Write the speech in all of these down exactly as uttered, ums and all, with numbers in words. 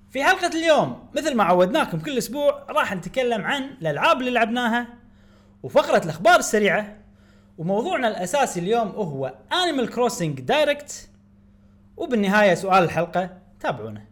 في حلقة اليوم مثل ما عودناكم كل أسبوع راح نتكلم عن الألعاب اللي لعبناها وفقرة الأخبار السريعة، وموضوعنا الأساسي اليوم هو Animal Crossing Direct، وبالنهاية سؤال الحلقة. تابعونا.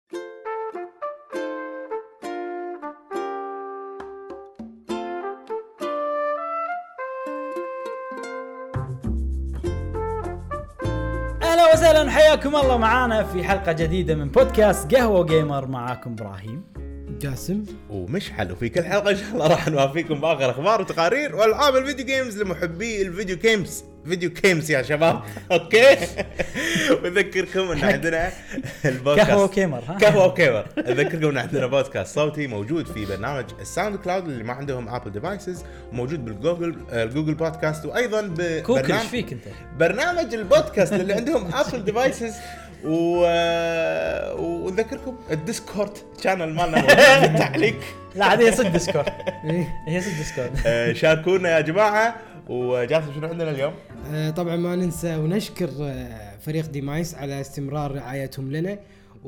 أهلا وسهلا، حياكم الله معانا في حلقة جديدة من بودكاست قهوة جيمر. معاكم إبراهيم، جاسم ومشحل، وفي كل حلقة إن شاء الله راح نوافيكم بآخر أخبار وتقارير والألعاب الفيديو جيمز لمحبي الفيديو جيمز. فيديو جيمز يا شباب. أوكي. وذكركم إن عندنا البودكاست قهوة جيمر. قهوة جيمر. أذكركم إن عندنا بودكاست صوتي موجود في برنامج الساوند كلاود اللي ما عندهم أبل ديفايسز، وموجود بالجوجل جوجل بودكاست، وأيضا ببرنامج فيك أنت برنامج البودكاست اللي عندهم أبل ديفايسز. و... ونذكركم الديسكورد شانل مالنا موجود في التعليق. لا هذه صدق ديسكورد. هي صدق ديسكورد. شاركونا يا جماعة. وجاسم شنو عندنا اليوم؟ آه طبعا ما ننسى ونشكر آه فريق ديمايس على استمرار رعايتهم لنا،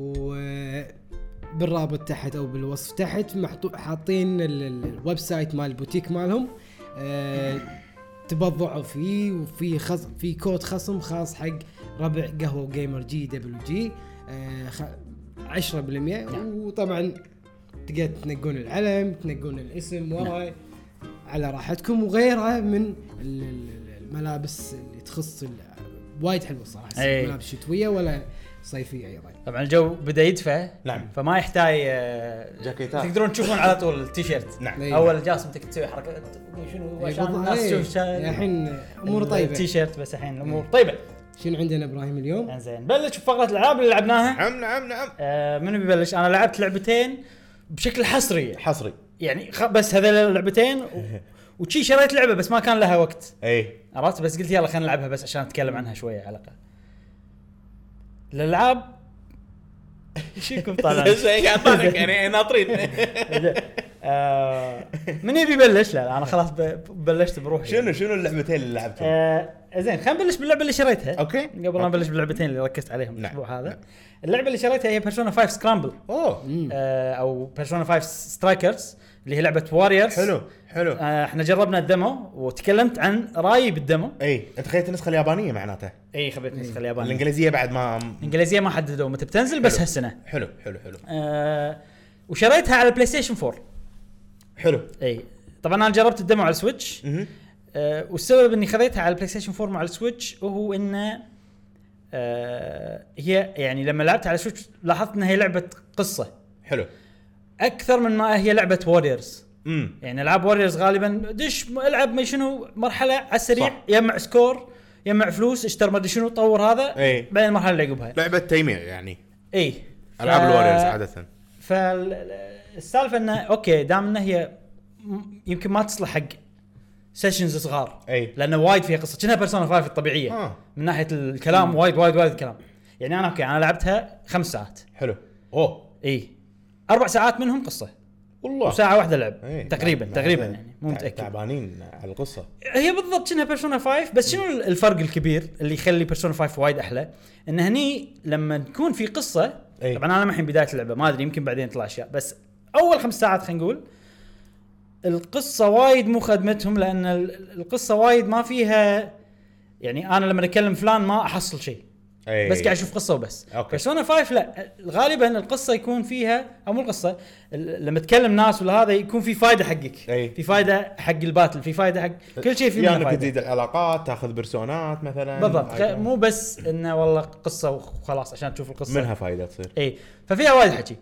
وبالرابط تحت او بالوصف تحت حاطين الويب سايت مال البوتيك مالهم، آه تبضعوا فيه، وفي خص... في كود خصم خاص حق ربع قهوة جيمر جي دبليو جي عشرة بالمية. وطبعا تقدر تنقون العلم، تنقون الاسم وراي على راحتكم، وغيرها من الملابس اللي تخص وايد حلوه صراحه. ملابس شتويه ولا صيفيه ايضا. طبعا الجو بدا يدفى، نعم، فما يحتاج جاكيتات، تقدرون تشوفون على طول التيشيرت. نعم. اول جاسم تك تسوي حركه شنو عشان الناس تشوف الحين امور طيبه التيشيرت، بس الحين الامور طيبه. شنو عندنا ابراهيم اليوم؟ زين، بلش بفقره الالعاب اللي لعبناها. نعم نعم نعم. آه منو بيبلش؟ انا لعبت لعبتين بشكل حصري حصري يعني خ... بس هذول اللعبتين و... وشي شريت لعبه بس ما كان لها وقت. اي عرفت، بس قلت يلا خلينا نلعبها بس عشان نتكلم عنها شويه على الاقل. الالعاب شيكم طالع شيء قاعد طالع يعني ناطرين. آه من يبي يبلش؟ لا انا خلاص بلشت بروحي. شنو شنو اللعبتين اللي لعبتهم؟ آه زين، خلينا نبلش باللعبه اللي شريتها. اوكي، قبل ما نبلش باللعبتين اللي ركزت عليهم نعم. الاسبوع هذا. نعم. اللعبه اللي شريتها هي بيرسونا فايف سكرامبل. اوه آه او بيرسونا فايف سترايكرز اللي هي لعبه واريورز. حلو حلو. آه احنا جربنا الديمو وتكلمت عن رايي بالديمو. اي انت خليت النسخه اليابانيه معناته؟ اي خبيت النسخه اليابانيه. الانجليزيه بعد ما الانجليزيه ما حددوا متى بتنزل، بس هالسنه. حلو حلو حلو. آه وشريتها على البلاي ستيشن فور. حلو. اي طبعا انا جربت الديمو على السويتش. آه والسبب اني خذيتها على البلاي ستيشن فور مع السويتش وهو انه آه هي يعني لما لعبتها على السويتش لاحظت انها هي لعبه قصه. حلو. اكثر من ما هي لعبه واريورز. امم يعني العاب واريورز غالبا دش العب ما شنو مرحله على السريع، يجمع سكور، يجمع فلوس، اشتر ما ادري شنو، طور هذا، اي بعدين المرحله اللي عقبها لعبه تيمير يعني. اي العاب ف... الواريورز عاده. فالسالفه انه اوكي دام انها هي يمكن ما تصلح حق سيشنز صغار، اي لانه وايد فيها قصه، كأنها بيرسونا فايف الطبيعيه. آه. من ناحيه الكلام وايد وايد وايد الكلام. يعني انا اوكي انا لعبتها خمس ساعات. حلو. اوه اي اربع ساعات منهم قصه والله، وساعه واحده لعب. ايه. تقريبا مع تقريبا مع يعني مو متاكد. تعبانين على القصه. هي بالضبط شنها بيرسونا فايف، بس شنو الفرق الكبير اللي يخلي بيرسونا فايف وايد احلى؟ ان هني لما تكون في قصه، ايه. طبعا انا الحين بدايه اللعبه ما ادري يمكن بعدين يطلع اشياء، بس اول خمس ساعات خلينا نقول القصه وايد مو خدمتهم، لان القصه وايد ما فيها. يعني انا لما اتكلم فلان ما احصل شيء، أي. بس قاعد اشوف قصه وبس. بيرسونا فايف لا، غالبا القصه يكون فيها، او مو القصه، لما تكلم ناس ولا هذا يكون في فايده حقك. أي. في فايده حق الباتل، في فايده حق كل شيء، في يعني فايده تزيد العلاقات، تاخذ بيرسونات مثلا. بالضبط، مو بس انه والله قصه وخلاص عشان تشوف القصه منها فايده تصير. اي ففيها وايد حكي.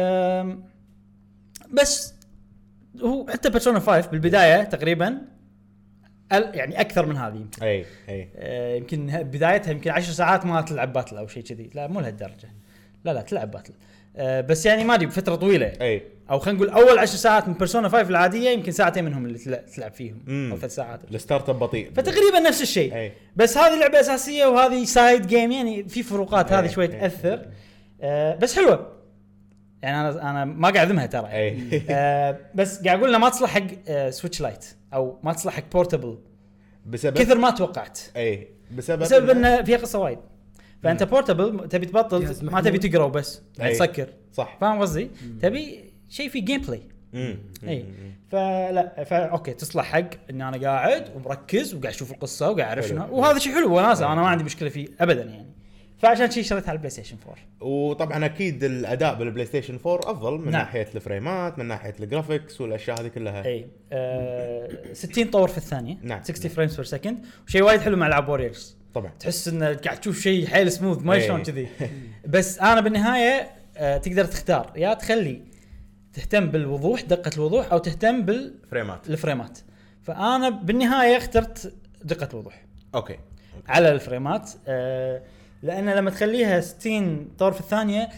بس هو حتى بيرسونا فايف بالبدايه تقريبا يعني اكثر من هذه يمكن. اي اي آه يمكن بدايتها يمكن عشر ساعات ما تلعب باتل او شيء كذي، لا مو لهالدرجه، لا لا تلعب باتل. آه بس يعني ما ادري بفتره طويله. اي او خلينا نقول اول عشر ساعات من بيرسونا فايف العاديه يمكن ساعتين منهم اللي تلعب فيهم. مم. او ثلاث ساعات. الستارت اب بطيء، فتقريبا نفس الشيء. أي. بس هذه لعبه اساسيه وهذه سايد جيم، يعني في فروقات. أي. هذه شوي تاثر. آه بس حلوه يعني انا انا ما قاعد اذمها ترى. آه بس قاعد اقول لها ما تصلح حق آه سويتش لايت، او ما تصلح حق بورتبل بسبب كثر ما توقعت. اي بسبب بسبب ان فيها قصه وايد. فانت بورتبل تبي تبطل جهاز ما محمول. تبي تقرا وبس يعني أي. تسكر صح. فاهم قصدي تبي شيء في جيم بلاي امم اي فلا فا اوكي تصلح حق ان انا قاعد ومركز وقاعد اشوف القصه وقاعد اعرف حلو. شنو وهذا شيء حلو وناسه انا ما عندي مشكله فيه ابدا يعني فعشان شيء شريتها على البلاي ستيشن فور. وطبعا اكيد الاداء بالبلاي ستيشن فور افضل من نعم. ناحيه الفريمات من ناحيه الجرافيكس والاشياء هذه كلها. اي آه ستين طور في الثانيه نعم. ستين فريمز بير سكند وشيء وايد حلو مع العاب ووريرز طبعا تحس ان قاعد تشوف شيء حيل سموث ما إيه. شلون كذي بس انا بالنهايه آه تقدر تختار يا تخلي تهتم بالوضوح دقه الوضوح او تهتم فريمات. بالفريمات فانا بالنهايه اخترت دقه الوضوح اوكي على الفريمات آه لان لما تخليها ستين طور في الثانيه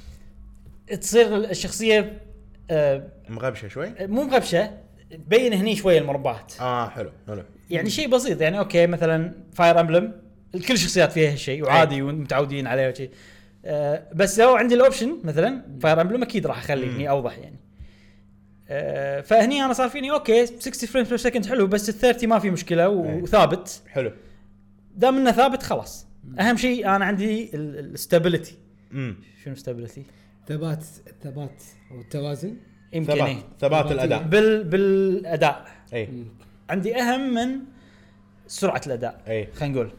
تصير الشخصيه آه مغبشه شوي. مو مغبشه تبين هني شويه المربعات اه حلو حلو. يعني شيء بسيط يعني اوكي مثلا فاير امبلم كل الشخصيات فيها هالشيء وعادي ومتعودين عليه وشيء آه بس لو عندي الاوبشن مثلا فاير امبلم اكيد راح اخلي هني اوضح يعني آه فهني انا صار فيني اوكي ستين فريمز بير سكند حلو بس ال ثلاثين ما في مشكله وثابت حلو. دام انه ثابت خلاص اهم شيء انا عندي الستابيليتي. امم شنو ستابيليتي؟ ثبات ثبات او التوازن يمكن ثبات إيه. ثبات الاداء. بال بالاداء اي عندي اهم من سرعه الاداء اي خلينا نقول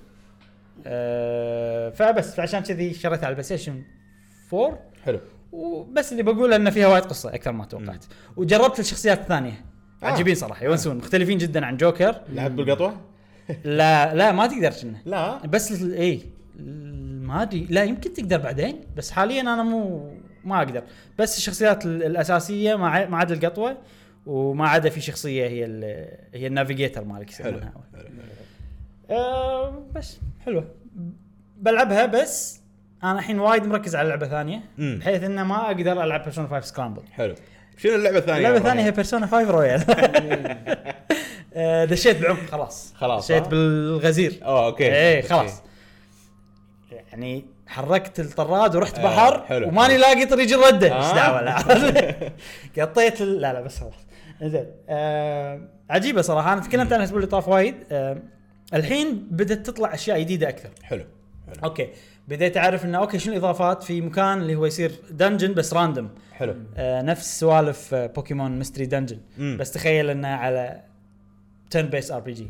أه فبس فعشان كذي شريتها على البلاي ستيشن فور حلو. وبس اللي بقوله انه فيها وايد قصه اكثر ما توقعت وجربت الشخصيات الثانيه آه. عجيبين صراحه يونسون مختلفين جدا عن جوكر. لعبت بالقطوه؟ لا لا ما تقدر كنا لا بس ال- اي ال- ما ادري لا يمكن تقدر بعدين بس حاليا انا مو ما اقدر بس الشخصيات ال- الاساسيه ما ع- ما عدا القطوه وما عدا في شخصيه هي ال- هي النافيجيتر مالك حلو. يسمونها حلو. آه بس حلوه بلعبها بس انا الحين وايد مركز على لعبه ثانيه مم. بحيث ان ما اقدر العب بيرسونا فايف سكرامبل. حلو. شنو اللعبه الثانيه؟ اللعبه الثانيه هي بيرسونا فايف رويال. آه، دشيت بعمق خلاص خلاص، دشيت ها؟ بالغزير اه اوكي. ايه أوكي. خلاص يعني حركت الطراد ورحت آه، بحر حلو. وماني لاقي طريق الرده ايش آه. دعوه لا قطيت ال... لا لا بس خلاص زين آه عجيبه صراحه انا تكلمت عنها الاسبوع اللي طاف وايد آه الحين بدات تطلع اشياء جديده اكثر. حلو. حلو. اوكي بديت اعرف انه اوكي شنو الاضافات في مكان اللي هو يصير دنجن بس راندوم حلو. آه نفس سوالف آه بوكيمون ميستري دنجن مم. بس تخيل انه على تيرن بيس ار بي جي.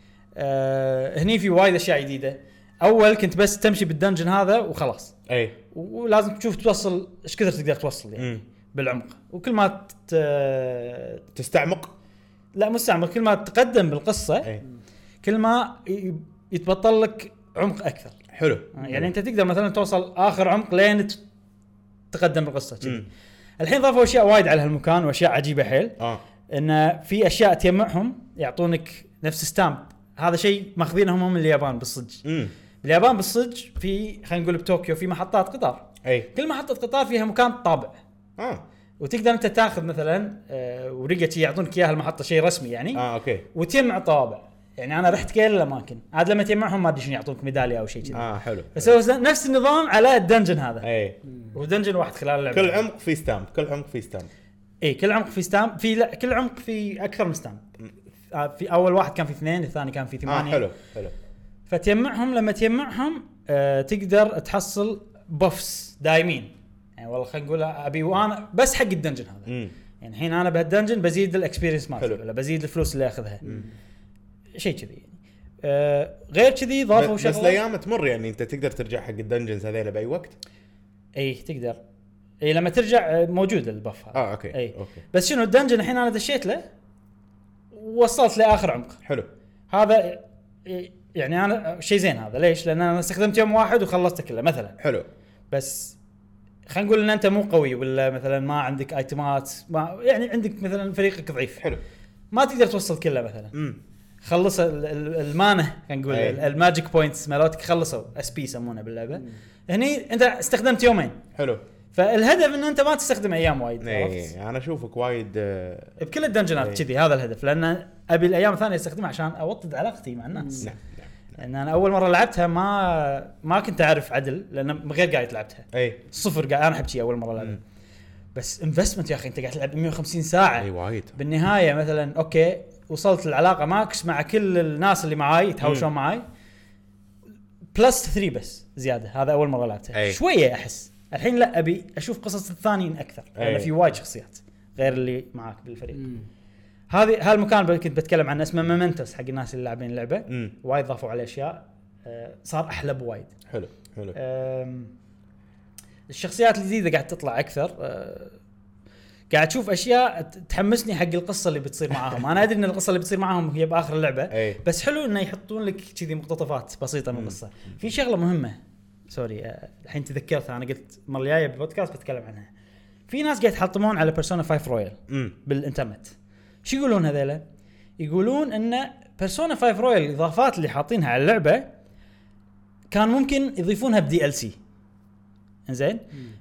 هني في وايد اشياء جديده. اول كنت بس تمشي بالدنجن هذا وخلاص اي ولازم تشوف توصل ايش كثر تقدر توصل يعني مم. بالعمق وكل ما ت... تستعمق. لا مستعمل كل ما تقدم بالقصه اي كل ما ي- يتبطل لك عمق اكثر. حلو. يعني انت تقدر مثلا توصل اخر عمق لين ت- تقدم بالقصه كذي. مم. الحين ضافوا اشياء وايد على هالمكان واشياء عجيبه حيل اه ان في اشياء تجمعهم يعطونك نفس ستامب. هذا شيء ماخذينه هم من اليابان بالصج. امم باليابان بالصج في خلينا نقول بطوكيو في محطات قطار اي كل محطه قطار فيها مكان طابع اه وتقدر انت تاخذ مثلا آه ورقه يعطونك اياها المحطه شيء رسمي يعني اه اوكي وتجمع طوابع. يعني انا رحت كل الاماكن عاد لما تجمعهم ما ادري شنو يعطونك ميداليه او شيء كذي اه حلو. بس هو نفس النظام على الدنجن هذا اي ودنجن واحد خلال اللعبه. كل عمق في ستامب كل عمق في ستامب. اي كل عمق في ستامب في لا كل عمق في اكثر من ستامب. آه في اول واحد كان في اثنين الثاني كان في اه ثمانية. حلو حلو. فتجمعهم لما تجمعهم آه تقدر تحصل بوفس دايمين. يعني والله خلينا نقول ابي وانا بس حق الدنجن هذا. امم يعني الحين انا بهالدنجن بزيد الاكسبيرينس مالتي حلو. ولا بزيد الفلوس اللي اخذها شيء كذي يعني. آه غير كذي ضافوا بس شغله الايام تمر يعني انت تقدر ترجع حق الدنجنز هذيلا باي وقت. اي تقدر اي لما ترجع آه، موجود البف هذا. اه اوكي اي اوكي بس شنو الدنجن الحين انا دشيت له ووصلت لاخر عمق. حلو. هذا إيه، يعني انا شيء زين هذا ليش؟ لان انا استخدمت يوم واحد وخلصته كله مثلا. حلو. بس خلينا نقول ان انت مو قوي ولا مثلا ما عندك ايتمات ما يعني عندك مثلا فريقك ضعيف حلو. ما تقدر توصل كله مثلا. امم خلص ال- ال- المانه خلينا نقول أي. ال- الماجيك بوينتس مالتك خلصوا اس بي يسمونه باللعبه. هني انت استخدمت يومين حلو. فالهدف ان انت ما تستخدم ايام وايد. عرفت؟ اي انا اشوفك وايد آه، بكل الدنجنات أي. كذي هذا الهدف لان ابي الايام الثانيه استخدمها عشان اوطد علاقتي مع الناس. نعم لان انا اول مره لعبتها ما ما كنت اعرف عدل لان من غير قاعد لعبتها اي صفر قاعد انا احب شيء اول مره لعبها. بس انفستمنت يا اخي انت قاعد تلعب مية وخمسين ساعه. اي وايد. بالنهايه مثلا اوكي وصلت العلاقه ماكس مع كل الناس اللي معاي يتهاوشون معاي بلس ثلاثة بس زياده. هذا اول مره لعبتها أي. شويه احس الحين لا ابي اشوف قصص الثانيين اكثر لان في وايد شخصيات غير اللي معاك بالفريق. مم. هذه هالمكان كنت بتكلم عنه اسمه مومنتوس حق الناس اللي لاعبين اللعبه. مم. وايد ضافوا عليه اشياء أه صار احلى بوايد. حلو حلو. أم، الشخصيات الجديده قاعد تطلع اكثر. أه قاعد اشوف اشياء تحمسني حق القصه اللي بتصير معاهم. انا ادري ان القصه اللي بتصير معاهم هي باخر اللعبه أي. بس حلو انه يحطون لك كذي مقتطفات بسيطه من القصه. في شغله مهمه سوري أه، الحين تذكرتها انا قلت المره الجايه بالبودكاست بتكلم عنها. في ناس قاعد يحطمون على بيرسونا خمسة رويال مم. بالانترنت. شو يقولون هذيلا؟ يقولون ان بيرسونا خمسة رويال الاضافات اللي حاطينها على اللعبه كان ممكن يضيفونها بدي ال سي. انزين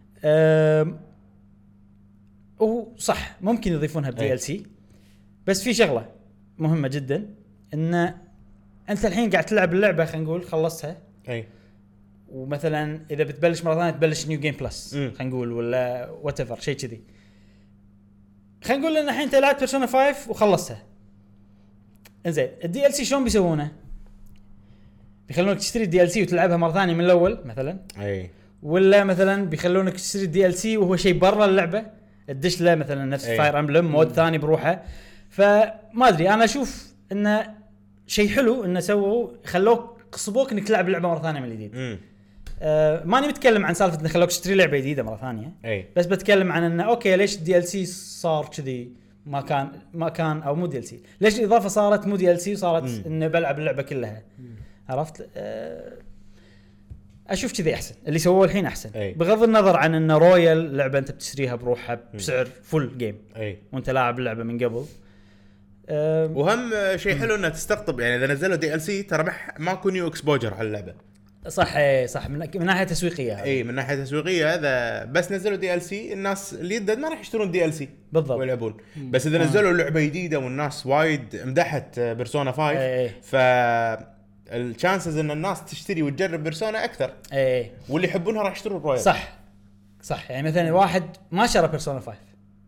وصح ممكن يضيفونها بدي ال سي بس في شغله مهمه جدا ان انت الحين قاعد تلعب اللعبه خلينا نقول خلصتها اي ومثلا اذا بتبلش مره ثانيه تبلش نيو جيم بلس خلينا نقول ولا وات ايفر شيء كذي. خلينا نقول ان الحين انت لعبت بيرسونا خمسة وخلصتها. انزين الدي ال سي شلون بيسوونه؟ بيخلونك تشتري الدي ال سي وتلعبها مره ثانيه من الاول مثلا. اي ولا مثلا بيخلونك تشتري الدي ال سي وهو شيء برا اللعبه تدش له مثلا نفس فاير امبلم مود ثاني بروحه. فما ادري انا اشوف انه شيء حلو انه سووا خلوك قصبوك انك تلعب اللعبه مره ثانيه من الجديد. آه ماني متكلم عن سالفه انه خلوك تشتري لعبه جديده مره ثانيه. أي. بس بتكلم عن انه اوكي ليش الدي ال سي صار كذي ما كان ما كان او مو دي ال سي ليش الاضافه صارت مو دي ال سي وصارت انه بلعب اللعبه كلها. مم. عرفت آه اشوف كذي احسن اللي سووه الحين احسن. أي. بغض النظر عن انه رويال لعبه انت بتشتريها بروحها بسعر فول جيم اي وانت لاعب اللعبه من قبل. أه وهم شيء حلو انه تستقطب يعني اذا نزلوا دي ال سي ترى ما نيو اكسبوجر على اللعبه. صح صح من, من ناحيه تسويقيه. اي من ناحيه تسويقيه هذا بس نزلوا دي ال سي الناس اللي يدد ما راح يشترون دي ال سي بالضبط ويلعبون. بس اذا نزلوا لعبه جديده والناس وايد مدحت بيرسونا خمسة أي. ف الشانسز ان الناس تشتري وتجرب بيرسونا اكثر. اي واللي يحبونها راح يشترون رويال. صح صح يعني مثلا واحد ما شرى بيرسونا خمسة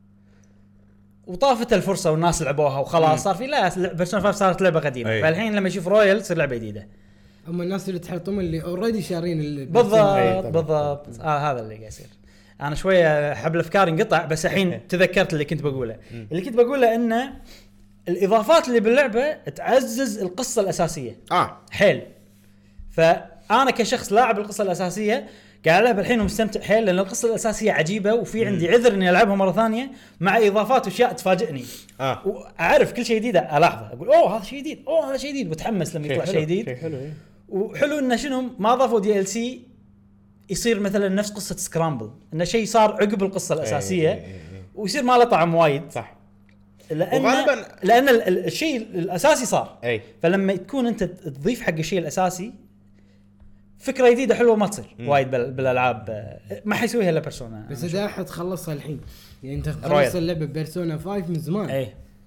وطافت الفرصه والناس لعبوها وخلاص صار في لا بيرسونا خمسة صارت لعبه قديمه. أي. فالحين لما يشوف رويال تصير لعبه جديده. هم الناس اللي تحطهم اللي اوريدي شارين بالضبط بالضبط آه هذا اللي قاعد يصير. انا شويه حبل افكاري انقطع بس الحين تذكرت اللي كنت بقوله. اللي كنت بقوله انه الاضافات اللي باللعبه تعزز القصه الاساسيه اه حيل. فانا كشخص لاعب القصه الاساسيه قاعد العب الحين ومستمتع حيل لان القصه الاساسيه عجيبه وفي عندي عذر اني العبها مره ثانيه مع اضافات واشياء تفاجئني. اه واعرف كل شيء جديد الاحظه اقول اوه هذا شيء جديد اوه هذا شيء جديد وتحمس لما يطلع شيء جديد. شيء حلو إيه. وحلو انه شنو ما ضافوا دي ال سي يصير مثلا نفس قصه سكرامبل انه شيء صار عقب القصه الاساسيه إيه إيه إيه. ويصير ما له طعم وايد. صح لان وغالبا لان ال- ال- الشيء الاساسي صار. اي فلما تكون انت تضيف حق الشيء الاساسي فكره جديده حلوه ما تصير وايد بال- بالالعاب ما حيسويها الا بيرسونا. بس اذا احد خلصها الحين يعني انت رويال. خلصت اللعبه بيرسونا خمسة من زمان. اي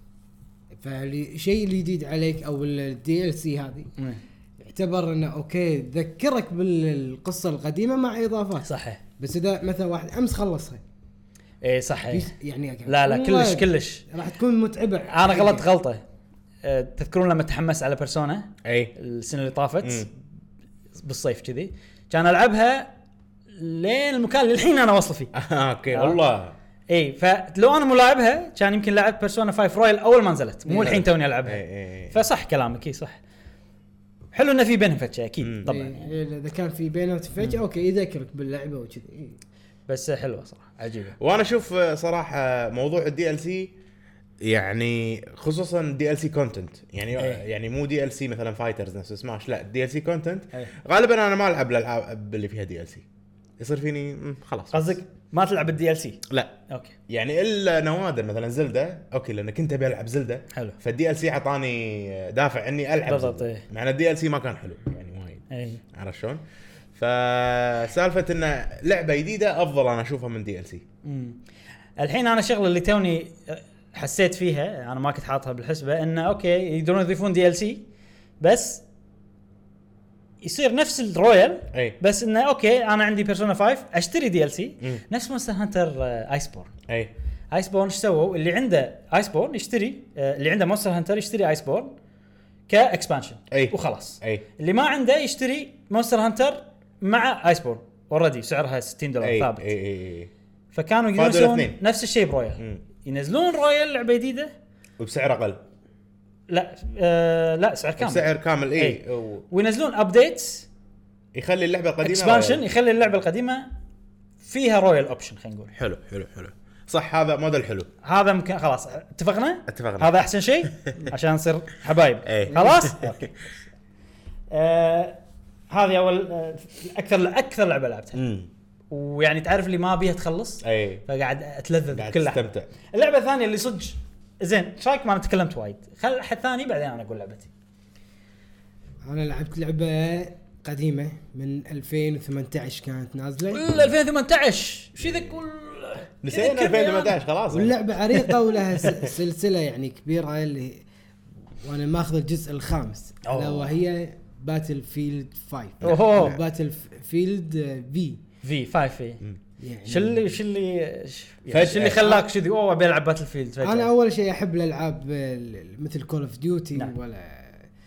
فالشيء اللي جديد عليك او الدي ال سي هذه مم. يعتبر انه اوكي ذكرك بالقصه القديمه مع اضافات. صحيح. بس اذا مثلا واحد امس خلصها اي صح إيه. يعني لا لا والله كلش كلش راح تكون متعبه. انا غلط غلطه. أه تذكرون لما تحمس على بيرسونا اي السنه اللي طافت مم. بالصيف كذي كان العبها لين المكان اللي الحين انا واصل فيه. اوكي والله اي فلو انا ملاعبها كان يمكن لعبت بيرسونا خمسة رويال اول ما نزلت مو إيه. الحين توني العبها. إيه إيه إيه. فصح كلامك اي صح. حلو انه في بينهم فتشه اكيد مم. طبعا إيه يعني. اذا كان في بينهم فجاه اوكي يذكرك باللعبه وكذي. إيه. بس حلوه صراحه عجيبه. وانا اشوف صراحه موضوع الدي ال سي يعني خصوصا دي ال سي كونتنت يعني أيه. يعني مو دي ال سي مثلا فايترز نفس سماش لا دي ال سي كونتنت أيه. غالبا انا ما العب الالعاب اللي فيها دي ال سي يصير فيني مم، خلاص قصدك ما تلعب الدي ال سي؟ لا اوكي يعني الا نوادر مثلا زلدة اوكي لان كنت ابي العب زلدة حلو. فالدي ال سي اعطاني دافع اني العب بالضبط، زلدة. إيه. مع ان الدي ال سي ما كان حلو يعني وايد اي عرفت شلون؟ فسالفه ان لعبه جديده افضل انا اشوفها من دي ال سي. امم الحين انا شغله اللي توني حسيت فيها انا ما كنت حاطها بالحسبه انه اوكي يقدرون يضيفون دي ال سي بس يصير نفس الرويال اي بس انه اوكي انا عندي بيرسونا خمسة اشتري دي ال سي مم. نفس مونستر هانتر ايس بورن. اي ايس بورن ايش سووا اللي عنده ايس بورن يشتري آه، اللي عنده مونستر هانتر يشتري ايس بورن كاكسبانشن أي. وخلاص. اي اللي ما عنده يشتري مونستر هانتر مع ايسبورن اوريدي سعرها ستين دولار اي ثابت. اي اي فكانوا فادوا ينزلون الاثنين. نفس الشيء برويال، مم. ينزلون رويال لعبه جديده وبسعر اقل لا آه لا سعر كامل بسعر كامل اي إي. و- وينزلون ابديتس يخلي اللعبه القديمه اكسبانشن رويال. يخلي اللعبه القديمه فيها رويال اوبشن. خلينا نقول حلو حلو حلو صح هذا موديل حلو هذا ممكن خلاص اتفقنا اتفقنا هذا احسن شيء عشان نصير حبايب. إيه. خلاص اوكي. آه هذه اول آه اكثر اكثر لعبه لعبتها، امم ويعني تعرف اللي ما بيها تخلص اي فقاعد اتلذذ قاعد بكل لحظه. تستمتع اللعبه الثانيه اللي صدق زين ايش رايك؟ ما انا تكلمت وايد، خل حد ثاني بعدين انا اقول لعبتي. انا لعبت لعبه قديمه من ألفين وثمانية عشر كانت نازله، ولا ألفين وثمانية عشر شو ذا كل نسينا ألفين وثمانية عشر خلاص واللعبه عريقه ولها س- سلسله يعني كبيره اللي وانا ماخذ الجزء الخامس أوه. الا وهي باتل فيلد خمسة أوه. باتل فيلد في في فايف في يعني شو اللي شو اللي ش- يعني فجأة. شو اللي خلاك شو ذي اوه بيلعب باتل فيلد فجأة؟ انا اول شيء احب الالعاب ال- مثل كول اوف ديوتي نعم. ولا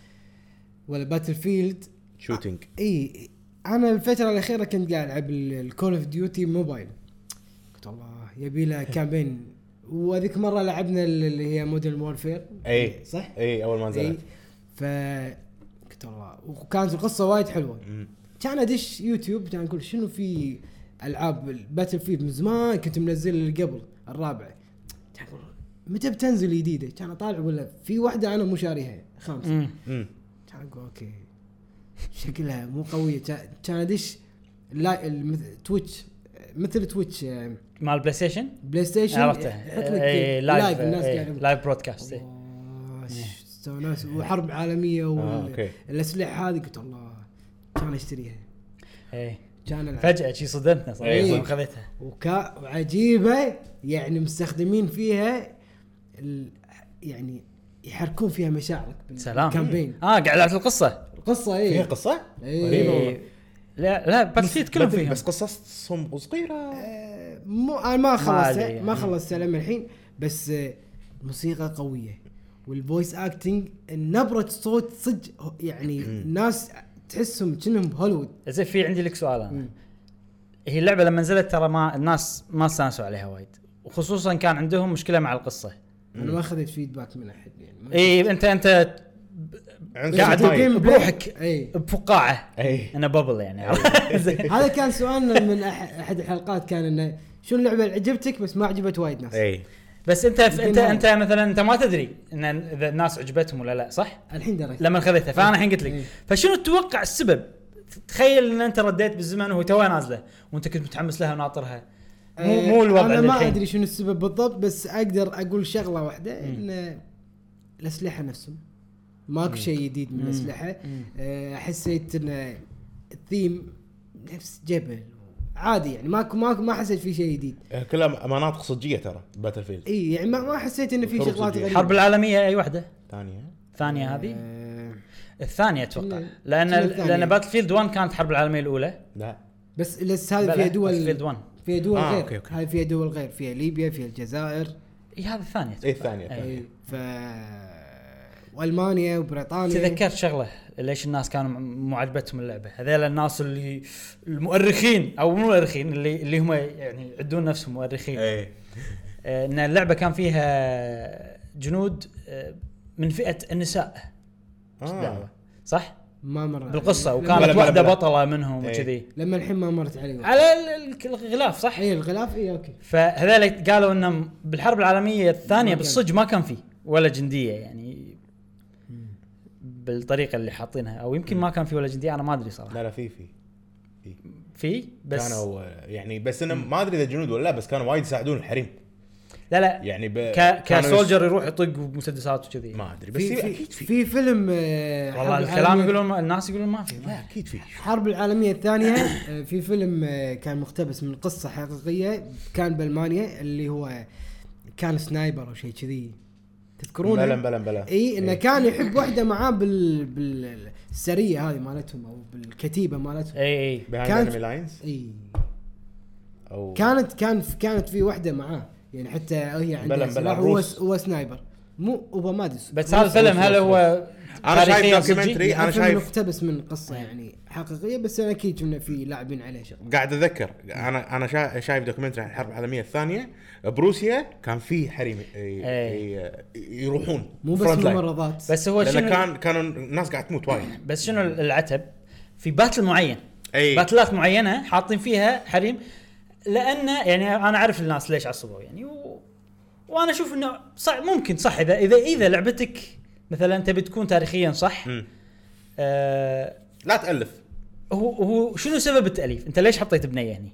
ولا باتل فيلد. شوتينج اي انا الفتره الاخيره كنت قاعد العب الكول اوف ديوتي موبايل، قلت الله يبي له كامبين. وهذيك مره لعبنا اللي هي مودرن وورفير اي صح اي اول ما اي نزلت ف قلت الله وكانت القصه وايد حلوه. مم. كان ادش يوتيوب كان اقول شنو في العاب الباتل فيلد من زمان كنت منزل اللي قبل الرابعه، كان أقول متى بتنزل جديده؟ كان اطالع ولا في واحده انا مو شاريها خامسه، مم. مم. كان اقول اوكي شكلها مو قويه. كان- كان ادش لا المث- تويتش مثل تويتش آه، مال بلاي ستيشن بلاي ستيشن عرفته يحط لك اي لايف لايف الناس إيه، قاعدين لايف برودكاست إيه. الله، ش- استانس وحرب عالميه آه، أوكي. والاسلحه هذه قلت الله كان اشتريها ايه كان ألعب. فجأة شي صدمتنا صراحة إيه. يوم خذيتها. وكا وعجيبه يعني مستخدمين فيها ال... يعني يحركون فيها مشاعرك سلام بالكامبين. اه قاعد لعبت القصة القصه فيها ايه قصه ايه لا لا باتل كلهم فيهم بس قصصهم صغيره آه، مو انا ما ما خلصت أدري. ما خلصت لما الحين بس آه، موسيقى قويه والفويس اكتنج النبره صوت صدق يعني ناس تحسهم كأنهم بهوليوود. زين في عندي لك سؤال انا. مم. هي اللعبة لما نزلت ترى ما الناس ما استانسوا عليها وايد، وخصوصا كان عندهم مشكلة مع القصة. انا ما اخذت فيدباك من احد يعني ما- اي انت انت عند قاعد مايك. الجيم بروحك اي بفقاعة اي انا بابل يعني. زين. هذا كان سؤالنا من أح- احد الحلقات كان انه شو اللعبه اللي عجبتك بس ما عجبت وايد ناس. اي بس انت انت يمكن انت مثلا انت ما تدري ان اذا الناس عجبتهم ولا لا صح؟ الحين دريت لما خذيتها فانا الحين قلت إيه. لك فشنو تتوقع السبب؟ تخيل ان انت رديت بالزمن وهو توها نازله وانت كنت متحمس لها وناطرها، مو مو الوضع انا اللي ما الحين. ادري شنو السبب بالضبط بس اقدر اقول شغله واحده ان الاسلحه نفسهم ماكو شيء جديد من مم. الاسلحه. مم. أه، حسيت ان الثيم نفس جبل عادي يعني ماكو ماكو ما حسيت في شيء جديد. كلها مناطق صجيه ترى باتل فيلد اي يعني ما, ما حسيت ان في حروب شغلات صجية. غريبه. الحرب العالميه اي واحده؟ ثانيه الثانيه هذه؟ أه، الثانيه اتوقع كنا- لان كنا الثانية. لان باتل فيلد واحد كانت الحرب العالميه الاولى. لا بس بس هذه فيها باتل فيلد دول واحد فيها دول آه، غير أوكي، أوكي. هذه فيها دول غير فيها ليبيا فيها الجزائر اي هذا الثانيه اي الثانيه إيه. اي ف والمانيا وبريطانيا. تذكرت شغله ليش الناس كانوا مو عجبتهم اللعبه؟ هذول الناس اللي المؤرخين او مو المؤرخين اللي اللي هم يعني يعدون نفسهم مؤرخين، اي آه، ان اللعبه كان فيها جنود آه، من فئه النساء. إيش آه. دعوة؟ صح ما مر بالقصه لما- وكانت بلا- بلا- واحده بلا. بطله منهم إيه. وكذي لما الحين ما مرت علي على ال- ال- الغلاف صح. اي الغلاف اي اوكي. فهذول قالوا انهم بالحرب العالميه الثانيه ما كان. بالصج ما كان فيه ولا جنديه يعني بالطريقه اللي حاطينها، او يمكن ما كان فيه ولا جنديه انا ما ادري صراحه. لا لا في في في بس كانوا يعني بس انا ما ادري اذا جنود ولا لا بس كانوا وايد يساعدون الحريم لا لا يعني ب... ك كانوا كسولجر يروح يطق بمسدسات وكذي. ما ادري بس في في في, اكيد في في فيلم آه، والله حرب الكلام العالمية- يقولون الناس يقولون ما في لا اكيد في الحرب العالميه الثانيه آه، في فيلم آه، كان مقتبس من قصه حقيقيه كان بالمانيا اللي هو كان سنايبر او شيء كذي تذكرونه؟ بلا بلا بلا اي انه كان يحب واحده معاه بال بالسريه هذه مالتهم او بالكتيبه مالتهم. اي اي بيهايند كانت- انمي لاينز اي او كانت كان كانت في واحده معاه يعني حتى هي بلا- عندها بلا، سلاح هو روس. هو سنايبر مو هو ما ادري بس هذا الفيلم هل هو انا شايف تاريخياً دوكيومنتري انا انا شايف مقتبس من قصه يعني حقيقيه بس انا اكيد كنا في لاعبين عليه شغل. قاعد اتذكر انا انا شا- شايف دوكيومنتري عن الحرب العالميه الثانيه بروسيا كان في حريم ي- ي- يروحون مو بس front line. ممرضات بس هو لأن شنو كان كانوا الناس قاعد تموت وايد. بس شنو العتب في باتل معين اي باتلات معينه حاطين فيها حريم لان يعني انا اعرف الناس ليش عصبوا يعني و... وانا اشوف انه صح ممكن صح اذا اذا اذا لعبتك مثلا تبي تكون تاريخيا صح مم. آه لا تالف هو هو شنو سبب التاليف انت ليش حطيت بنيه هني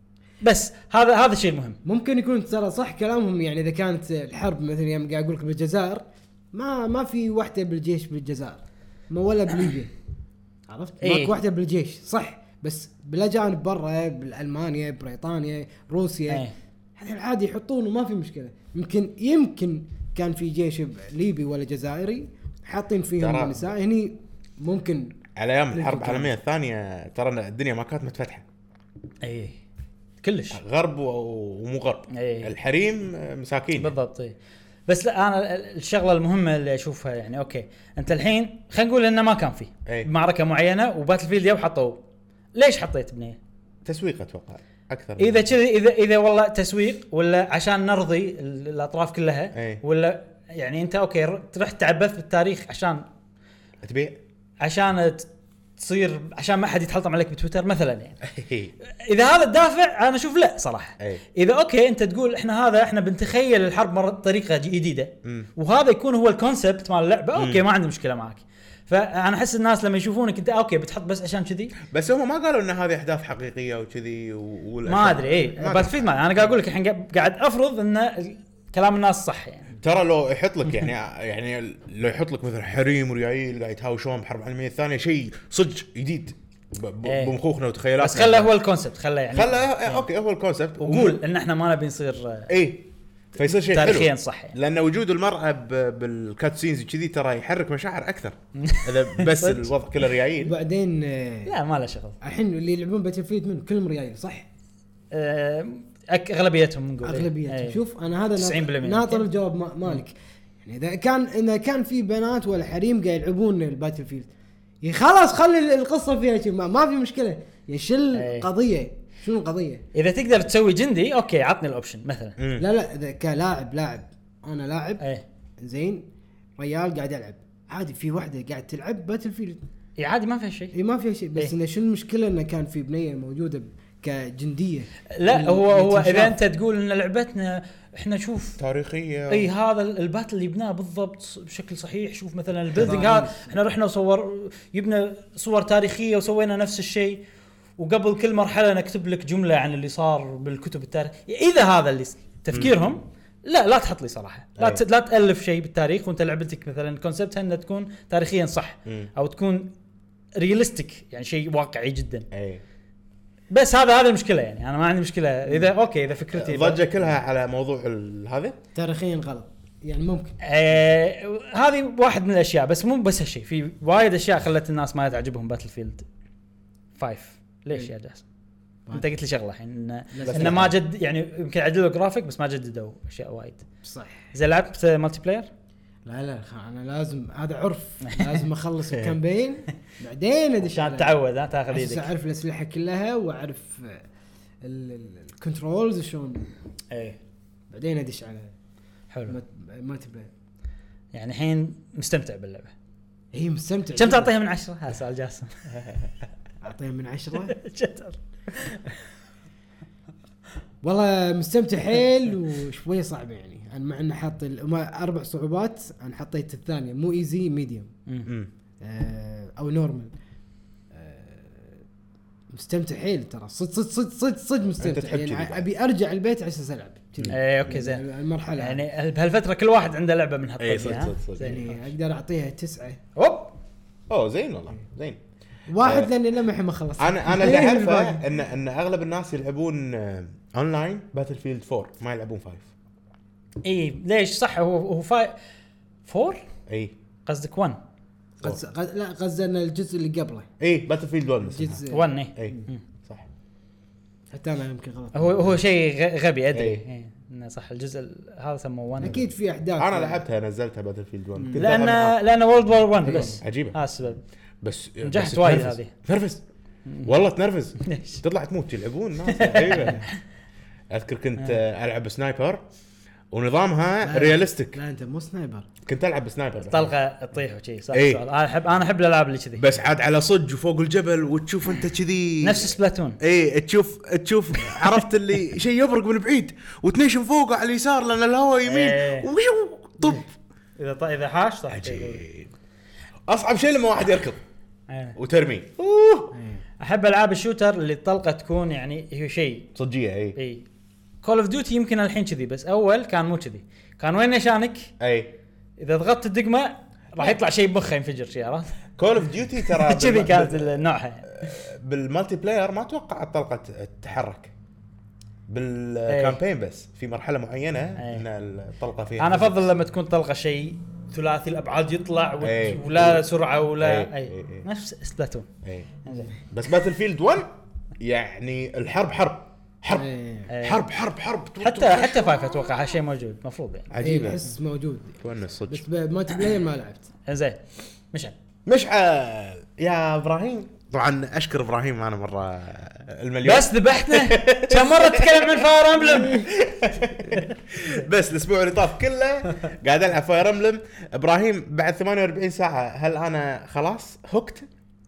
بس هذا هذا الشيء المهم ممكن يكون ترى صح كلامهم يعني اذا كانت الحرب مثلا يوم قاعد اقول لك بالجزائر ما ما في وحده بالجيش بالجزائر ما ولا بليبيا عرفت إيه. ماكو وحده بالجيش صح بس بالاجانب برا بالالمانيا بريطانيا روسيا إيه. هذا العادي يحطونه ما في مشكله يمكن يمكن كان في جيش ليبي ولا جزائري حاطين فيهم ترى- النساء هني ممكن على ايام الحرب ممكن العالميه الثانيه ترى الدنيا ما كانت متفتحه اي كلش غرب و- ومو غرب إيه. الحريم مساكين بالضبط إيه. بس لا انا الشغله المهمه اللي اشوفها يعني اوكي انت الحين خلينا نقول انه ما كان فيه إيه. معركه معينه وباتل فيلد يو حطوا ليش حطيت بنيه تسويق اتوقع اكثر من- اذا كذي اذا اذا والله تسويق ولا عشان نرضي ال- الاطراف كلها إيه. ولا يعني انت اوكي ر- تروح تعبث بالتاريخ عشان تبيع عشان ت- تصير عشان ما حد يتحطم عليك بتويتر مثلا يعني إيه. اذا هذا الدافع انا اشوف لا صراحه إيه. اذا اوكي انت تقول احنا هذا احنا بنتخيل الحرب مرة بطريقه جديده مم. وهذا يكون هو الكونسبت مال اللعبه اوكي ما عندي مشكله معك فانا احس الناس لما يشوفونك انت اوكي بتحط بس عشان كذي بس هم ما قالوا ان هذه احداث حقيقيه وكذي و... ما ادري اي ما بس في ما انا قاعد اقول لك الحين قاعد افرض ان كلام الناس صح يعني ترى لو يحط لك يعني يعني لو يحط لك مثلا حريم وريايل قاعد يتهاوشون بحرب العالميه الثانيه شيء صدق جديد ب- ب- إيه. بمخوخنا وتخيلاتنا بس خله هو الكونسبت خله يعني خله اوكي هو الكونسبت وقول ان احنا ما نبي نصير اي فيصير شيء تاريخيا حلو صح يعني. لان وجود المراه ب- بالكات سينز وكذي ترى يحرك مشاعر اكثر اذا بس صدق. الوضع كله ريايل وبعدين آه، لا ما له شغل الحين اللي يلعبون باتل فيلد من كلهم ريايل صح آه، أك- اغلبيتهم نقول إيه. اغلبيتهم إيه. شوف انا هذا تسعين بالمية ناطر الجواب ما- مالك يعني اذا كان اذا كان في بنات ولا حريم قاعد يلعبون الباتل فيلد يا خلاص خلي القصه فيها شيء ما, ما في مشكله يا شل إيه. قضيه شنو القضيه اذا تقدر تسوي جندي اوكي عطني الاوبشن مثلا مم. لا لا اذا كلاعب لاعب انا لاعب ايه زين ريال قاعد العب عادي في وحده قاعد تلعب باتل فيلد إيه عادي ما في شيء اي ما فيها شيء بس إيه. انه شنو المشكله انه كان في بنيه موجوده ب- كجنديه لا ال- هو هو الانتشار. اذا انت تقول ان لعبتنا احنا شوف تاريخيه اي هذا ال- الباتل اللي يبناه بالضبط بشكل صحيح شوف مثلا البيلدينج ترى هذا احنا رحنا وصور يبنى صور تاريخيه وسوينا نفس الشيء وقبل كل مرحله نكتب لك جمله عن اللي صار بالكتب التاريخ اذا هذا اللي تفكيرهم لا لا تحط لي صراحه لا أي. ت- لا تالف شيء بالتاريخ وانت لعبتك مثلا كونسبتها انها تكون تاريخيا صح مم. او تكون رياليستيك يعني شيء واقعي جدا اي بس هذا هذه المشكله يعني انا ما عندي مشكله اذا اوكي اذا فكرتي ضجه كلها على موضوع ال- هذا تاريخيا غلط يعني ممكن آه هذه واحد من الاشياء بس مو بس هالشيء في وايد اشياء خلت الناس ما تعجبهم باتل فيلد خمسة ليش يا جاسم انت قلت لي شغله الحين ان انه ما جد يعني يمكن عدلوا جرافيك بس ما جددوا اشياء وايد صح زي لعبت مالتي بلاير لا لا خ- انا لازم هذا عرف لازم اخلص الكامبين بعدين ادش عشان على- تعود ها تاخذ أساس ايدك اعرف الاسلحه كلها واعرف الكنترولز شلون ايه بعدين ادش على حلو مالتي بلاير يعني الحين مستمتع باللعبه هي مستمتع كم تعطيها من عشرة هذا سؤال جاسم اعطيها من عشرة جدر. والله مستمتع حيل وشويه صعبه يعني انا مع انه حاط ال- ما- اربع صعوبات انا حطيت الثانيه مو ايزي ميديوم مم. آه او نورمال مستمتع حيل ترى صد صد صد صد صد مستمتع تحب يعني كذي بعد. ابي ارجع البيت عشان اسلعب كذي. ايه اوكي زين المرحله يعني, يعني بهالفتره كل واحد عنده لعبه من إيه، هالطيب صدق، ها صدق، صدق. زين. يعني اقدر اعطيها تسعة اوب اوه زين والله زين واحد آه. لاني لما الحين ما خلصت انا انا اللي اعرفه ان ان اغلب الناس يلعبون آه، اونلاين باتل فيلد فور ما يلعبون فايف ايه ليش صح هو هو فاي فور اي قصدك واحد قص... قص... لا قصدنا الجزء اللي قبله اي باتل فيلد واحد جزء واحد ايه اي صح حتى انا يمكن غلط. هو هو شيء غ- غبي ادري إيه. إيه. انه صح الجزء ال- هذا سموه واحد اكيد في احداث. انا لعبتها نزلتها باتل فيلد واحد لان لان وورلد وور واحد بس عجيبه هذا السبب بس نجحت بس وايد تنرفز. هذه. تنرفز والله تنرفز ليش؟ تطلع تموت يلعبون ناس عجيبة. اذكر كنت آه، العب سنايبر ونظامها لا. رياليستيك. لا انت مو سنايبر. كنت العب سنايبر طلقه تطيح وشي صح. إيه. انا احب انا احب الالعاب اللي كذي بس عاد على صج وفوق الجبل وتشوف انت كذي نفس سبلاتون. اي تشوف تشوف عرفت اللي شيء يبرق من بعيد وتنشم فوق على اليسار لان الهواء يمين إيه. ويو طب اذا ط... اذا حاش صح. عجيب. اصعب شيء لما واحد يركض إيه. وترمي اوه احب العاب الشوتر اللي الطلقه تكون يعني هي شيء. صجيه اي اي كول اوف ديوتي يمكن الحين كذي بس اول كان مو كذي. كان وين نشانك اي اذا ضغطت الدقمه راح يطلع شيء بمخه ينفجر شيء عرفت. كول اوف ديوتي ترى كذي بالم- كانت نوعها. بالمالتي بلاير ما اتوقع الطلقه تتحرك بالكامبين بس في مرحله معينه ان الطلقه فيها انا افضل لما تكون طلقه شيء ثلاثي الابعاد يطلع و... أي. ولا سرعه ولا أي. اي, أي. أي. نفس سبلاتون. اي زين. بس باتل فيلد واحد يعني الحرب حرب حرب إيه. حرب حرب حرب حتى حتى فايف اتوقع هالشيء موجود مفروض يعني. عجيبه احس موجود تونس صدق بس بمالتي بلاير ما لعبت. زين مشعل مشعل يا ابراهيم طبعا اشكر ابراهيم انا مره المليون بس ذبحتنا كم مره تتكلم عن فاير امبلم. بس الاسبوع اللي طاف كله قاعد العب فاير امبلم. ابراهيم بعد ثمانية وأربعين ساعه هل انا خلاص هوكت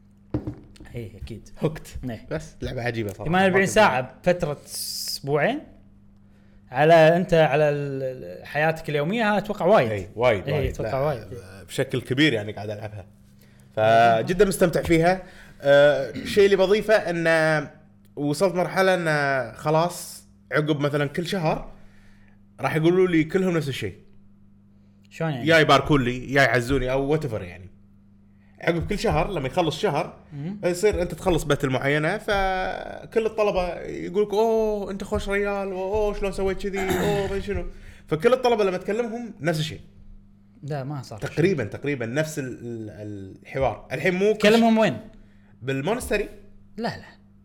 اي اكيد هوكت إيه. بس لعبه عجيبه صراحه ثمانية وأربعين ساعه بفتره اسبوعين على انت على ال- حياتك اليوميه اتوقع وايد. اي وايد إيه، وايد أتوقع لا، وايد. بشكل كبير يعني قاعد العبها فجدا مستمتع فيها. أه الشيء اللي بضيفه ان وصلت مرحله ان خلاص عقب مثلا كل شهر راح يقولوا لي كلهم نفس الشيء شلون يعني؟ يا يباركون لي يا يعزوني او وات ايفر يعني. عقب كل شهر لما يخلص شهر يصير انت تخلص باتل معينه فكل الطلبه يقولك اوه انت خوش ريال اوه شلون سويت كذي اوه ما شنو. فكل الطلبه لما تكلمهم نفس الشيء لا ما صار تقريبا تقريبا نفس ال- ال- الحوار. الحين مو كل كلمهم وين؟ بالمونستري. لا لا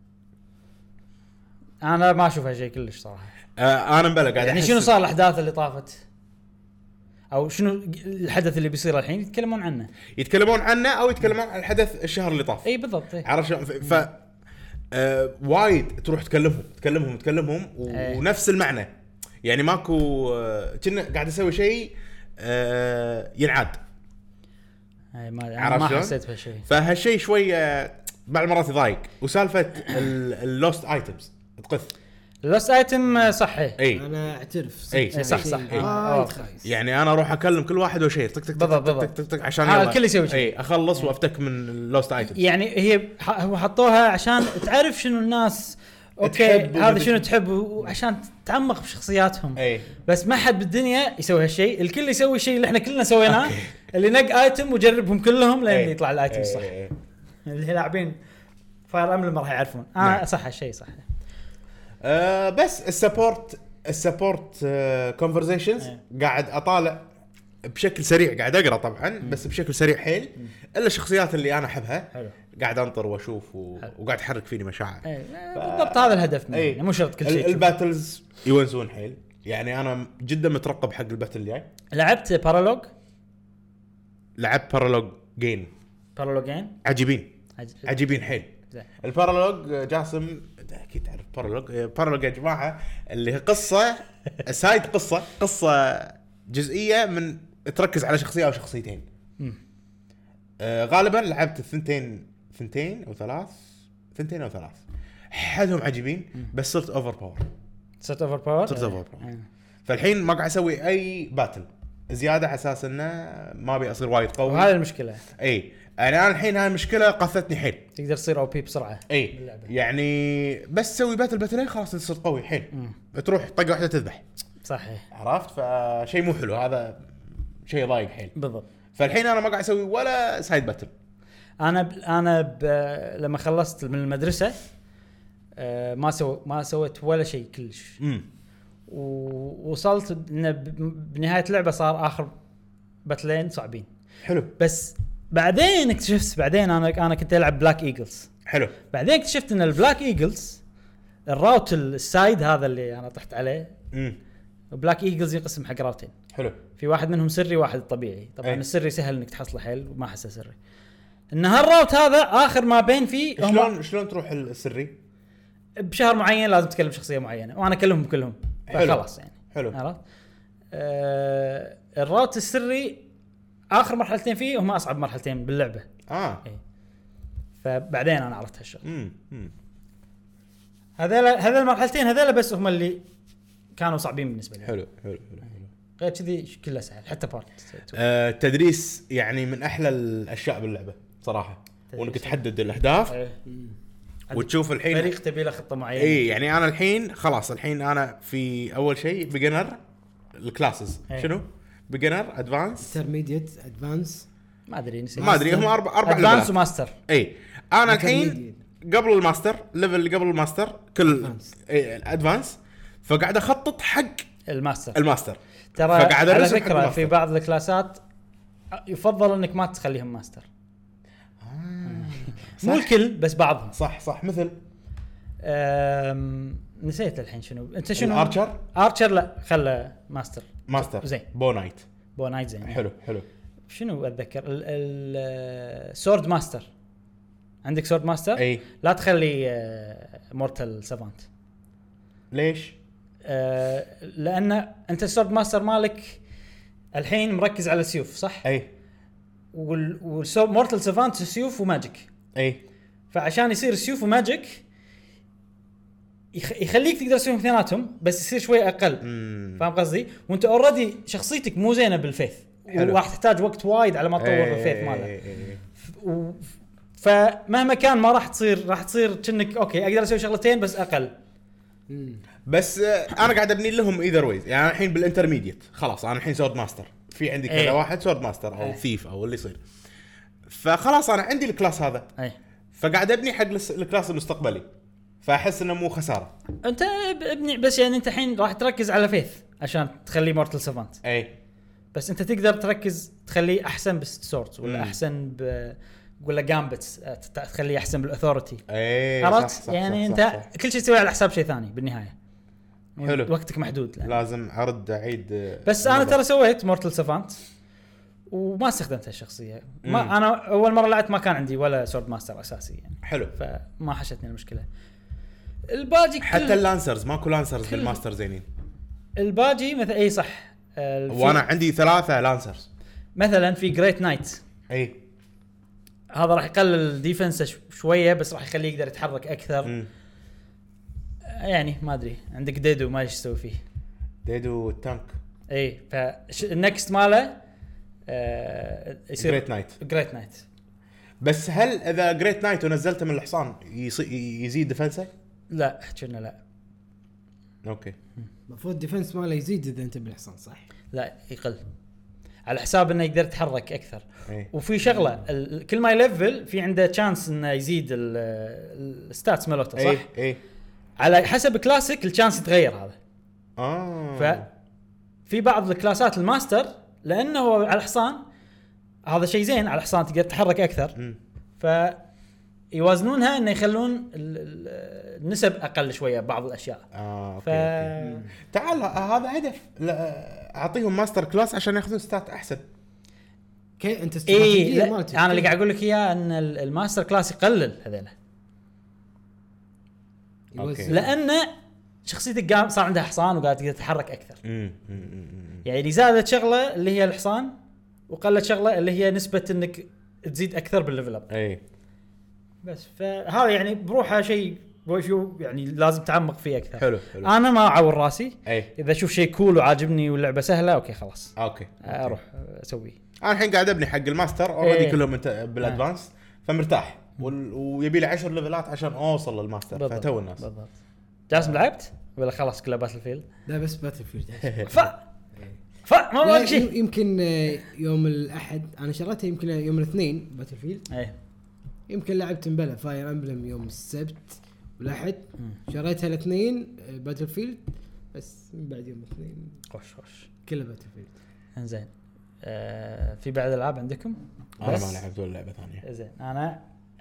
انا ما اشوف هالشيء كلش صراحه. آه انا مبلغ قاعد يعني أحس- شنو صار الاحداث اللي طافت او شنو الحدث اللي بيصير الحين يتكلمون عنه. يتكلمون عنه او يتكلمون عن الحدث الشهر اللي طاف. اي بالضبط. إيه. عرفت شلون؟ ف ف- آه وايد تروح تكلمهم تكلمهم تكلمهم و- إيه. ونفس المعنى يعني ماكو آه، كنا قاعد اسوي شيء آه ينعاد. اي ما أنا عرفت ما شلون؟ حسيت بهالشيء. فهالشيء شويه بعض المرات يضايق. وسالفه اللوست ايتمز تقث اللوست ايتم صح. إيه. اي انا اعترف إيه. صدق صح، شيء صح. إيه. وايد آه. خايس. يعني انا اروح اكلم كل واحد وشير تك تك تك بالضبط، تك تك بالضبط. تك تك عشان آه، يلا الكل يسوي شيء. اي اخلص وافتك من اللوست ايتمز. يعني هي ح- هو حطوها عشان تعرف شنو الناس اوكي تحب هذا ومدري شنو شنو. تحب وعشان تتعمق بشخصياتهم. اي بس ما حد بالدنيا يسوي هالشيء. الكل يسوي الشيء اللي احنا كلنا سويناه اللي نق ايتم وجربهم كلهم لين إيه. يطلع الايتم الصح. إيه. اللي لاعبين فاير امبلم راح يعرفون. اه نعم. صح هالشيء صح. آه بس السبورت السبورت كونفرزيشنز إيه. قاعد اطالع بشكل سريع قاعد اقرا طبعا بس بشكل سريع حيل الا الشخصيات اللي انا احبها حلو. قاعد انطر واشوف و... حلو. وقاعد تحرك فيني مشاعر. ايه بالضبط هذا الهدف منه. إيه. يعني مو شرط كل ال- شيء. الباتلز يونسون حيل يعني انا جدا مترقب حق الباتل الجاي. لعبت بارالوج لعبت بارالوج جين بارالوجين عجيبين عج... عجيبين حيل. زين. البارالوج جاسم اكيد تعرف بارالوج. بارالوج يا جماعه اللي هي قصه سايد قصه قصه جزئيه من تركز على شخصيه او شخصيتين. مم. آه غالبا لعبت الثنتين ثنتين او ثلاث ثنتين او ثلاث حدهم عجيبين بس صرت اوفر باور. صرت اوفر باور. صرت اوفر باور فالحين ما قاعد اسوي اي باتل زياده على اساس انه ما ابي اصير وايد قوي. وهذه المشكله. اي يعني انا الحين هاي المشكله قثتني حيل. تقدر تصير او بي بسرعه. اي باللعبة. يعني بس تسوي باتل باتلين خلاص تصير قوي حيل. تروح طقه واحده تذبح. صحيح. عرفت فشيء مو حلو هذا شيء ضايق حيل. بالضبط. فالحين انا ما قاعد اسوي ولا سايد باتل. انا ب... انا ب... لما خلصت من المدرسه آه، ما سو ما سويت ولا شيء كلش. امم ووصلت إن ب- بنهايه اللعبه صار اخر باتلين صعبين. حلو بس بعدين اكتشفت بعدين انا انا كنت العب بلاك ايجلز. حلو بعدين اكتشفت ان البلاك ايجلز الراوت السايد هذا اللي انا طحت عليه امم بلاك ايجلز ينقسم حق راوتين، حلو. في واحد منهم سري واحد طبيعي. طبعا أي. السري سهل انك تحصله حيل وما احسه سري. ان هالراوت هذا اخر ما بين فيه هم شلون شلون تروح السري؟ بشهر معين لازم تكلم شخصيه معينه وانا اكلمهم كلهم حلو. خلاص يعني حلو. عرفت. آه الراوت السري اخر مرحلتين فيه هم اصعب مرحلتين باللعبه. اه اي فبعدين انا عرفت هالشغل. امم امم هذول هذول المرحلتين هذول بس هم اللي كانوا صعبين بالنسبه لي. حلو حلو حلو, حلو. غير كذي كله سهل حتى بارت. آه التدريس يعني من احلى الاشياء باللعبه صراحه، وانك تحدد الاهداف إيه. وتشوف الحين فريق تبي له خطه معينه. اي يعني انا الحين خلاص الحين انا في اول شيء بيجنر الكلاسز. أي. شنو بيجنر ادفانس انترميديت ادفانس ما ادري نسيت. ما ادري هم اربع اربع ادفانس ليفلات. وماستر. اي انا الحين Intermediate. قبل الماستر ليفل اللي قبل الماستر كل Advanced. اي الادفانس، فقاعد اخطط حق الماستر الماستر. ترى فقاعد على أرسم حق فكره الماستر. في بعض الكلاسات يفضل انك ما تخليهم ماستر. مو الكل بس بعضهم. صح صح مثل أم... نسيت الحين شنو انت شنو الارشر ارشر لا خله ماستر ماستر زين. بو نايت بو نايت زين. حلو حلو. شنو اتذكر السورد ماستر عندك سورد ماستر اي لا تخلي مورتال سافانت. ليش؟ أه لان انت السورد ماستر مالك الحين مركز على السيوف صح. اي والمورتال سافانت سيوف وماجيك، اي فعشان يصير سيوف وماجيك يخ... يخليك تقدر تسويهم اثنيناتهم بس يصير شوي اقل. مم. فاهم قصدي؟ وانت اوريدي شخصيتك مو زينه بالفيث وراح تحتاج وقت وايد على ما تطور إيه الفيث ماله. إيه إيه. و... فمهما كان ما راح تصير راح تصير كأنك اوكي اقدر اسوي شغلتين بس اقل. بس آه، انا قاعد ابني لهم ايذر ويز. يعني الحين بالانترميديت خلاص انا الحين سورد ماستر، في عندي كذا إيه. واحد سورد ماستر او إيه. ثيف او اللي يصير، فخلاص انا عندي الكلاس هذا اي فقاعد ابني حق الس- الكلاس المستقبلي، فاحس انه مو خساره. انت اب- ابني بس يعني انت الحين راح تركز على فيث عشان تخليه مورتال سافانت، اي بس انت تقدر تركز تخليه احسن بالسورد ولا مم. احسن ب ولا جامبتس تخليه احسن بالاثوريتي. اي عرفت يعني انت صح. كل شيء تسويه على حساب شيء ثاني بالنهايه. حلو. وقتك محدود لأن. لازم ارد اعيد آه، بس انا النظر. ترى سويت مورتال سافانت وما استخدمت هالشخصيه. مم. ما انا اول مره لعبت ما كان عندي ولا سورد ماستر اساسي يعني، حلو. فما حشتني المشكله. الباجي حتى كل... اللانسرز ماكو لانسرز كل- بالماستر زينين، الباجي مثلا اي صح. آه، في- وانا عندي ثلاثه لانسرز. مثلا في جريت نايت اي هذا راح يقلل الديفنس ش- شويه بس راح يخليه يقدر يتحرك اكثر. مم. يعني ما ادري عندك ديدو ما ايش تسوي فيه. ديدو التانك اي فالنكست ماله آه يصير جريت نايت. جريت نايت. بس هل اذا جريت نايت ونزلته من الحصان يصي... يزيد دفنسه؟ لا كنا لا اوكي المفروض ديفنس ماله يزيد اذا انت بالحصان صح. لا يقل على حساب انه يقدر يتحرك اكثر. اي وفي شغله ال- كل ما يلفل في عنده تشانس انه يزيد الستاتس مالته صح. اي اي على حسب كلاسيك الشانس يتغير هذا. اه ف في بعض الكلاسات الماستر لانه هو على الحصان هذا شيء زين على الحصان تقدر تتحرك اكثر. مم. فيوازنونها انه يخلون ال- ال- النسب اقل شويه بعض الاشياء. اه اوكي, ف أوكي. تعال هذا هدف. لا اعطيهم ماستر كلاس عشان ياخذون ستات احسن. كي انت اي استراتيجيه لا مالتك انا اللي قاعد اقول لك اياه ان ال- الماستر كلاس يقلل هذيله يوزع. لان شخصيتك قام صار عندها حصان وقاعد تقدر تتحرك اكثر. امم امم يعني زادت شغله اللي هي الحصان وقلت شغله اللي هي نسبه انك تزيد اكثر بالليفل اب. اي بس فهذا يعني بروحه شيء شو يعني لازم تعمق فيه اكثر. حلو حلو انا ما اعور راسي اي اذا اشوف شيء كول وعاجبني واللعبه سهله اوكي خلاص اوكي اروح اسويه. انا الحين قاعد ابني حق الماستر اوريدي إيه. كلهم انت بالادفانس فمرتاح وال... ويبي لي عشر ليفلات عشان اوصل للماستر بالضبط. فتو الناس. بالضبط. جاسم لعبت ولا خلاص كلها باتل فيلد؟ لا بس باتل فيلد. ف ف ما لا، باقي شيء. يمكن آه، يوم الاحد انا شريتها يمكن يوم الاثنين باتل فيلد. ايه يمكن لعبت مبلا فاير امبلم يوم السبت والاحد. شريتها الاثنين آه، باتل فيلد بس من بعد يوم الاثنين خوش خوش كلها باتل فيلد. انزين. آه في بعد العاب عندكم؟ انا بس؟ ما لعبت ولا لعبه ثانيه. زين انا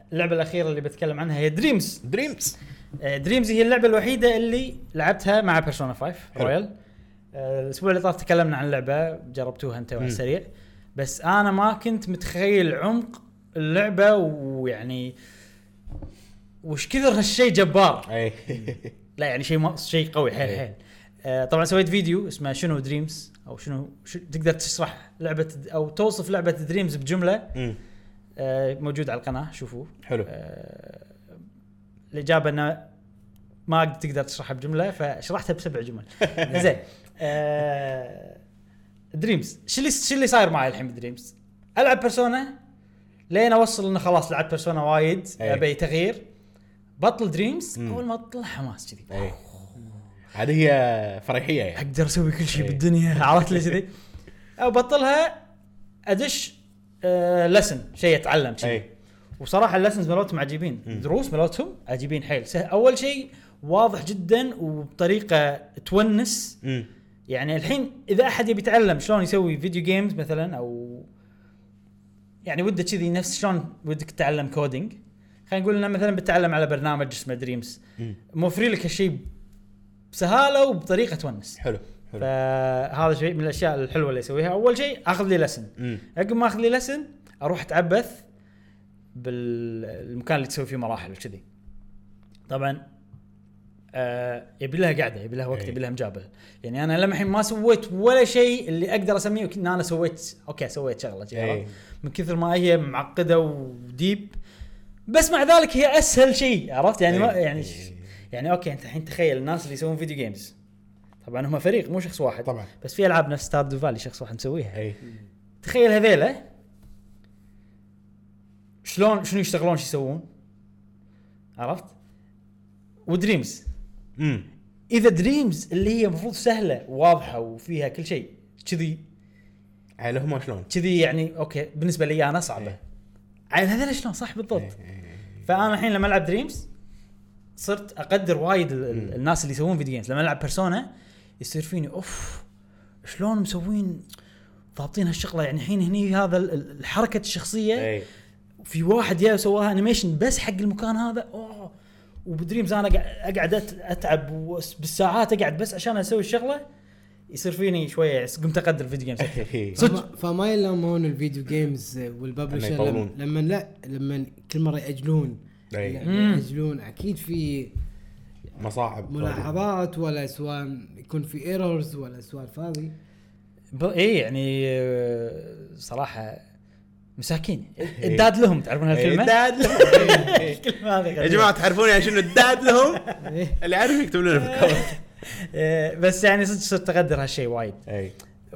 اللعبه الاخيره اللي بتكلم عنها هي دريمز. دريمز دريمز هي اللعبه الوحيده اللي لعبتها مع بيرسونا خمسة رويال. الاسبوع اللي طاف تكلمنا عن اللعبه، جربتوها انت على السريع، بس انا ما كنت متخيل عمق اللعبه ويعني وش كثر هالشيء جبار. اي لا يعني شيء شيء قوي حيل حيل. آه طبعا سويت فيديو اسمه شنو دريمز او شنو شو تقدر تشرح لعبه او توصف لعبه دريمز بجمله. آه موجود على القناه شوفوه. حلو. آه الاجابه انه ما تقدر تشرحها بجمله فشرحتها بسبع جمل. زين. آه دريمز شو اللي شو اللي صاير معي الحين بدريمز؟ العب بيرسونا لين اوصل انه خلاص لعبت بيرسونا وايد ابي تغيير، بطل دريمز اول ما تطلع حماس كذي. هذه هي فرحيه يعني اقدر اسوي كل شيء بالدنيا. عرفت لي كذي؟ او بطلها ادش آه لسن شيء اتعلم كذي. وصراحه اللسنز مالتهم عجيبين، دروس مالتهم عجيبين حيل. اول شيء واضح جدا وبطريقه تونس. م. يعني الحين اذا احد يبي يتعلم شلون يسوي فيديو جيمز مثلا او يعني وده كذي نفس شلون ودك تتعلم كودينج، خلينا نقول لنا مثلا بتتعلم على برنامج اسمه دريمز، موفرين لك هالشيء بسهاله وبطريقه تونس. حلو حلو. فهذا شيء من الاشياء الحلوه اللي اسويها. اول شيء اخذ لي لسن، عقب ما اخذ لي لسن اروح اتعبث بالمكان اللي تسوي فيه مراحل وكذي. طبعا آه يبي لها قاعده، يبي لها وقت، يبي لها مجابله. يعني انا لما الحين ما سويت ولا شيء اللي اقدر اسميه ان انا سويت اوكي سويت شغله جيرة من كثر ما هي معقده وديب. بس مع ذلك هي اسهل شيء، عرفت يعني ما يعني يعني اوكي انت الحين تخيل الناس اللي يسوون فيديو جيمز، طبعا هم فريق مو شخص واحد طبعا، بس في العاب نفس ستاردو فالي شخص واحد مسويها. أي. تخيل هذيله شلون شنو يشتغلون شو يسوون، عرفت؟ ودريمز امم اذا دريمز اللي هي المفروض سهله وواضحه وفيها كل شيء كذي، عيل هم شلون كذي يعني اوكي بالنسبه لي انا صعبه. عيل هذا شلون صح بالضبط. فانا الحين لما العب دريمز صرت اقدر وايد الناس اللي يسوون فيديو جيمز. لما العب بيرسونا يصير فيني اوف شلون مسوين ضابطين هالشغله. يعني الحين هني هذا الحركه الشخصيه في واحد جاي سواها انيميشن بس حق المكان هذا. اوه وبدريمز انا اقعد اتعب بالساعات اقعد بس عشان اسوي الشغله، يصير فيني شويه قمت اقدر الفيديو جيمز. صدق فما يلامون الفيديو جيمز والببلشر لما, لما لا لما كل مره ياجلون ياجلون اكيد في مصاعب ملاحظات ولا سواء يكون في ايرورز ولا سوالف هذه. اي يعني صراحه مساكين الداد لهم، تعرفون هالكلمه الداد لهم. يا جماعه تعرفون يعني شنو الداد لهم؟ اللي عارف يكتب لنا في الكومنت. بس يعني صدق صرت اقدر هالشيء وايد. اي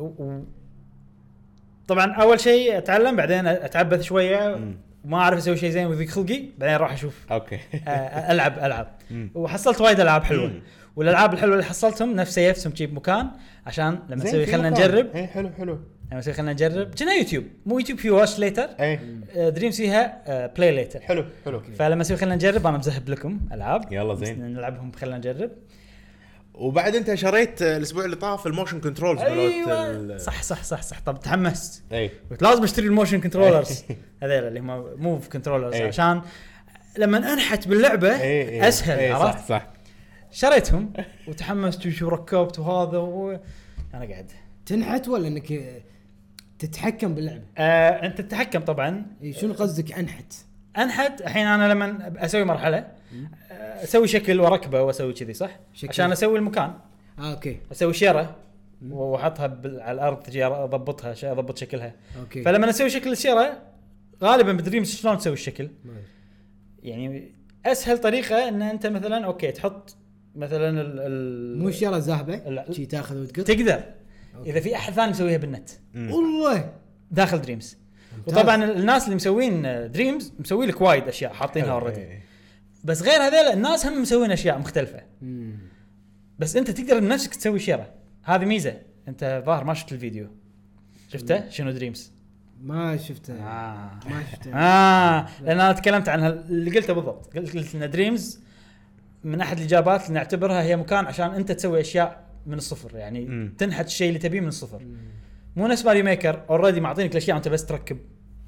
طبعا اول شيء اتعلم، بعدين اتعبث شويه وما اعرف اسوي شيء زين وذيك خلقي، بعدين اروح اشوف اوكي العب العب. وحصلت وايد العاب حلوه، والالعاب الحلوه اللي حصلتهم نفسي نفسهم تجيب مكان عشان لما نسوي خلينا نجرب. اي حلو حلو لما نسوي خلينا نجرب كنا يوتيوب مو يوتيوب في واش ليتر. دريمز فيها بلاي ليتر. حلو حلو. فلما نسوي خلينا نجرب انا مذهب لكم العاب يلا زين نلعبهم خلينا نجرب. وبعد انت شريت الاسبوع اللي طاف الموشن كنترولز أيوة. صح صح صح صح. طب تحمست. اي قلت لازم اشتري الموشن كنترولرز هذول اللي هم موف كنترولرز عشان لما انحت باللعبه أي. اسهل. أي. عرفت صح صح. شريتهم وتحمست وشو ركبت وهذا و... انا قاعد تنحت ولا انك تتحكم باللعبه؟ آه، انت تتحكم طبعا. اي شنو قصدك انحت؟ انحت الحين انا لما اسوي مرحله اسوي شكل وركبه واسوي كذي صح شكل. عشان اسوي المكان. آه، اوكي. اسوي شيره واحطها على الارض تجي اضبطها اضبط شكلها. أوكي. فلما اسوي شكل الشيره غالبا بدريمز شلون تسوي الشكل ماشي. يعني اسهل طريقه ان انت مثلا اوكي تحط مثلا ال مو شيره ذهبه شي تاخذ وتقط تقدر. أوكي. اذا في احد ثاني مسويها بالنت والله داخل دريمز. وطبعا الناس اللي مسوين دريمز مسوي لك وايد اشياء حاطينها اوريدي، بس غير هذول الناس هم مسوين اشياء مختلفه. مم. بس انت تقدر بنفسك تسوي شيره. هذه ميزه. انت ظاهر ما شفت الفيديو شفته شنو دريمز؟ ما شفته. آه. ما شفته اه لان انا تكلمت عن اللي قلته بالضبط. قلت قلت ان دريمز من احد الاجابات اللي نعتبرها هي مكان عشان انت تسوي اشياء من الصفر. يعني م. تنحت الشيء اللي تبيه من الصفر. م. مو نفس ماريو ميكر اوريدي معطينك الاشياء وانت بس تركب.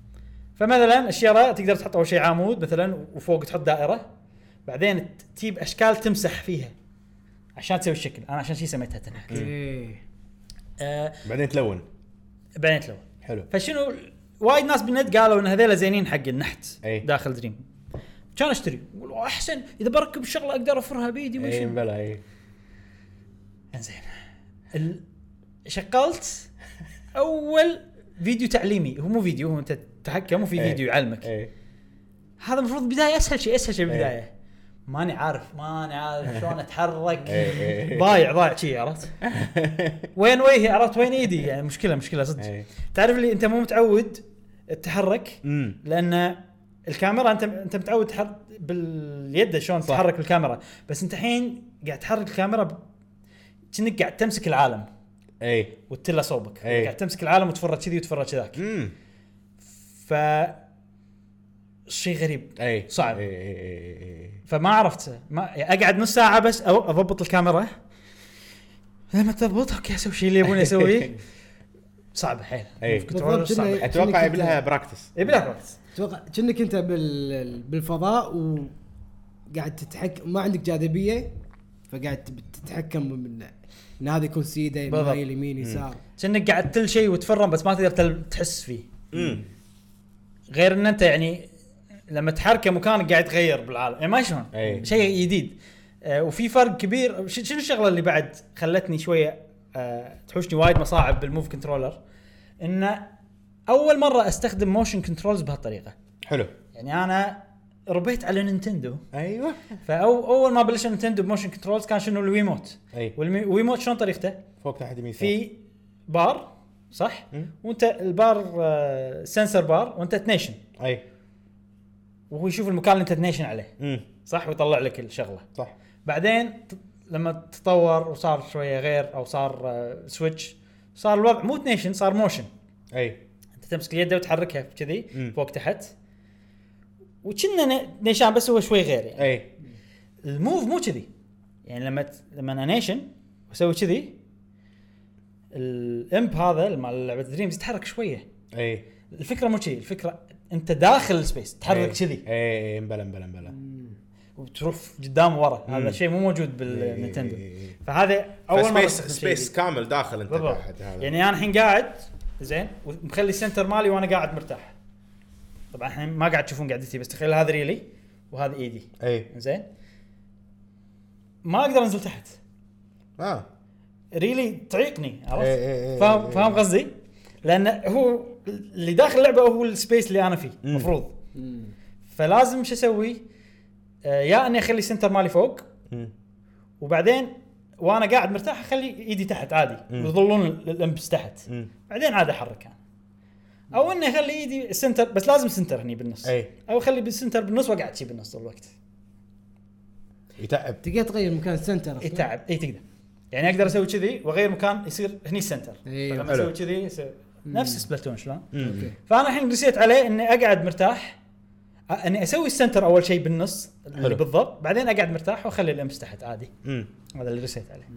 فمثلا الشيره تقدر تحط اول شيء عمود مثلا وفوق تحط دائره، بعدين تجيب اشكال تمسح فيها عشان تسوي الشكل. انا عشان شي سميتها تنحت. ايه آه بعدين تلون بعدين تلون. حلو. فشنو وايد ناس بالنت قالوا ان هذول زينين حق النحت أي. داخل دريم، كان اشتري والله احسن اذا بركب الشغله اقدر افرها بيدي اي وشي. بلا اي انزين ال... شغلت اول فيديو تعليمي، هو مو فيديو، هو انت تتحكم وفي أي. فيديو يعلمك. اي هذا المفروض بدايه اسهل شيء اسهل شيء أي. بالبدايه. ماني عارف ماني عارف شلون اتحرك. أي. ضايع ضايع شيء عرفت. وين وجهي عرفت وين ايدي، يعني مشكله مشكله صدق. أي. تعرف اللي انت مو متعود تتحرك امم لان الكاميرا انت انت متعود تحرك باليد شلون تتحرك بالكاميرا، بس انت الحين قاعد تحرك الكاميرا ب... كأنك قاعد تمسك العالم اي والتله صوبك. أي. قاعد تمسك العالم وتفرج كذي وتفرج كذاك. امم ف شيء غريب اي صعب. اي اي اي فما عرفت ما اقعد نص ساعه بس أو اضبط الكاميرا، لما تضبطها اوكي اسوي شيء اللي يبوني اسويه. صعب حيل. أي. كنترولر صعب. بالضبط. اتوقع يبلها براكتس. يبي لها وقت. اتوقع كأنك انت بال... بالفضاء وقاعد تتحكم، ما عندك جاذبيه، فقاعد تتحكم من ان هذا يكون سيده مايل يمين يسار، كأنك قاعد تل شيء وتفرم بس ما تقدر تل... تحس فيه. امم غير ان انت يعني لما تحركه مكانك قاعد تغير بالعالم، يعني ما شلون أي. شيء جديد. آه وفي فرق كبير. ش- شنو الشغله اللي بعد خلتني شويه آه تحوشني وايد مصاعب بالموف كنترولر، ان اول مره استخدم موشن كنترولز بهالطريقه. حلو. يعني انا ربيت على نينتندو، ايوه فاول اول ما بلش نينتندو بموشن كنترولز كان شنو الويموت. اي والويموت شلون طريقته؟ فوق تحت يمين يسار. في بار صح، مم. وانت البار آه سنسر بار وانت تنيشن، اي وهو يشوف المكان اللي انت تنيشن عليه امم صح ويطلع لك الشغله. صح. بعدين ت- لما تطور وصار شويه غير او صار آه سويتش، صار الوضع مو تنيشن صار موشن. اي انت تمسك اليد وتحركها كذي مم. فوق تحت، وكنا ن- نيشان بس هو شوي غير. يعني اي الموف مو كذي، يعني لما ت... لما انا نيشن واسوي كذي الامب هذا مال لعبه دريمز يتحرك شويه. اي الفكره مو كذي، الفكره انت داخل السبيس تحرك كذي اي مبلا مبلا مبلا. وتروح قدام ورا. مم. هذا شيء مو موجود بالنينتندو. إيه. فهذا اول مره سبيس استخدم شيء سبيس جديد. كامل داخل انت بالضبط. تحت هذا. يعني انا الحين قاعد زين ومخلي السنتر مالي وانا قاعد مرتاح. طبعا الحين ما قاعد تشوفون قعدتي بس تخيل هذا ريلي وهذا ايدي اي زين، ما اقدر انزل تحت اه ريلي تعيقني عرفت. إيه إيه إيه فاهم إيه. فاهم قصدي، لان هو اللي داخل اللعبه هو السبيس اللي انا فيه مم. مفروض. فلازم شو اسوي؟ آه يا اني اخلي السنتر مالي فوق مم. وبعدين وانا قاعد مرتاح اخلي ايدي تحت عادي مم. ويظلون ال- الامبس تحت، مم. بعدين عاد احرك انا، او اني اخلي ايدي السنتر بس لازم سنتر هني بالنص، اي او اخلي بالسنتر بالنص واقعد شي بالنص طول الوقت. يتعب. تقدر تغير مكان السنتر أصلاً. يتعب اي تقدر، يعني اقدر اسوي كذي واغير مكان يصير هني السنتر. أيوة. فلما حلو. اسوي كذي يصير نفس سبلاتون شلون. مم. أوكي. فانا الحين رسيت عليه اني اقعد مرتاح، أ- اني اسوي السنتر اول شيء بالنص اللي حلو. بالضبط، بعدين اقعد مرتاح واخلي الامس تحت عادي. مم. هذا اللي رسيت عليه.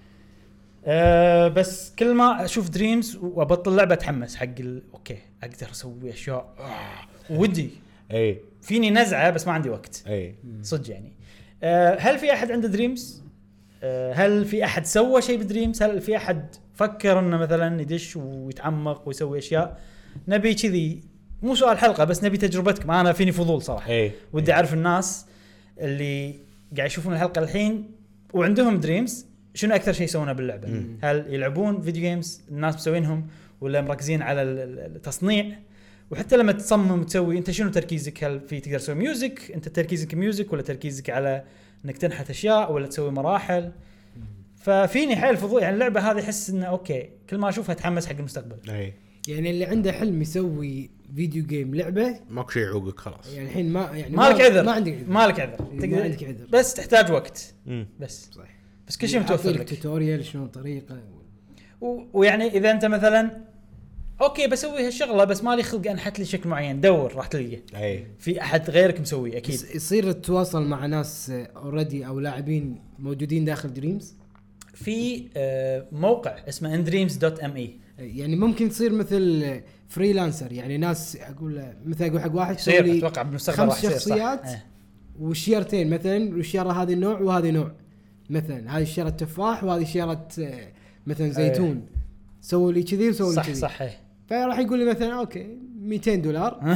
أه بس كل ما اشوف دريمز وابطل لعبه اتحمس حق ال... اوكي اقدر اسوي اشياء آه. ودي اي فيني نزعه بس ما عندي وقت اي صدق يعني. أه هل في احد عنده دريمز؟ أه هل في احد سوى شيء بدريمز؟ هل في احد فكر انه مثلا يدش ويتعمق ويسوي اشياء؟ نبي كذي مو سؤال حلقه بس نبي تجربتكم. انا فيني فضول صراحه، اي ودي اعرف الناس اللي قاعد يشوفون الحلقه الحين وعندهم دريمز شنو اكثر شيء يسوونه باللعبه. مم. هل يلعبون فيديو جيمز الناس مسوينهم ولا مركزين على ال- ال- التصنيع؟ وحتى لما تصمم وتسوي انت شنو تركيزك؟ هل في تقدر تسوي ميوزك انت تركيزك ميوزك ولا تركيزك على انك تنحت اشياء ولا تسوي مراحل؟ ففيني حيل فضول يعني اللعبه هذه احس انه اوكي كل ما اشوفها اتحمس حق المستقبل. اي يعني اللي عنده حلم يسوي فيديو جيم لعبه، ماكو شيء يعوقك خلاص. يعني الحين ما يعني مالك ما عذر، ما عندك عذر. مالك عذر ما تقدر عندك عذر. بس تحتاج وقت مم. بس صح. بس كل شيء متوفر يعطيك لك. توتوريال شلون طريقه. و- ويعني اذا انت مثلا اوكي بسوي هالشغله بس مالي خلق انحت لي شكل معين، دور راح تلقى اي في احد غيرك مسوي اكيد. يص- يصير تتواصل مع ناس اوريدي او لاعبين موجودين داخل دريمز. في آه، موقع اسمه اندريمز دوت ام اي يعني ممكن تصير مثل فريلانسر، يعني ناس اقول مثلا اقول حق واحد يصير سوي اتوقع بالمستقبل راح خمس يصير صح. شخصيات إيه. وشيرتين مثلا، والشيره هذه نوع وهذه نوع، مثلا هذه شيره تفاح وهذه شيره آه، مثلا زيتون، سووا لي كذي وسووا لي صح كذي. صح إيه. فراح يقول لي مثلا اوكي مئتين دولار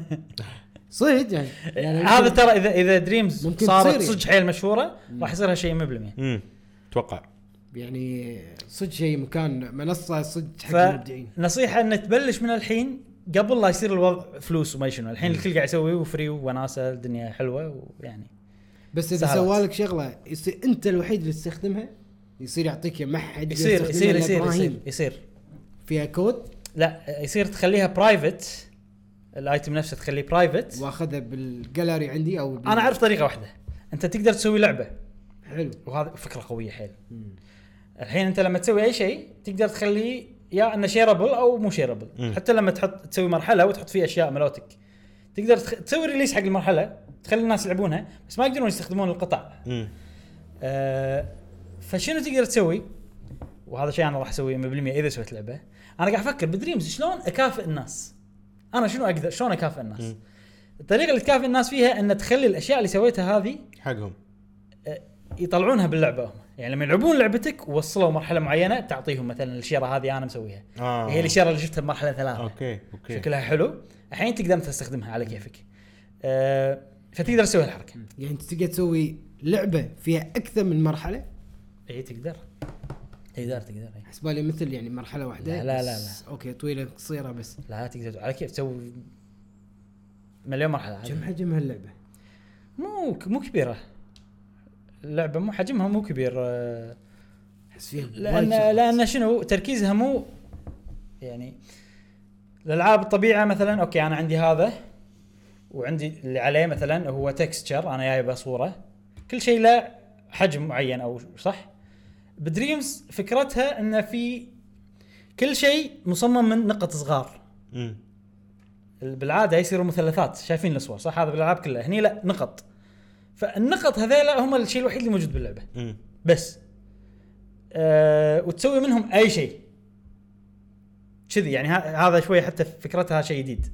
صدق يعني, يعني هذا ترى اذا اذا دريمز ممكن صارت تصير صدق حيل مشهوره راح يصير هالشيء مية بالمية. امم اتوقع يعني صدق شيء مكان منصه صدق حق ف- المبدعين. نصيحه ان تبلش من الحين قبل لا يصير الوضع فلوس وما شنو. الحين الكل قاعد يسوي وفري وناسه الدنيا حلوه ويعني بس اذا سهلت. سوالك شغله يصير انت الوحيد اللي تستخدمها، يصير يعطيك ما حد يصير يستخدمها يصير إلا يصير إبراهيم. يصير, يصير. فيها كود لا يصير تخليها برايفت، الايتم نفسه تخليه برايفت. واخذها بالجاليري عندي او بال... انا اعرف طريقه واحده، انت تقدر تسوي لعبه، حلو. وهذا فكره قويه حيل. الحين انت لما تسوي اي شيء تقدر تخليه يا انه شيربل او مو شيربل. مم. حتى لما تحط تسوي مرحله وتحط فيها اشياء ملوتك تقدر تخ... تسوي ريليس حق المرحله تخلي الناس يلعبونها بس ما يقدرون يستخدمون القطع. امم آه فشنو تقدر تسوي؟ وهذا شيء انا راح اسويه مية بالمية اذا سويت لعبه. انا قاعد افكر بدريمز شلون اكافئ الناس. انا شنو اقدر شلون اكافئ الناس؟ مم. الطريقه اللي تكافئ الناس فيها ان تخلي الاشياء اللي سويتها هذه حقهم يطلعونها باللعبه هم. يعني لما يلعبون لعبتك ووصلوا مرحله معينه تعطيهم مثلا الشيره هذه انا مسويها. آه. هي الشيره اللي شفتها بمرحله ثلاثه. اوكي اوكي شكلها حلو الحين تقدر تستخدمها على كيفك. أه فتقدر تسوي الحركه. يعني انت تقدر تسوي لعبه فيها اكثر من مرحله. اي تقدر تقدر تقدر أي. حسبالي مثل يعني مرحله واحده. لا لا لا, بس اوكي طويله قصيره بس. لا تقدر على كيف تسوي مليون مرحله عادي. كم حجم هاللعبه؟ مو مو كبيره اللعبه، مو حجمها مو كبير. أه احس فيها لان لان شنو تركيزها مو يعني الالعاب الطبيعه مثلا. اوكي انا عندي هذا وعندي اللي عليه مثلا هو تكستشر انا جايبه صوره، كل شيء له حجم معين او صح. بدريمز فكرتها ان في كل شيء مصمم من نقط صغار. امم بالعاده يصيروا مثلثات شايفين الصور صح، هذا بالالعاب كلها. هني لا نقط، فالنقط هذيلا هم الشيء الوحيد اللي موجود باللعبه امم بس. أه وتسوي منهم اي شيء كذي يعني. هذا شويه حتى فكرتها شيء جديد.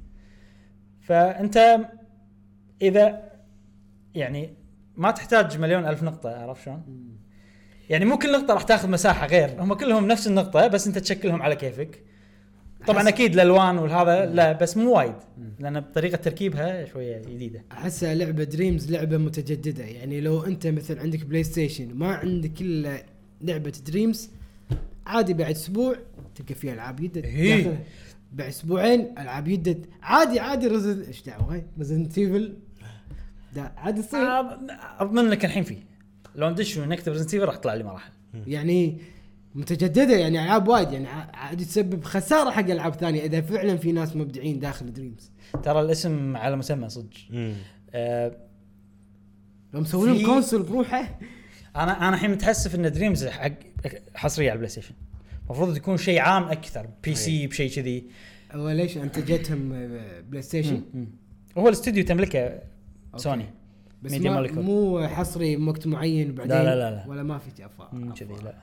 فانت اذا يعني ما تحتاج مليون الف نقطه، عرف شلون؟ يعني مو كل نقطه راح تاخذ مساحه غير، هم كلهم نفس النقطه بس انت تشكلهم على كيفك. طبعا اكيد الالوان والهذا لا بس مو وايد لان بطريقه تركيبها شويه جديده. احسها لعبه دريمز لعبه متجدده. يعني لو انت مثلا عندك بلاي ستيشن وما عندك الا لعبه دريمز عادي بعد اسبوع تلقى فيها العاب جدد. إيه. بعد اسبوعين العاب جدد عادي عادي. رزد ايش دعوه ريزنت ايفل ده عادي يصير. اضمن لك الحين فيه لو ندش ونكتب ريزنت ايفل راح يطلع لي مراحل. يعني متجدده يعني العاب وايد يعني عادي تسبب خساره حق العاب ثانيه اذا فعلا في ناس مبدعين داخل دريمز. ترى الاسم على مسمى صدق. آه لو مسوين في- كونسول بروحه. انا انا الحين متحسف ان دريمز حق حصريه على البلاي ستيشن. المفروض يكون شيء عام اكثر بي سي بشيء كذي. هو ليش انتجتهم بلاي ستيشن؟ هو الاستوديو تملكه سوني بس ميديا ما موليكول. مو حصري بوقت معين بعدين. لا لا لا, لا. ولا ما في افا مو كذي لا.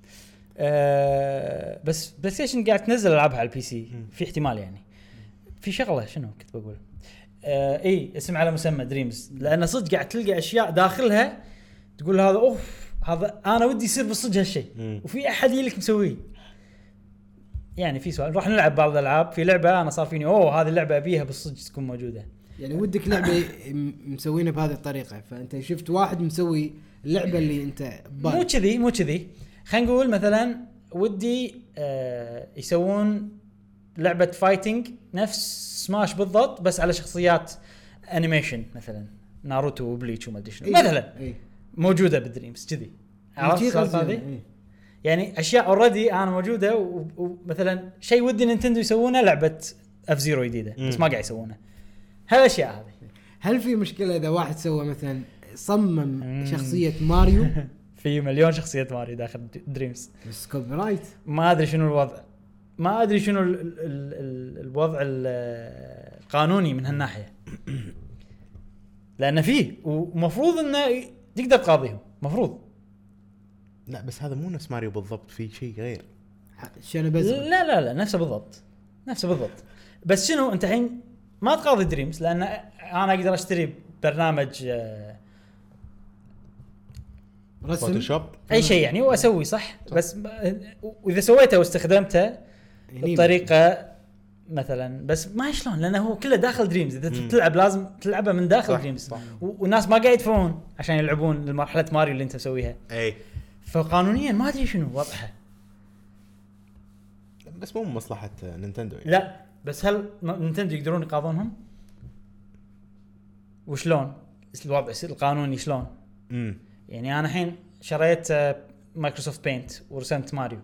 آه بس بلاي ستيشن قاعد تنزل العابها على البي سي في احتمال يعني. في شغله شنو كنت بقول آه اي اسم على مسمى دريمز لان صدق قاعد تلقى اشياء داخلها تقول هذا اوف هذا انا ودي يصير بالصدق هالشيء وفي احد يلك مسويه. يعني في سؤال راح نلعب بعض الالعاب. في لعبه انا صار فيني اوه هذه اللعبه ابيها بالصدق تكون موجوده. يعني ودك لعبه م- مسوينها بهذه الطريقه فانت شفت واحد مسوي اللعبه اللي انت مو كذي مو كذي. خلينا نقول مثلا ودي آه يسوون لعبه فايتنج نفس سماش بالضبط بس على شخصيات انيميشن مثلا ناروتو وبليتش وما ادري شنو مثلا إيه. موجوده بالدريمز كذي. عرفت يجي السالفة قصدي، هذه؟ إيه. يعني اشياء اوريدي انا موجوده و- ومثلا شيء ودي نينتندو يسوونه لعبه اف زيرو جديده بس ما قاعد يسوونه. هالاشياء هذه. هل في مشكله اذا واحد سوى مثلا صمم مم. شخصيه ماريو في مليون شخصيه ماريو داخل دريمز بس كوبي رايت؟ ما ادري شنو الوضع. ما ادري شنو ال ال ال الوضع ال- القانوني من هالناحيه لان فيه ومفروض انه تقدر تقاضيهم مفروض. لا بس هذا مو نفس ماريو بالضبط في شيء غير. شنو بس لا لا لا نفسه بالضبط نفسه بالضبط. بس شنو انت الحين ما تقاضي دريمز لان انا اقدر اشتري برنامج آه رسم فوتوشوب اي شيء يعني واسوي صح, صح. بس واذا سويته واستخدمته يعني بطريقه مثلا بس ما شلون لانه هو كله داخل دريمز. اذا مم. تلعب لازم تلعبه من داخل صح. دريمز صح. والناس ما قاعد يدفعون عشان يلعبون المرحله ماريو اللي انت مسويها. اي فقانونيا ما ادري شنو وضعها. بس مو من مصلحه نينتندو يعني. لا بس هل نينتندو يقدرون يقاضونهم وشلون الوضع القانوني شلون؟ امم يعني انا الحين شريت آه، مايكروسوفت بينت ورسمت ماريو,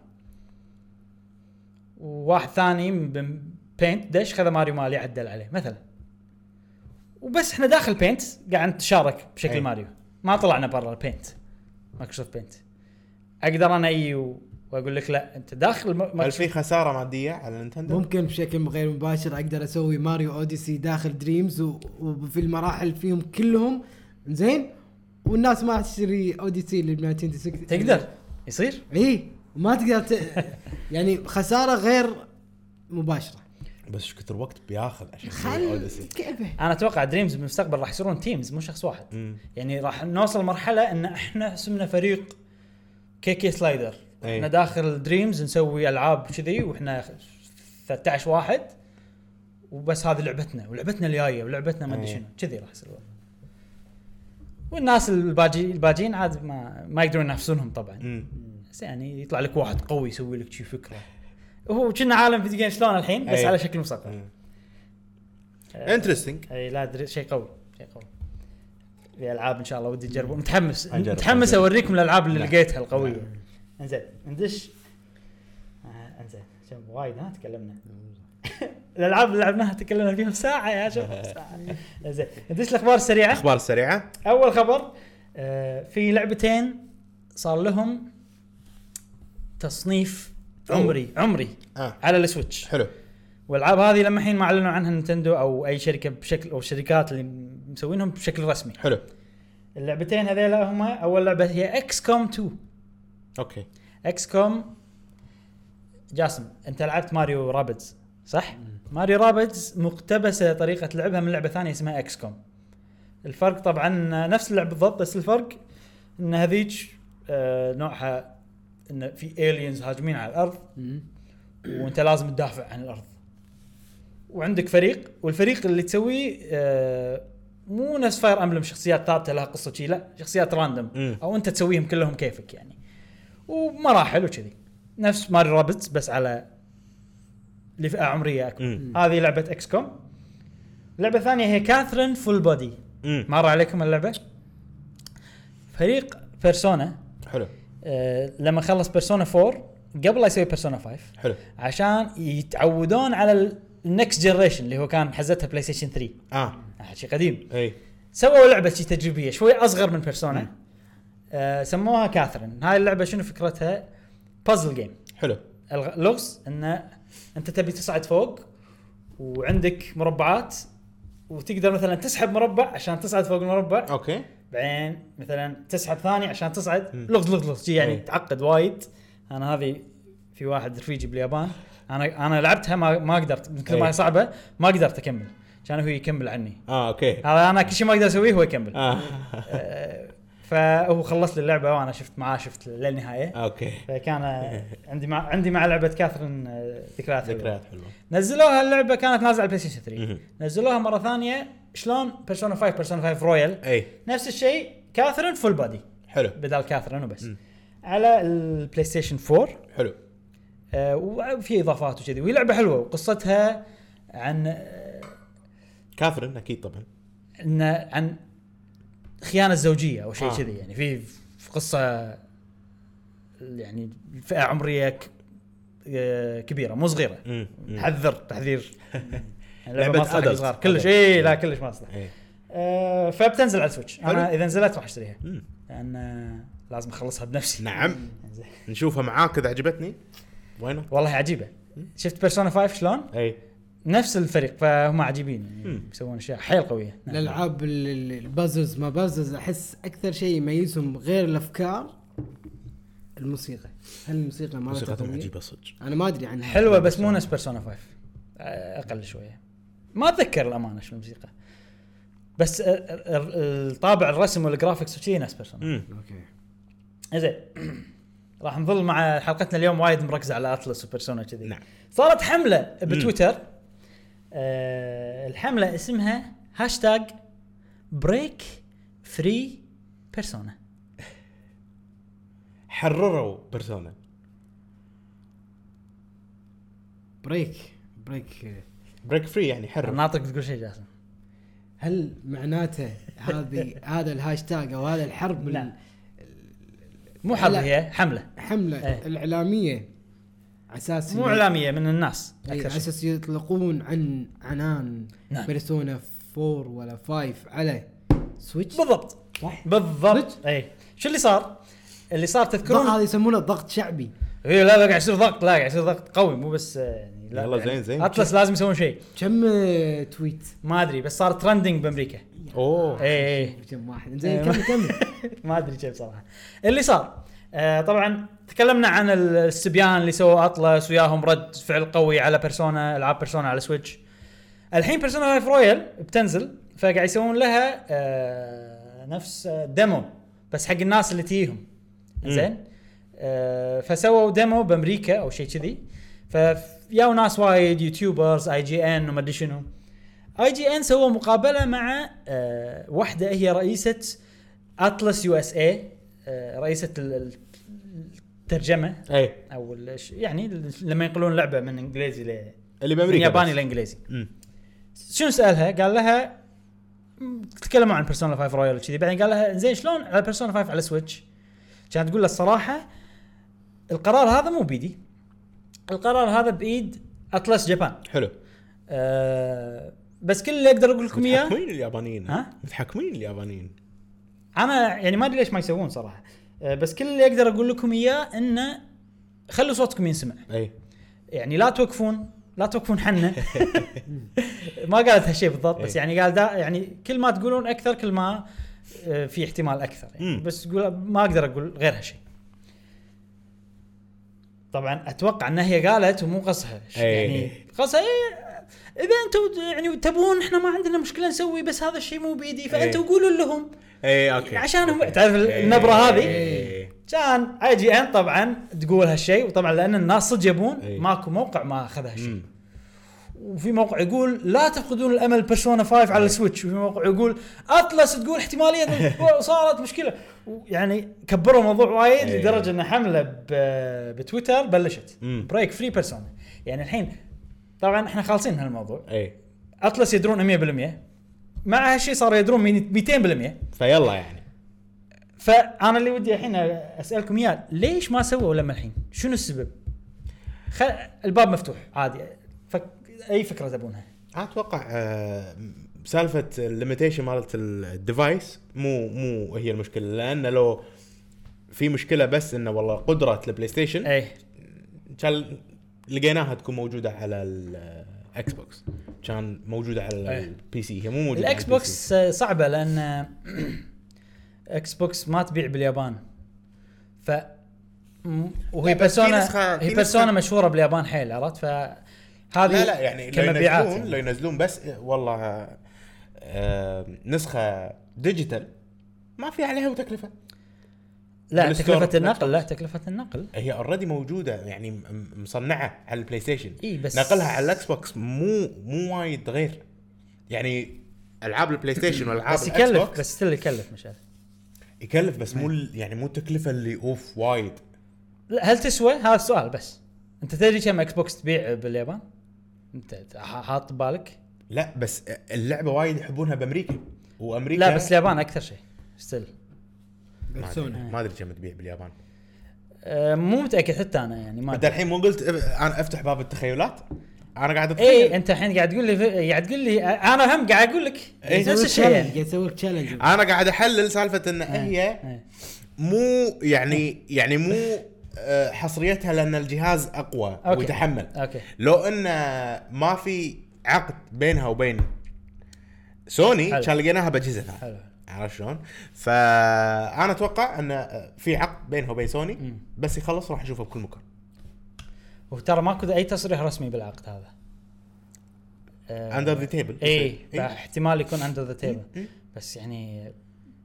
وواحد ثاني من بينت دش خذ ماريو مالي عدل عليه مثلا, وبس احنا داخل بينت قاعد نتشارك بشكل أي. ماريو ما طلعنا برا البينت مايكروسوفت بينت. اقدر انا اي واقول لك لا انت داخل هل في خساره ماديه على نينتندو؟ ممكن بشكل غير مباشر اقدر اسوي ماريو اوديسي داخل دريمز و... وفي المراحل فيهم كلهم زين, والناس ما تشتري اوديسي للنينتندو ستة تقدر يصير اي ما تقدر ت... يعني خساره غير مباشره. بس ايش كثر وقت بياخذ عشان خل اوديسي؟ كيفه انا اتوقع دريمز بالمستقبل راح يصيرون تيمز مو شخص واحد. مم. يعني راح نوصل مرحله ان احنا اسمنا فريق كيكي سلايدر, أي. احنا داخل دريمز نسوي العاب كذي واحنا ثلاثة عشر واحد وبس هذه لعبتنا ولعبتنا الجايه ولعبتنا ما ادري أي. شنو كذي راح يصير. والناس الباجي الباجين عاد ما ما يقدرون ينافسونهم طبعا. مم. بس يعني يطلع لك واحد قوي يسوي لك شي فكره. وهو كنا عالم فيديو جيم شلون الحين بس أي. على شكل مصغر. انترستينج. اي لا ادري شيء قوي شيء قوي. في العاب ان شاء الله ودي اجربه متحمس هنجرب. متحمس هنجرب. اوريكم الالعاب اللي نعم. لقيتها القويه. نعم. انزين ندش آه، انزين شوف وايد ها تكلمنا الالعاب اللي لعبناها تكلمنا فيها ساعه يا شباب ساعه. انزين ندش الاخبار السريعه. اخبار سريعه. اول خبر آه، في لعبتين صار لهم تصنيف عمري عمري اه على السويتش. حلو. والالعاب هذه لما الحين ما اعلنوا عنها نينتندو او اي شركه بشكل او الشركات اللي مسوينهم بشكل رسمي. حلو. اللعبتين هذيلا هما اول لعبه هي اكس كوم تو. اوكي. اكس كوم جاسم انت لعبت ماريو رابيدز صح؟ ماريو رابيدز مقتبسه طريقه لعبها من لعبه ثانيه اسمها اكس كوم. الفرق طبعا نفس اللعبه بالضبط بس الفرق ان هذيك آه نوعها ان في الينز هاجمين على الارض وانت لازم تدافع عن الارض وعندك فريق والفريق اللي تسويه آه مو نفس فاير امبلم شخصيات ثابته لها قصه شي لا شخصيات راندوم مم. او انت تسويهم كلهم كيفك يعني ومراحل وكذي نفس ماريو رابيدز بس على لفئه عمريه اكبر. مم. هذه لعبه اكس كوم. اللعبه الثانيه هي كاثرين فول بودي. مم. مر عليكم اللعبه؟ فريق بيرسونا حلو. آه لما خلص بيرسونا فور قبل لا يسوي بيرسونا فايف حلو. عشان يتعودون على النكست جنريشن اللي هو كان حزتها بلاي ستيشن ثري. اه شيء قديم. اي سووا لعبه شيء تجريبيه شوي اصغر من بيرسونا آه سموها كاثرين. هاي اللعبه شنو فكرتها؟ بازل جيم. حلو. اللغز ان انت تبي تصعد فوق وعندك مربعات وتقدر مثلا تسحب مربع عشان تصعد فوق المربع اوكي. بعدين مثلا تسحب ثاني عشان تصعد مم. لغز لغز لغز يعني أي. تعقد وايد. انا هذه في واحد رفيجي باليابان انا انا لعبتها ما ما قدرت من كثر ما أي. هي صعبه ما قدرت اكمل كان هو يكمل عني. اه اوكي. هذا انا كل شيء ما اقدر اسويه هو يكمل. اه آه، فهو خلص لي اللعبه وانا شفت معاه شفت للنهايه. اوكي. فكان آه، عندي مع عندي مع لعبه كاثرين آه، ذكريات حلوة. ذكريات حلوه. نزلوها اللعبه كانت نازله على البلاي ستيشن ثري. مهم. نزلوها مره ثانيه شلون بيرسونا فايف بيرسونا فايف رويال اي نفس الشيء كاثرين فول بودي حلو. بدل كاثرين وبس مم. على البلاي ستيشن فور. حلو. آه وفي اضافات وكذي وهي لعبه حلوه وقصتها عن آه كاثرين اكيد طبعا إن عن خيانه زوجيه او شيء آه. كذي يعني في في قصه يعني فئه عمريه ك- آه، كبيره مو صغيره. مم. مم. حذر تحذير يعني لعبة ما تصلح adult. صغار كلش adult. اي لا كلش ما تصلح. اي آه فبتنزل على السويتش. حلو. انا اذا نزلت راح اشتريها مم. لان آه، لازم اخلصها بنفسي. نعم زين. نشوفها معاك اذا عجبتني. وينه؟ والله عجيبه. شفت بيرسونا فايف شلون اي نفس الفريق فهم عجيبين يعني مم. يسوون اشياء حيل قويه. نعم. الالعاب ال- ال- البازلز ما بازلز احس اكثر شيء يميزهم غير الافكار الموسيقى، هل الموسيقى مالتها موسيقتهم قوية؟ عجيبه صدق. انا ما ادري عنها. حلوه بس مو نفس بيرسونا خمسة، اقل شويه. ما اتذكر الامانه شو الموسيقى، بس ال- ال- الطابع الرسم والجرافيكس وشي نفس بيرسونا. امم اوكي. زين راح نظل مع حلقتنا اليوم وايد مركزه على اتلس وبيرسونا كذي. نعم. صارت حمله بتويتر، آه الحمله اسمها هاشتاج بريك فري بيرسونا. حرروا بيرسونا. بريك بريك بريك فري يعني حرر. ناطق تقول شيء جاسم؟ هل معناته هذه هذا الهاشتاج او هذا الحرب لا. ال- مو حرب، لا. هي حمله حملة ايه. الإعلامية على أساس مو إن- اعلاميه من الناس أي، اكثر على شيء. أساس يطلقون عن عنان نعم. بيرسونا فور ولا فايف على سويتش. بالضبط صح. بالضبط. اي شو اللي صار؟ اللي صار ضغط، تذكرون؟ هذا يسمونه ضغط شعبي. اي لا لا قاعد يصير ضغط، لا قاعد يصير ضغط قوي، مو بس آه، يعني لا يلا يعني زين زين. اطلس لازم يسوون شيء. كم آه، تويت؟ ما ادري بس صار ترندنج بامريكا. اوه اي اي كم واحد؟ زين إيه. كمل كمل. ما ادري كيف صراحه. اللي صار آه طبعا تكلمنا عن السبيان اللي سووا اطلس وياهم رد فعل قوي على بيرسونا، العاب بيرسونا على سويتش. الحين بيرسونا خمسة رويال بتنزل، فقاعد يسوون لها آه نفس آه، ديمو بس حق الناس اللي تجيهم. زين آه فسووا ديمو بامريكا او شيء كذي، فياو ناس وايد يوتيوبرز اي جي ان وما ادري شنو. اي جي ان سووا مقابله مع آه واحده هي رئيسه اطلس يو اس اي، آه رئيسه ال- الترجمه اي او الش- يعني لما ينقلون لعبه من انجليزي ل اللي من بامريكا ياباني بس. لانجليزي. مم. شنو سالها؟ قال لها م- تكلموا عن بيرسونا خمسة رويال وكذي، بعدين قال لها زين شلون على بيرسونا خمسة على سويتش؟ كانت تقول له الصراحه القرار هذا مو بيدي، القرار هذا بايد اطلس جابان. حلو. أه بس كل اللي اقدر اقول لكم اياه، متحكمين اليابانيين. ها؟ متحكمين اليابانيين. انا يعني ما ادري ليش ما يسوون صراحه، أه بس كل اللي اقدر اقول لكم اياه انه خلوا صوتكم ينسمع، اي يعني لا توقفون لا توقفون حنا. ما قالت هالشيء بالضبط بس إيه. يعني قال دا يعني كل ما تقولون اكثر كل ما آه، في احتمال اكثر يعني. مم. بس تقول ما اقدر اقول غير هالشيء. طبعا اتوقع ان هي قالت ومو قصها إيه. يعني قصها إيه اذا انتم يعني تبون احنا ما عندنا مشكله نسوي بس هذا الشيء مو بيدي فانتم إيه. قولوا لهم. اي اوكي. عشانهم أوكي. تعرف إيه. النبره هذه إيه. كان اي جي ان طبعا تقول هالشيء، وطبعا لان الناس صدق يبون إيه. ماكو موقع ما اخذ هالشيء. مم. وفي موقع يقول لا تفقدون الامل بيرسونا خمسة على السويتش، وفي موقع يقول اطلس تقول احتماليه صارت مشكله، يعني كبروا الموضوع وايد إيه. لدرجه ان حمله ب- بتويتر بلشت مم. بريك فري بيرسونا. يعني الحين طبعا احنا خالصين من هالموضوع، اي اطلس يدرون مية بالمية، مع هالشيء صاروا يدرون مئتين بالمية. فيلا يعني فانا اللي ودي الحين اسالكم اياه، ليش ما سووا لما الحين؟ شنو السبب؟ خ... الباب مفتوح عادي، فك... اي فكره تبونها. اتوقع آه، سالفه الليميتيشن مالت الديفايس مو مو هي المشكله، لان لو في مشكله بس انه والله قدره البلاي ستيشن اي كان لقيناها تكون موجوده على الاكس بوكس، كان موجوده على أيه. البي سي، هي مو موجوده الاكس على البي سي. بوكس صعبه لان اكس بوكس ما تبيع باليابان، ف م- وهي لا، بس في بيرسونا نسخة- في هي بيرسونا نسخة- مشهوره باليابان حيل، عرفت؟ فهذه لا لا يعني لو كمبيعات ينزلون يعني. لو ينزلون بس والله آه نسخه ديجيتال ما في عليها وتكلفه. لا بالستور تكلفه النقل، بالإكس لا تكلفه النقل هي اوريدي موجوده يعني م- مصنعه على البلاي ستيشن. اي بس نقلها على الاكس بوكس مو مو وايد غير، يعني العاب البلاي ستيشن والالعاب بس الاكس يكلف، بوكس بس ستيل يكلف مش عارف. يكلف بس مو ال- يعني مو التكلفه اللي اوف وايد. لا هل تسوى؟ هذا السؤال بس. انت تدري كم اكس بوكس تبيع باليابان؟ انت حاط بالك؟ لا بس اللعبه وايد يحبونها بامريكا وامريكا. لا بس اليابان اكثر شيء ستيل. ما بيرسونا. أدري- ما ادري كم تبيع باليابان. أه مو متاكد حتى انا يعني ما انت الحين مو قلت انا افتح باب التخيلات؟ انا قاعد اتخيل. اي انت الحين قاعد تقول لي قاعد تقول لي انا هم قاعد اقول لك إيه، نفس الشيء يعني. قاعد يسوي لك تشالنج. انا قاعد احلل سالفه ان هي إيه. مو يعني يعني مو آه، حصريتها لان الجهاز اقوى أوكي. ويتحمل. اوكي لو ان ما في عقد بينها وبين سوني حلو. كان لقيناها باجهزه ثانيه. حلو. عرفت شلون؟ فانا اتوقع ان في عقد بينه وبين سوني مم. بس يخلص راح نشوفه بكل مكان. وترى ماكو اي تصريح رسمي بالعقد هذا. اندر ذا تيبل. اي احتمال يكون اندر ذا تيبل بس يعني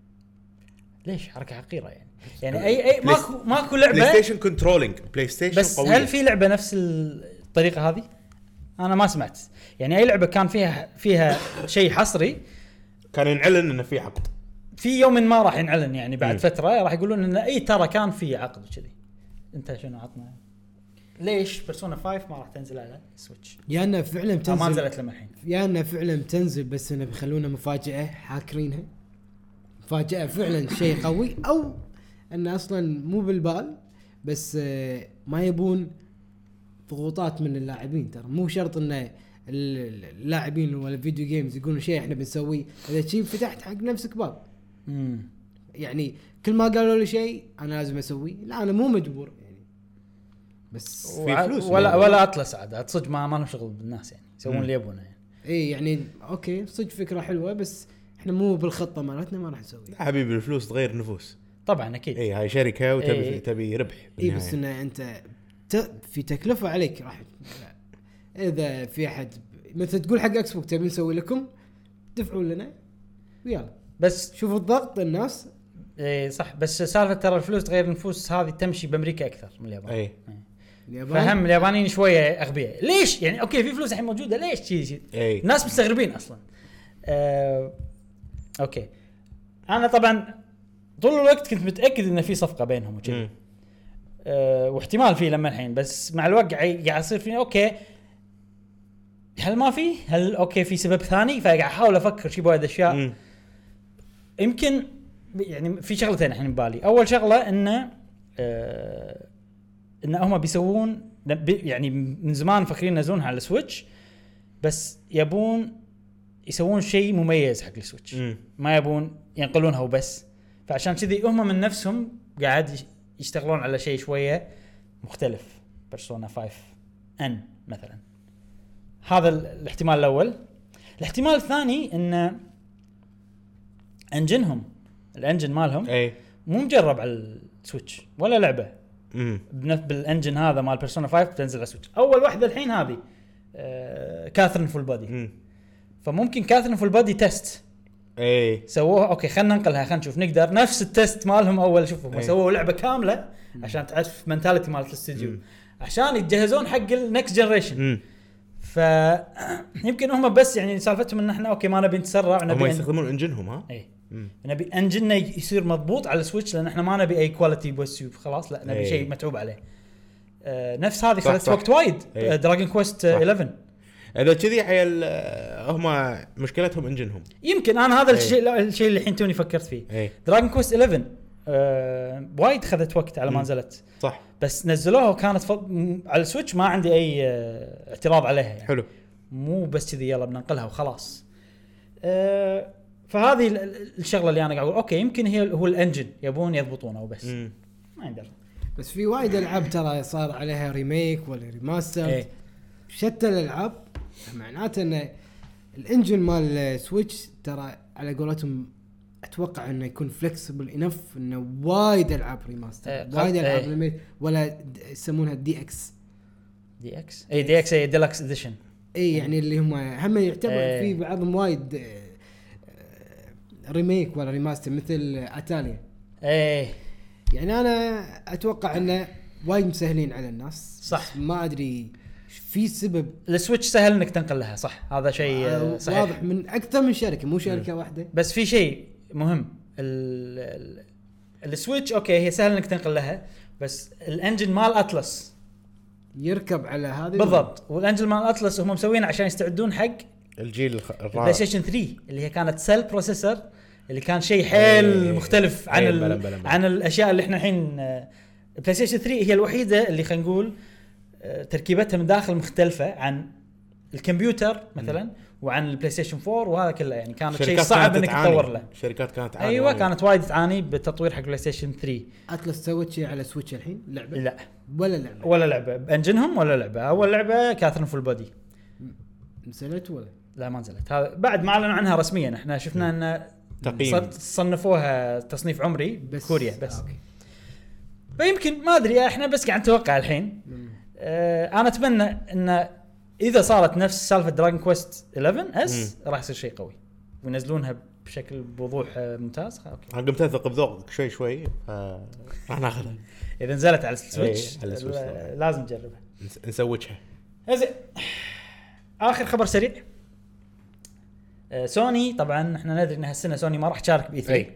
ليش حركه حقيره يعني يعني اي اي ماكو ماكو لعبه بلاي ستيشن كنترولينج بلاي ستيشن بس قوية. هل في لعبه نفس الطريقه هذه؟ انا ما سمعت يعني اي لعبه كان فيها فيها شيء حصري كان ينعلن انه في عقد في يوم ما راح ينعلن يعني بعد م. فتره راح يقولون ان اي ترى كان في عقد وكذي. انت شنو عطنا ليش بيرسونا خمسة ما راح تنزل على سويتش؟ يا انه فعلا بتنزل ما نزلت لما الحين يا انه فعلا بتنزل بس انه بيخلونا مفاجاه حاكرينها مفاجاه فعلا شيء قوي او انه اصلا مو بالبال بس ما يبون ضغوطات من اللاعبين. ترى مو شرط انه اللاعبين ولا الفيديو جيمز يقولون شيء احنا بنسويه اذا شيء فتحت حق نفسك باب. امم يعني كل ما قالوا لي شيء انا لازم اسويه. لا انا مو مجبور يعني بس في فلوس ولا ولا اطلس عاد صدق ما ما لهم شغل بالناس يعني يسوون اللي يبونه يعني. اي يعني اوكي صدق فكره حلوه بس احنا مو بالخطه مالتنا ما راح نسوي. حبيبي الفلوس تغير نفوس طبعا اكيد. اي هاي شركه وتبي إيه. تبي ربح. اي بس انه انت ت... في تكلفه عليك راح اذا في احد مثل تقول حق اكس بوك تبي نسوي لكم دفعوا لنا ويلا بس شوفوا الضغط الناس. اي صح بس سالفه ترى الفلوس تغير النفوس هذه تمشي بامريكا اكثر من اليابان. اي فهم اليابانيين شويه اغبياء. ليش يعني اوكي في فلوس الحين موجوده ليش شيء أي. الناس مستغربين اصلا. أه... اوكي انا طبعا طول الوقت كنت متاكد ان في صفقه بينهم وكذا أه... واحتمال فيه لما الحين بس مع الوقت قاعد يصير فيني اوكي هل ما في هل اوكي في سبب ثاني فقاعد احاول افكر شي بوايد اشياء. مم. يمكن يعني في شغلتين الحين ببالي. اول شغله انه أه... ان هم بيسوون يعني من زمان فاكرين ينزلونها على السويتش بس يبون يسوون شيء مميز حق السويتش مم. ما يبون ينقلونها وبس. فعشان كذي هم من نفسهم قاعد يشتغلون على شيء شويه مختلف. بيرسونا خمسة ان مثلا هذا الاحتمال الاول. الاحتمال الثاني ان انجنهم الانجن مالهم اي مو مجرب على السويتش ولا لعبه امم بنفس بالانجن هذا مال بيرسونا خمسة بتنزل على سويتش. اول واحده الحين هذه آه كاثرين فول بودي امم فممكن كاثرين فول بودي تيست اي سووها اوكي خلينا ننقلها خلينا نشوف نقدر نفس التيست مالهم اول شوفوا أي. سووا لعبه كامله عشان تعرف منتاليتي مالت الاستديو عشان يتجهزون حق النكست جنريشن. امم فيمكن هم بس يعني سالفتهم ان احنا اوكي ما نبي نتسرع هم نبي يستخدمون انجنهم ها اي مم. نبي انجننا يصير مضبوط على السويتش لان احنا ما نبي اي كواليتي بس خلاص لا نبي أي. شيء متعوب عليه. آه نفس هذه صح، خذت صح. وقت وايد أي. دراجون كويست صح. إحدى عشر اذا كذي حيل آه، هم مشكلتهم انجنهم. يمكن انا هذا أي. الشيء الشيء اللي الحين توني فكرت فيه. اي دراجون كويست إحدى عشر آه وايد خذت وقت على ما مم. نزلت صح بس نزلوها وكانت ف... م- على السويتش ما عندي اي آه اعتراض عليها يعني. حلو مو بس كذي يلا بننقلها وخلاص. آه فهذه ال- ال- الشغله اللي انا قاعد اقول اوكي يمكن هي هو الانجن يبون يضبطونه وبس مم. ما يندر. بس في وايد العاب ترى صار عليها ريميك ولا ريماستر ايه شتى الالعاب معناته ان الانجن مال سويتش ترى على قولتهم اتوقع انه يكون فلكسبل انف انه وايد العاب ريماستر إيه، وايد قصد- العاب إيه. ريميك ولا د- يسمونها دي اكس. دي اكس اي دي اكس اي ديلكس اديشن. اي يعني اللي هم هم يعتبر إيه. في بعضهم وايد آه، آه، ريميك ولا ريماستر مثل اتاليا. ايه يعني انا اتوقع انه وايد مسهلين على الناس صح. بس ما ادري في سبب السويتش سهل انك تنقل لها صح هذا شيء آه، آه، صحيح واضح من اكثر من شركه مو شركه واحده. بس في شيء مهم ال ال السويتش اوكي هي سهل انك تنقل لها بس الانجن مال اتلس يركب على هذه بالضبط والانجن مال اتلس هم مسوينه عشان يستعدون حق الجيل الخ- بلاي الرابع ستيشن ثلاثة اللي هي كانت سيل بروسيسور اللي كان شيء حيل إيه. مختلف عن إيه، ال... بلا بلا بلا. عن الاشياء اللي احنا الحين آه، بلاي ستيشن ثلاثة هي الوحيده اللي خلينا نقول آه، تركيبتها من داخل مختلفه عن الكمبيوتر مثلا وعن البلاي ستيشن فور وهذا كله يعني كانت شيء شركات صعب كانت انك تعاني. تطور له. شركات كانت تعاني ايوه وايد. كانت وايد تعاني بالتطوير حق بلاي ستيشن ثلاثة. اتلس سوت شيء على سويتش الحين لعبه لا ولا لعبه ولا لعبه بانجنهم ولا لعبه. اول لعبه كاثرين فول بودي نزلت ولا لا ما نزلت هذا بعد ما اعلنوا عنها رسميا احنا شفنا ان تقييم صنفوها تصنيف عمري بس كوريا بس. أوكي. فيمكن ما ادري احنا بس قاعد نتوقع الحين. آه انا اتمنى ان اذا صارت نفس سالفه دراجون كويست إحدى عشر اس راح يصير شيء قوي وينزلونها بشكل بوضوح ممتاز. اوكي انا قمت اثق بذوقك شوي شوي راح ناخذها اذا نزلت على السويتش ايه على السويتش لازم نجربها نسويتها. زين اخر خبر سريع. آه سوني طبعا احنا ندري ان هالسنه سوني ما راح تشارك باي ثري.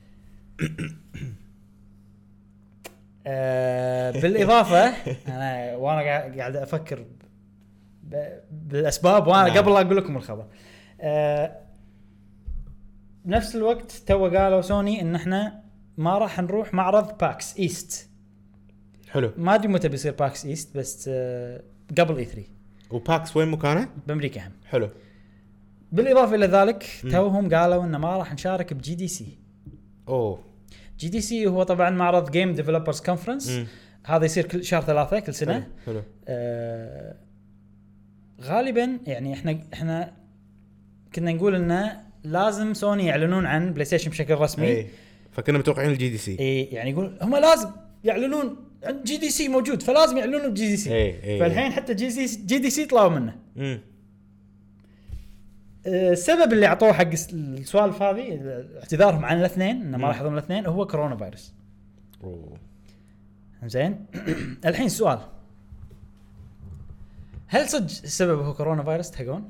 آه بالاضافه انا وانا قاعد افكر بالاسباب وانا نعم. قبل لا اقول لكم الخبر. آه بنفس الوقت تو قالوا سوني ان احنا ما راح نروح معرض باكس ايست. حلو. ما ادري متى بيصير باكس ايست بس آه قبل اي ثري. وباكس وين مكانه؟ بامريكا هم. حلو. بالاضافه الى ذلك توهم قالوا ان ما راح نشارك بجي دي سي. اوه جي دي سي هو طبعا معرض جيم ديفلوبرز كونفرنس. هذا يصير كل شهر ثلاثة كل سنه. حلو, حلو. آه غالبا يعني احنا احنا كنا نقول انه لازم سوني يعلنون عن بلاي ستيشن بشكل رسمي. ايه فكنا متوقعين الجي دي سي. ايه يعني يقول هم لازم يعلنون عن جي دي سي موجود فلازم يعلنون بجي دي سي. ايه ايه فالحين حتى جي دي سي جي دي سي طلعوا منه. امم السبب اللي اعطوه حق السوالف هذه اعتذارهم عن الاثنين انه ما راح يحضرون الاثنين هو كورونا فيروس. اوه زين الحين سؤال هل صدق السبب هو كورونا فيروس تحقون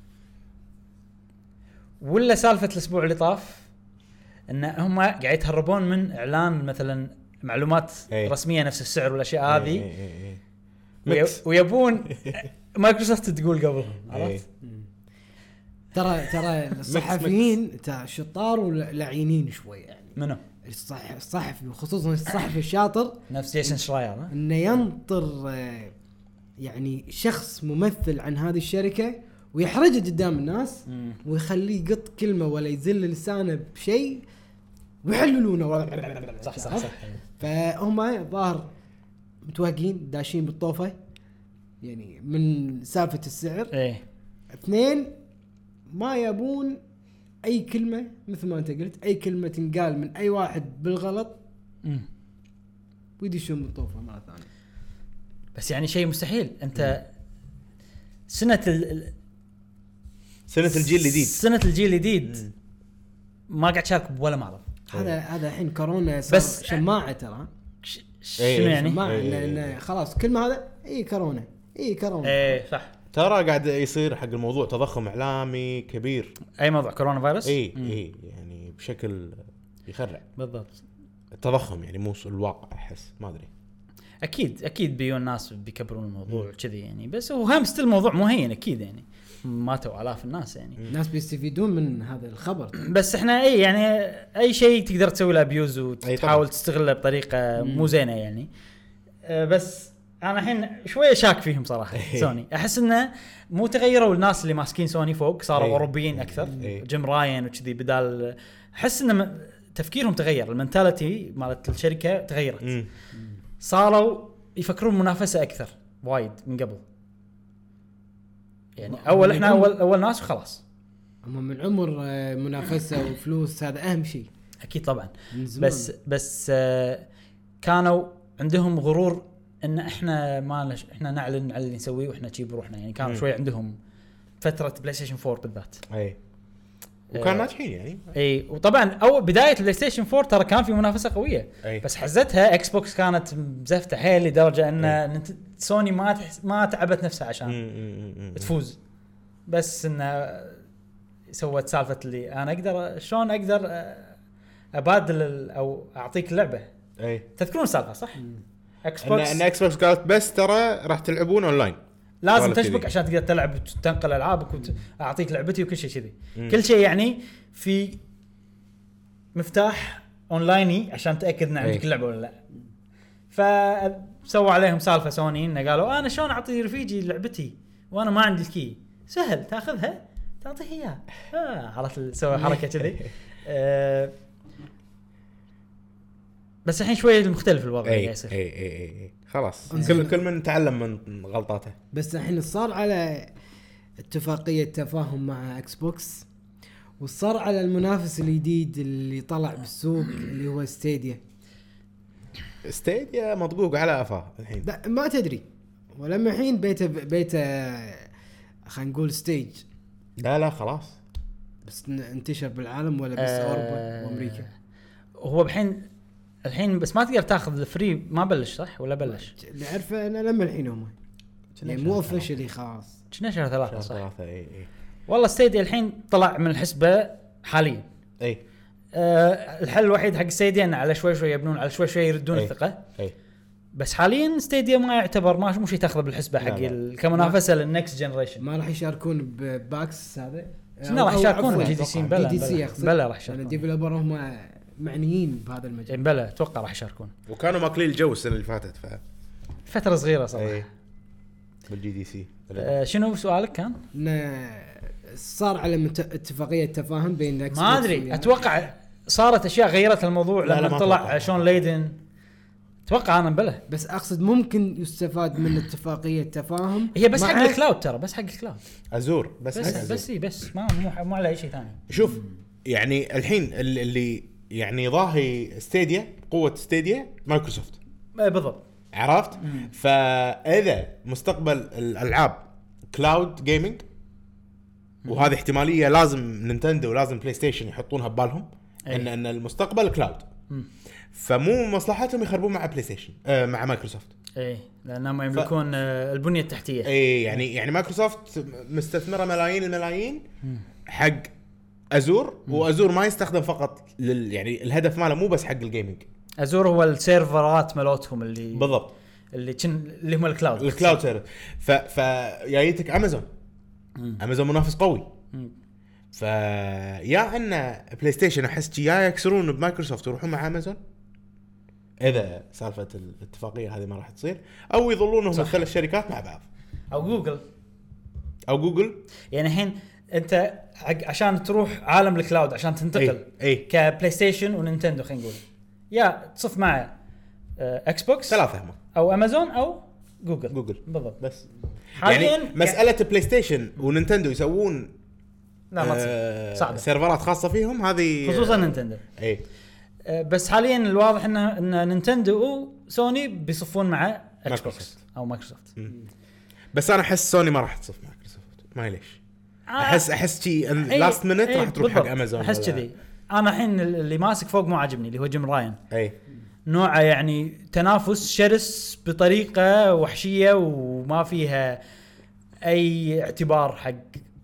ولا سالفه الاسبوع اللي طاف ان هم قاعد يتهربون من اعلان مثلا معلومات أي. رسميه نفس السعر والاشياء هذه ايه ايه وي- ويبون مايكروسوفت تقول قبلهم. ايه عرفت ترى ترى الصحفيين ترى شطار ولعينين شوي يعني. منو الصح الصحفي وخصوصا الصحفي الشاطر نفس جيسون شراير ها؟ انه ينطر آه، يعني شخص ممثل عن هذه الشركه ويحرجه قدام الناس مم. ويخليه يقط كلمه ولا يزل لسانه بشيء ويحللونه. صح صح صح. فهم ظاهر متوهقين داشين بالطوفه يعني من سالفه السعر. ايه اثنين ما يبون اي كلمه مثل ما انت قلت اي كلمه تنقال من اي واحد بالغلط مم. ويدشون بالطوفه مره ثانيه. بس يعني شيء مستحيل انت سنه ال... سنة الجيل الجديد. سنه الجيل الجديد ما قاعد تشارك بولا معرض. هذا هذا الحين كورونا صار بس شماعه ترى. ش- إيه، شنو يعني؟ شماعه إيه. إن- إن خلاص كلمه هذا اي كورونا اي كورونا. ايه صح. ترى قاعد يصير حق الموضوع تضخم اعلامي كبير. اي موضوع كورونا فيروس. اي اي يعني بشكل يخرع بالضبط. التضخم يعني مو الواقع احس ما ادري. اكيد اكيد بيون ناس بيكبرون الموضوع كذي يعني بس هو هم ستيل الموضوع مو هين اكيد يعني ماتوا آلاف الناس يعني. الناس بيستفيدون من هذا الخبر. بس احنا اي يعني اي شيء تقدر تسوي له ابيوز طبعاً. وتحاول تستغله بطريقه مو زينه يعني. أه بس انا الحين شويه شاك فيهم صراحه. سوني احس انه مو تغيروا الناس اللي ماسكين سوني فوق صاروا أي. اوروبيين اكثر. أي. جيم راين وكذي بدال احس ان م- تفكيرهم تغير المنتاليتي مالت الشركه تغيرت. مم. صاروا يفكرون منافسه اكثر وايد من قبل يعني اول احنا اول اول ناس وخلاص. اما من عمر آه، منافسه وفلوس هذا اهم شيء اكيد طبعا من زمان. بس بس آه، كانوا عندهم غرور ان احنا ما لش احنا نعلن على اللي نسويه واحنا تجيب روحنا يعني كانوا مم. شوي عندهم فتره بلاي ستيشن فور بالذات. اي وكان آه. ناجحين يعني. اي وطبعا اول بدايه بلاي ستيشن فور ترى كان في منافسه قويه أي. بس حزتها اكس بوكس كانت مزفته حيل لدرجه ان أي. إن سوني ما تحس ما تعبت نفسها عشان مم، مم، مم، مم. تفوز بس انه سوت سالفه اللي انا اقدر شلون اقدر ابادل ال- او اعطيك اللعبه. اي تذكرون السالفه صح؟ اكس ان بوكس ان اكس بوكس قالت بس ترى راح تلعبون اونلاين. لازم والله تشبك كذي. عشان تقدر تلعب وتنقل العابك واعطيك لعبتي وكل شيء كذي. مم. كل شيء يعني في مفتاح اونلايني عشان تاكد ان عندك أي. اللعبه ولا لا. فسووا عليهم سالفه سوني انه قالوا انا شلون اعطي رفيجي لعبتي وانا ما عندي الكي. سهل تاخذها تعطيه اياه. آه عرفت سووا حركه كذي. آه بس الحين شوي المختلف الوضع اللي اي قاعد يصير. اي اي اي خلاص إنزين. كل كل من تعلم من غلطاته. بس الحين صار على اتفاقيه تفاهم مع اكس بوكس وصار على المنافس الجديد اللي طلع بالسوق اللي هو ستيديا. ستيديا مطقوق على افاه الحين. لا ما تدري ولما الحين بيته بيته خلينا نقول ستيج. لا لا خلاص بس انتشر بالعالم ولا بس آه اوروبا وامريكا؟ هو بحين الحين بس ما تقدر تاخذ الفري. ما بلش صح ولا بلش؟ اللي عارفه انا لما الحين هم يعني مو اوفشلي خلاص. كنا شهر ثلاثة صح. ثلاثة اي اي. والله ستيديا الحين طلع من الحسبة حاليا. اي أه الحل الوحيد حق ستيديا انه على شوي شوي يبنون على شوي شوي يردون أي. الثقة. اي بس حاليا ستيديا ما يعتبر ما مو شيء تاخذه بالحسبة حق ال- كمنافسة للنكست جنريشن. ما راح يشاركون بباكس هذا. شنو راح يشاركون جي دي سي؟ بلا جي دي سي بلا راح عشان يشاركون. الديفلوبر هم معنيين بهذا المجال. بلا اتوقع راح يشاركون. وكانوا ماكلين الجو السنه اللي فاتت ف فترة صغيرة صراحة. اي بالجي دي سي. أه شنو سؤالك كان؟ إنه صار على مت- اتفاقيه تفاهم بين اكس ما ادري اتوقع صارت اشياء غيرت الموضوع لا لا لما ما طلع أتوقع. شون ليدن. اتوقع انا بلا بس اقصد ممكن يستفاد من اتفاقيه تفاهم. هي بس مع- حق الكلاود ترى بس حق الكلاود ازور بس بس حق أزور. بس إيه بس ما مو مو على اي شيء ثاني. شوف يعني الحين ال- اللي يعني ضاهي ستيديا قوه ستيديا مايكروسوفت إيه بالضبط. عرفت. فاذا مستقبل الالعاب كلاود جيمنج وهذه احتماليه لازم نينتندو ولازم بلاي ستيشن يحطونها ببالهم أي. ان ان المستقبل كلاود. فمو مصلحتهم يخربون مع بلاي ستيشن آه مع مايكروسوفت. اي لانهم يملكون ف... البنيه التحتيه. اي يعني يعني مايكروسوفت مستثمره ملايين الملايين حق ازور. وازور ما يستخدم فقط لل يعني الهدف ماله مو بس حق الجيمنج. ازور هو السيرفرات مالتهم اللي بالضبط اللي كن اللي هم الكلاود الكلاود سيرفر. ف ف جايتك امازون. امازون منافس قوي. فيا ان بلاي ستيشن احس يا يكسرون بمايكروسوفت ويروحون مع امازون اذا سالفه الاتفاقيه هذه ما راح تصير او يظلونهم الثلاث شركات مع بعض او جوجل او جوجل. يعني الحين انت عشان تروح عالم الكلاود عشان تنتقل اي, أي. كبلاي ستيشن ونينتندو خلينا نقول يا تصف مع اكس بوكس ثلاثه هم او امازون او جوجل. جوجل بالضبط. بس حاليا يعني مساله بلاي ستيشن ونينتندو يسوون لا ما آه صعبه سيرفرات خاصه فيهم هذه خصوصا نينتندو. اي بس حاليا الواضح ان ان نينتندو وسوني بيصفون مع اكس بوكس او مايكروسوفت. بس انا احس سوني ما راح تصف مع مايكروسوفت ما ليش. احس احس شيء لاست مينت راح تروح حق امازون. احس كذي. انا الحين اللي ماسك فوق مو عاجبني اللي هو جيم راين. اي نوعه يعني تنافس شرس بطريقه وحشيه وما فيها اي اعتبار حق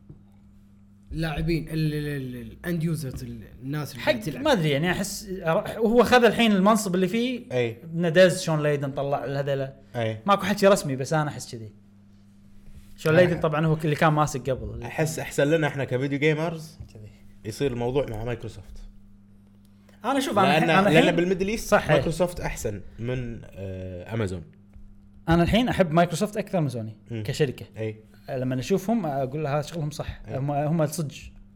اللاعبين الاند يوزرز الناس اللي حق تلعب. ما ادري يعني احس وهو خذ الحين المنصب اللي فيه. اي ندز شون ليدن طلع هذا اي ماكو حكي رسمي بس انا احس كذي. شون ليدن طبعا هو اللي كان ماسك قبل. احس احسن لنا احنا كفيديو جيمرز يصير الموضوع مع مايكروسوفت. انا شوف انا لأن, انا لأن بالميدل ايست صحيح. مايكروسوفت احسن من آه امازون. انا الحين احب مايكروسوفت اكثر من سوني م. كشركه. اي لما اشوفهم اقول هذا شغلهم صح. هم هم صدق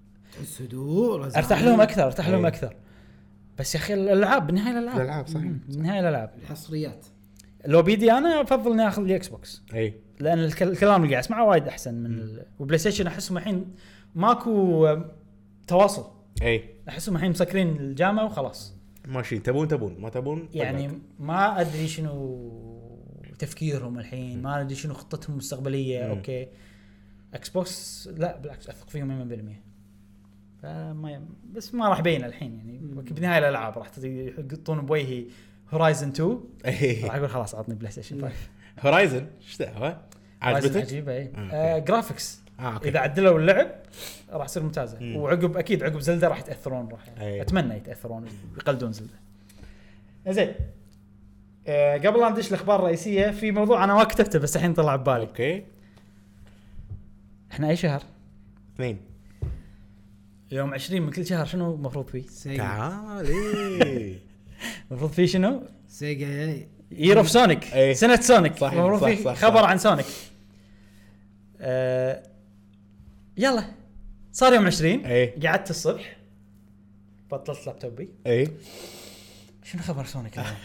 صدور ارتاح لهم اكثر ارتاح لهم أي. اكثر. بس يا اخي الالعاب بالنهايه الالعاب الالعاب صحيح بالنهايه الالعاب الحصريات. لو بيدي انا افضل اني اخذ لي اكس بوكس اي لان الك- الكلام اللي قاعد اسمعه وايد احسن من ال... وبلاي ستيشن احسهم الحين ماكو آه، تواصل. اي احسهم الحين مسكرين الجامعه وخلاص ماشي تبون تبون ما تبون يعني طقك. ما ادري شنو تفكيرهم الحين ما ادري شنو خطتهم المستقبليه. مم. اوكي اكس بوكس لا بالعكس اثق فيهم مية بالمية. فما ي... بس ما راح بين الحين يعني بالنهايه الالعاب راح يحطون بوجهي هورايزن تو اي راح اقول خلاص عطني بلاي ستيشن خمسة. هورايزن ايش دعوه عجبتك؟ عجيبه اي آه، آه جرافيكس آه، أوكي. اذا عدلوا اللعب راح تصير ممتازه. مم. وعقب اكيد عقب زلدة راح يتاثرون راح أي. اتمنى يتاثرون يقلدون زلدة. زين آه قبل لا ندش الاخبار الرئيسيه في موضوع انا ما كتبته بس الحين طلع ببالي. اوكي احنا اي شهر اثنين يوم عشرين من كل شهر شنو المفروض فيه؟ سيجا تعالي المفروض فيه شنو؟ سيجا يير اوف سونيك. أي. سنه سونيك. صح، المفروض صح، فيه صح، خبر صح. عن سونيك. آه يلا صار يوم عشرين. اي قعدت الصبح بطلت لابتوبي اي شنو خبر سونيك اليوم؟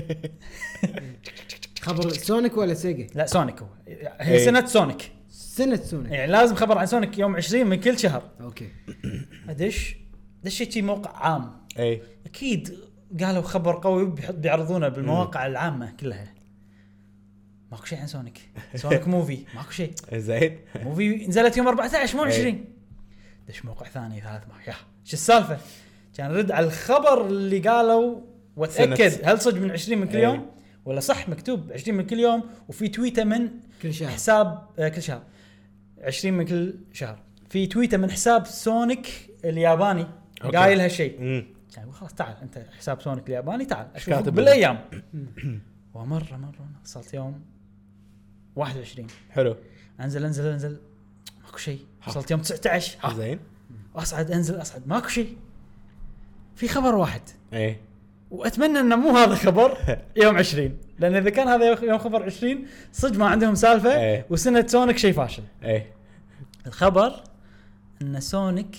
خبر سونيك ولا سيجا؟ لا سونيك هو هي إيه. سنة سونيك سنة سونيك. يعني لازم خبر عن سونيك يوم عشرين من كل شهر. اوكي ادش دشيت شي موقع عام اي اكيد قالوا خبر قوي بيحط بيعرضونه بالمواقع العامه كلها. ماكو شيء عن سونيك. سونيك موفي ماكو شيء. زين موفي نزلت يوم أربعة عشر مو عشرين. دش موقع ثاني ثالث ما يا شو السالفه. كان رد على الخبر اللي قالوا واتاكد هل صدق من عشرين من كل يوم ولا صح مكتوب عشرين من كل يوم وفي تويته من كل شهر حساب آه كل شهر عشرين من كل شهر في تويته من حساب سونيك الياباني قايل هالشيء. يعني خلاص تعال انت حساب سونيك الياباني تعال اشوفك بالايام. ومره مره وصلت يوم واحد وعشرين حلو انزل انزل انزل ماكو شيء. وصلت يوم تسعة عشر زين اصعد انزل اصعد ماكو شيء. في خبر واحد ايه واتمنى انه مو هذا خبر يوم عشرين لان اذا كان هذا يوم خبر عشرين صدق ما عندهم سالفه. ايه. وسنه سونيك شيء فاشل. ايه الخبر ان سونيك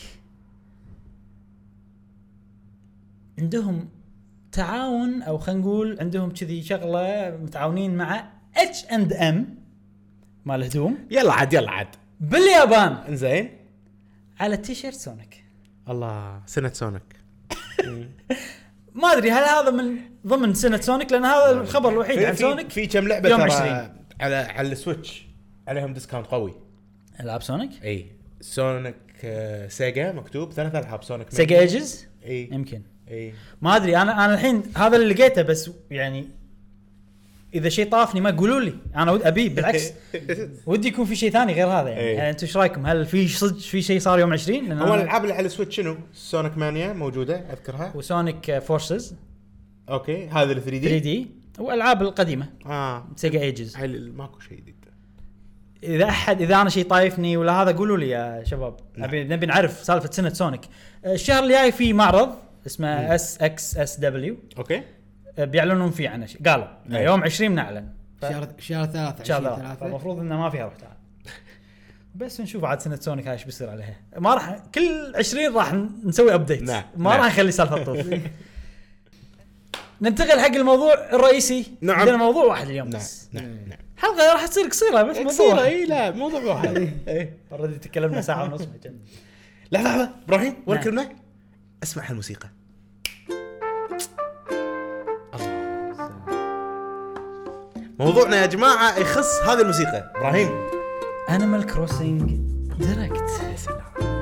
عندهم تعاون او خلينا نقول عندهم كذي شغله متعاونين مع اتش اند ام مال هدوم. يلا عاد يلا عاد باليابان زين على تيشيرت سونيك. الله سنة سونيك. ما ادري هل هذا من ضمن سنه سونيك لان هذا الخبر الوحيد عن سونيك. في كم لعبه يوم ترى عشرين. على على السويتش عليهم ديسكاونت قوي. العاب سونيك اي سونيك آه سيجا مكتوب ثلاث العاب سونيك سيجا ايجز اي يمكن اي ما ادري. انا انا الحين هذا اللي لقيته بس يعني اذا شيء طافني ما قولوا لي انا ودي ابي بالعكس ودي يكون في شيء ثاني غير هذا يعني, يعني انتم ايش رايكم هل في صدق في شيء صار يوم عشرين؟ هو الالعاب اللي على السويتش شنو؟ سونيك مانيا موجوده اذكرها وسونيك فورسز اوكي هذا ال ثري دي ثري دي والالعاب القديمه اه سيجا ايجز. هاي ماكو شيء جديد. اذا احد اذا انا شيء طايفني ولا هذا قولوا لي يا شباب. نبي نبي نعرف سالفه سنه سونيك. الشهر الجاي في معرض اسمه اس اكس اس دبليو اوكي بيعلنون فيه عنه شيء قالوا أي. يوم عشرين نعلن شهر شهر ثلاثة شهر عشرين ثلاثة ثلاثة المفروض انه ما فيها روح تعال بس نشوف عاد سنه سونيك هاي ايش بيصير عليها. ما راح كل عشرين راح نسوي ابديت. نعم. ما نعم. راح نخلي سالفه طوف. ننتقل حق الموضوع الرئيسي. نعم. عندنا موضوع واحد اليوم نعم بس نعم نعم حلقه راح تصير قصيره بس موضوع واحد. اي لا موضوع واحد. ايه اوريدي تكلمنا ساعه ونص مجن. لحظه لحظه ابراهيم وين نعم. كلمه اسمع الموسيقى. موضوعنا يا جماعه يخص هذه الموسيقى. ابراهيم انيمال كروسنج دايركت. يا سلام.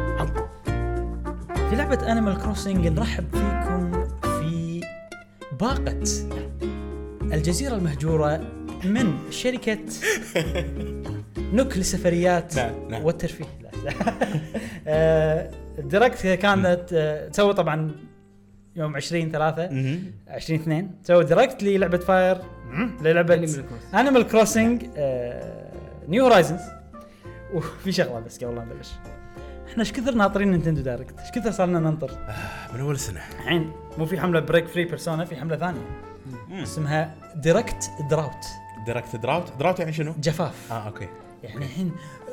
في لعبه انيمال كروسنج نرحب فيكم في باقه الجزيره المهجوره من شركه نوك للسفريات نعم، نعم. والترفيه. الدايركت كانت آه، تسوي طبعا يوم عشرين ثلاثة عشرين اثنين تسوي دايركت للعبه فاير للعبه انيمال كروسنج نيو هورايزنز. وفي شغله بس قبل لا نبلش احنا ايش كثر ناطرين نينتندو دايركت ايش كثر صار لنا ننطر من اول سنه. الحين مو في حمله بريك فري بيرسونا في حمله ثانيه اسمها دايركت دراوت. دايركت دراوت دراوت يعني شنو؟ جفاف. اه اوكي يعني الحين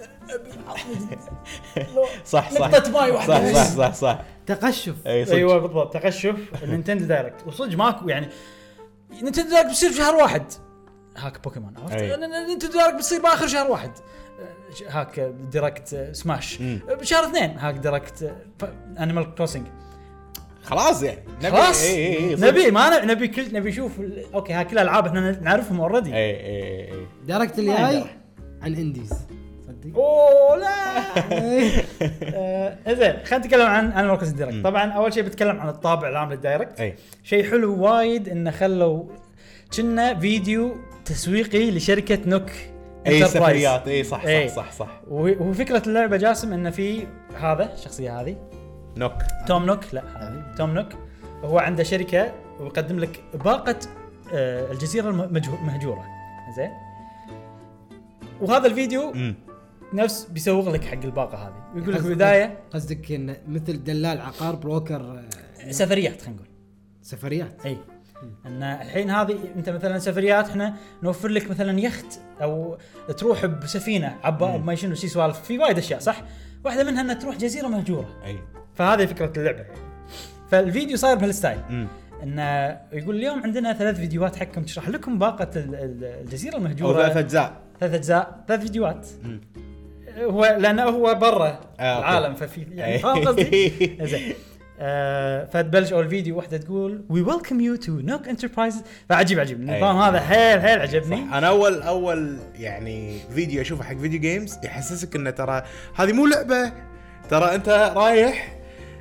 صح صح نقطة ماي واحدة صح صح صح صح تقشف. اي صدق. ايوه بالضبط تقشف النينتندو دايركت وصدق ماكو يعني نينتندو دايركت بيصير في شهر واحد هاك بوكيمون عرفت أي. نينتندو دايركت بيصير باخر شهر واحد هاك دايركت سماش مم. بشهر اثنين هاك دايركت انيمال كروسنج خلاص يعني نبي خلاص اي اي اي صدق. نبي ما نبي كل نبي نشوف ال- اوكي هاك الالعاب احنا نعرفهم اوريدي. اي اي اي دايركت اللي جاي عن انديز صدق. اوه لا آه، زين خلينا نتكلم عن انيمال كروسنج دايركت. طبعا اول شيء بتكلم عن الطابع العام للدايركت. اي شيء حلو وايد انه خلوا كنا فيديو تسويقي لشركه نوك اي Enterprise. سفريات اي صح إي. صح صح صح وهي- وفكره اللعبه جاسم انه في هذا الشخصيه هذه نوك توم نوك لا هذه توم نوك هو عنده شركه ويقدم لك باقه آه، الجزيره المهجوره زين. وهذا الفيديو امم نفس بيسوق لك حق الباقه هذه ويقول لك بالبدايه قصدك إن مثل دلال عقار بروكر آه، سفريات خلينا نقول سفريات. اي ان الحين هذه انت مثلا سفريات احنا نوفر لك مثلا يخت او تروح بسفينه عباء ما شنو شي سوالف في وايد اشياء صح. واحده منها انك تروح جزيره مهجوره. اي فهذه فكره اللعبه. فالفيديو صاير بهالستايل امم انه يقول اليوم عندنا ثلاث فيديوهات حقكم تشرح لكم باقه ال- ال- الجزيره او المهجوره. ثلاث اجزاء. ثلاث اجزاء ثلاث فيديوهات مم. هو لانه هو برا آه، العالم ففي يعني فاهم قصدي زين. آه فتبلش اول فيديو واحده تقول وي ويلكم يو تو نوك انتربرايز فعجيب عجيب النظام هذا حيل حيل عجبني. انا اول اول يعني فيديو اشوفه حق فيديو جيمز يحسسك انه ترى هذه مو لعبه، ترى انت رايح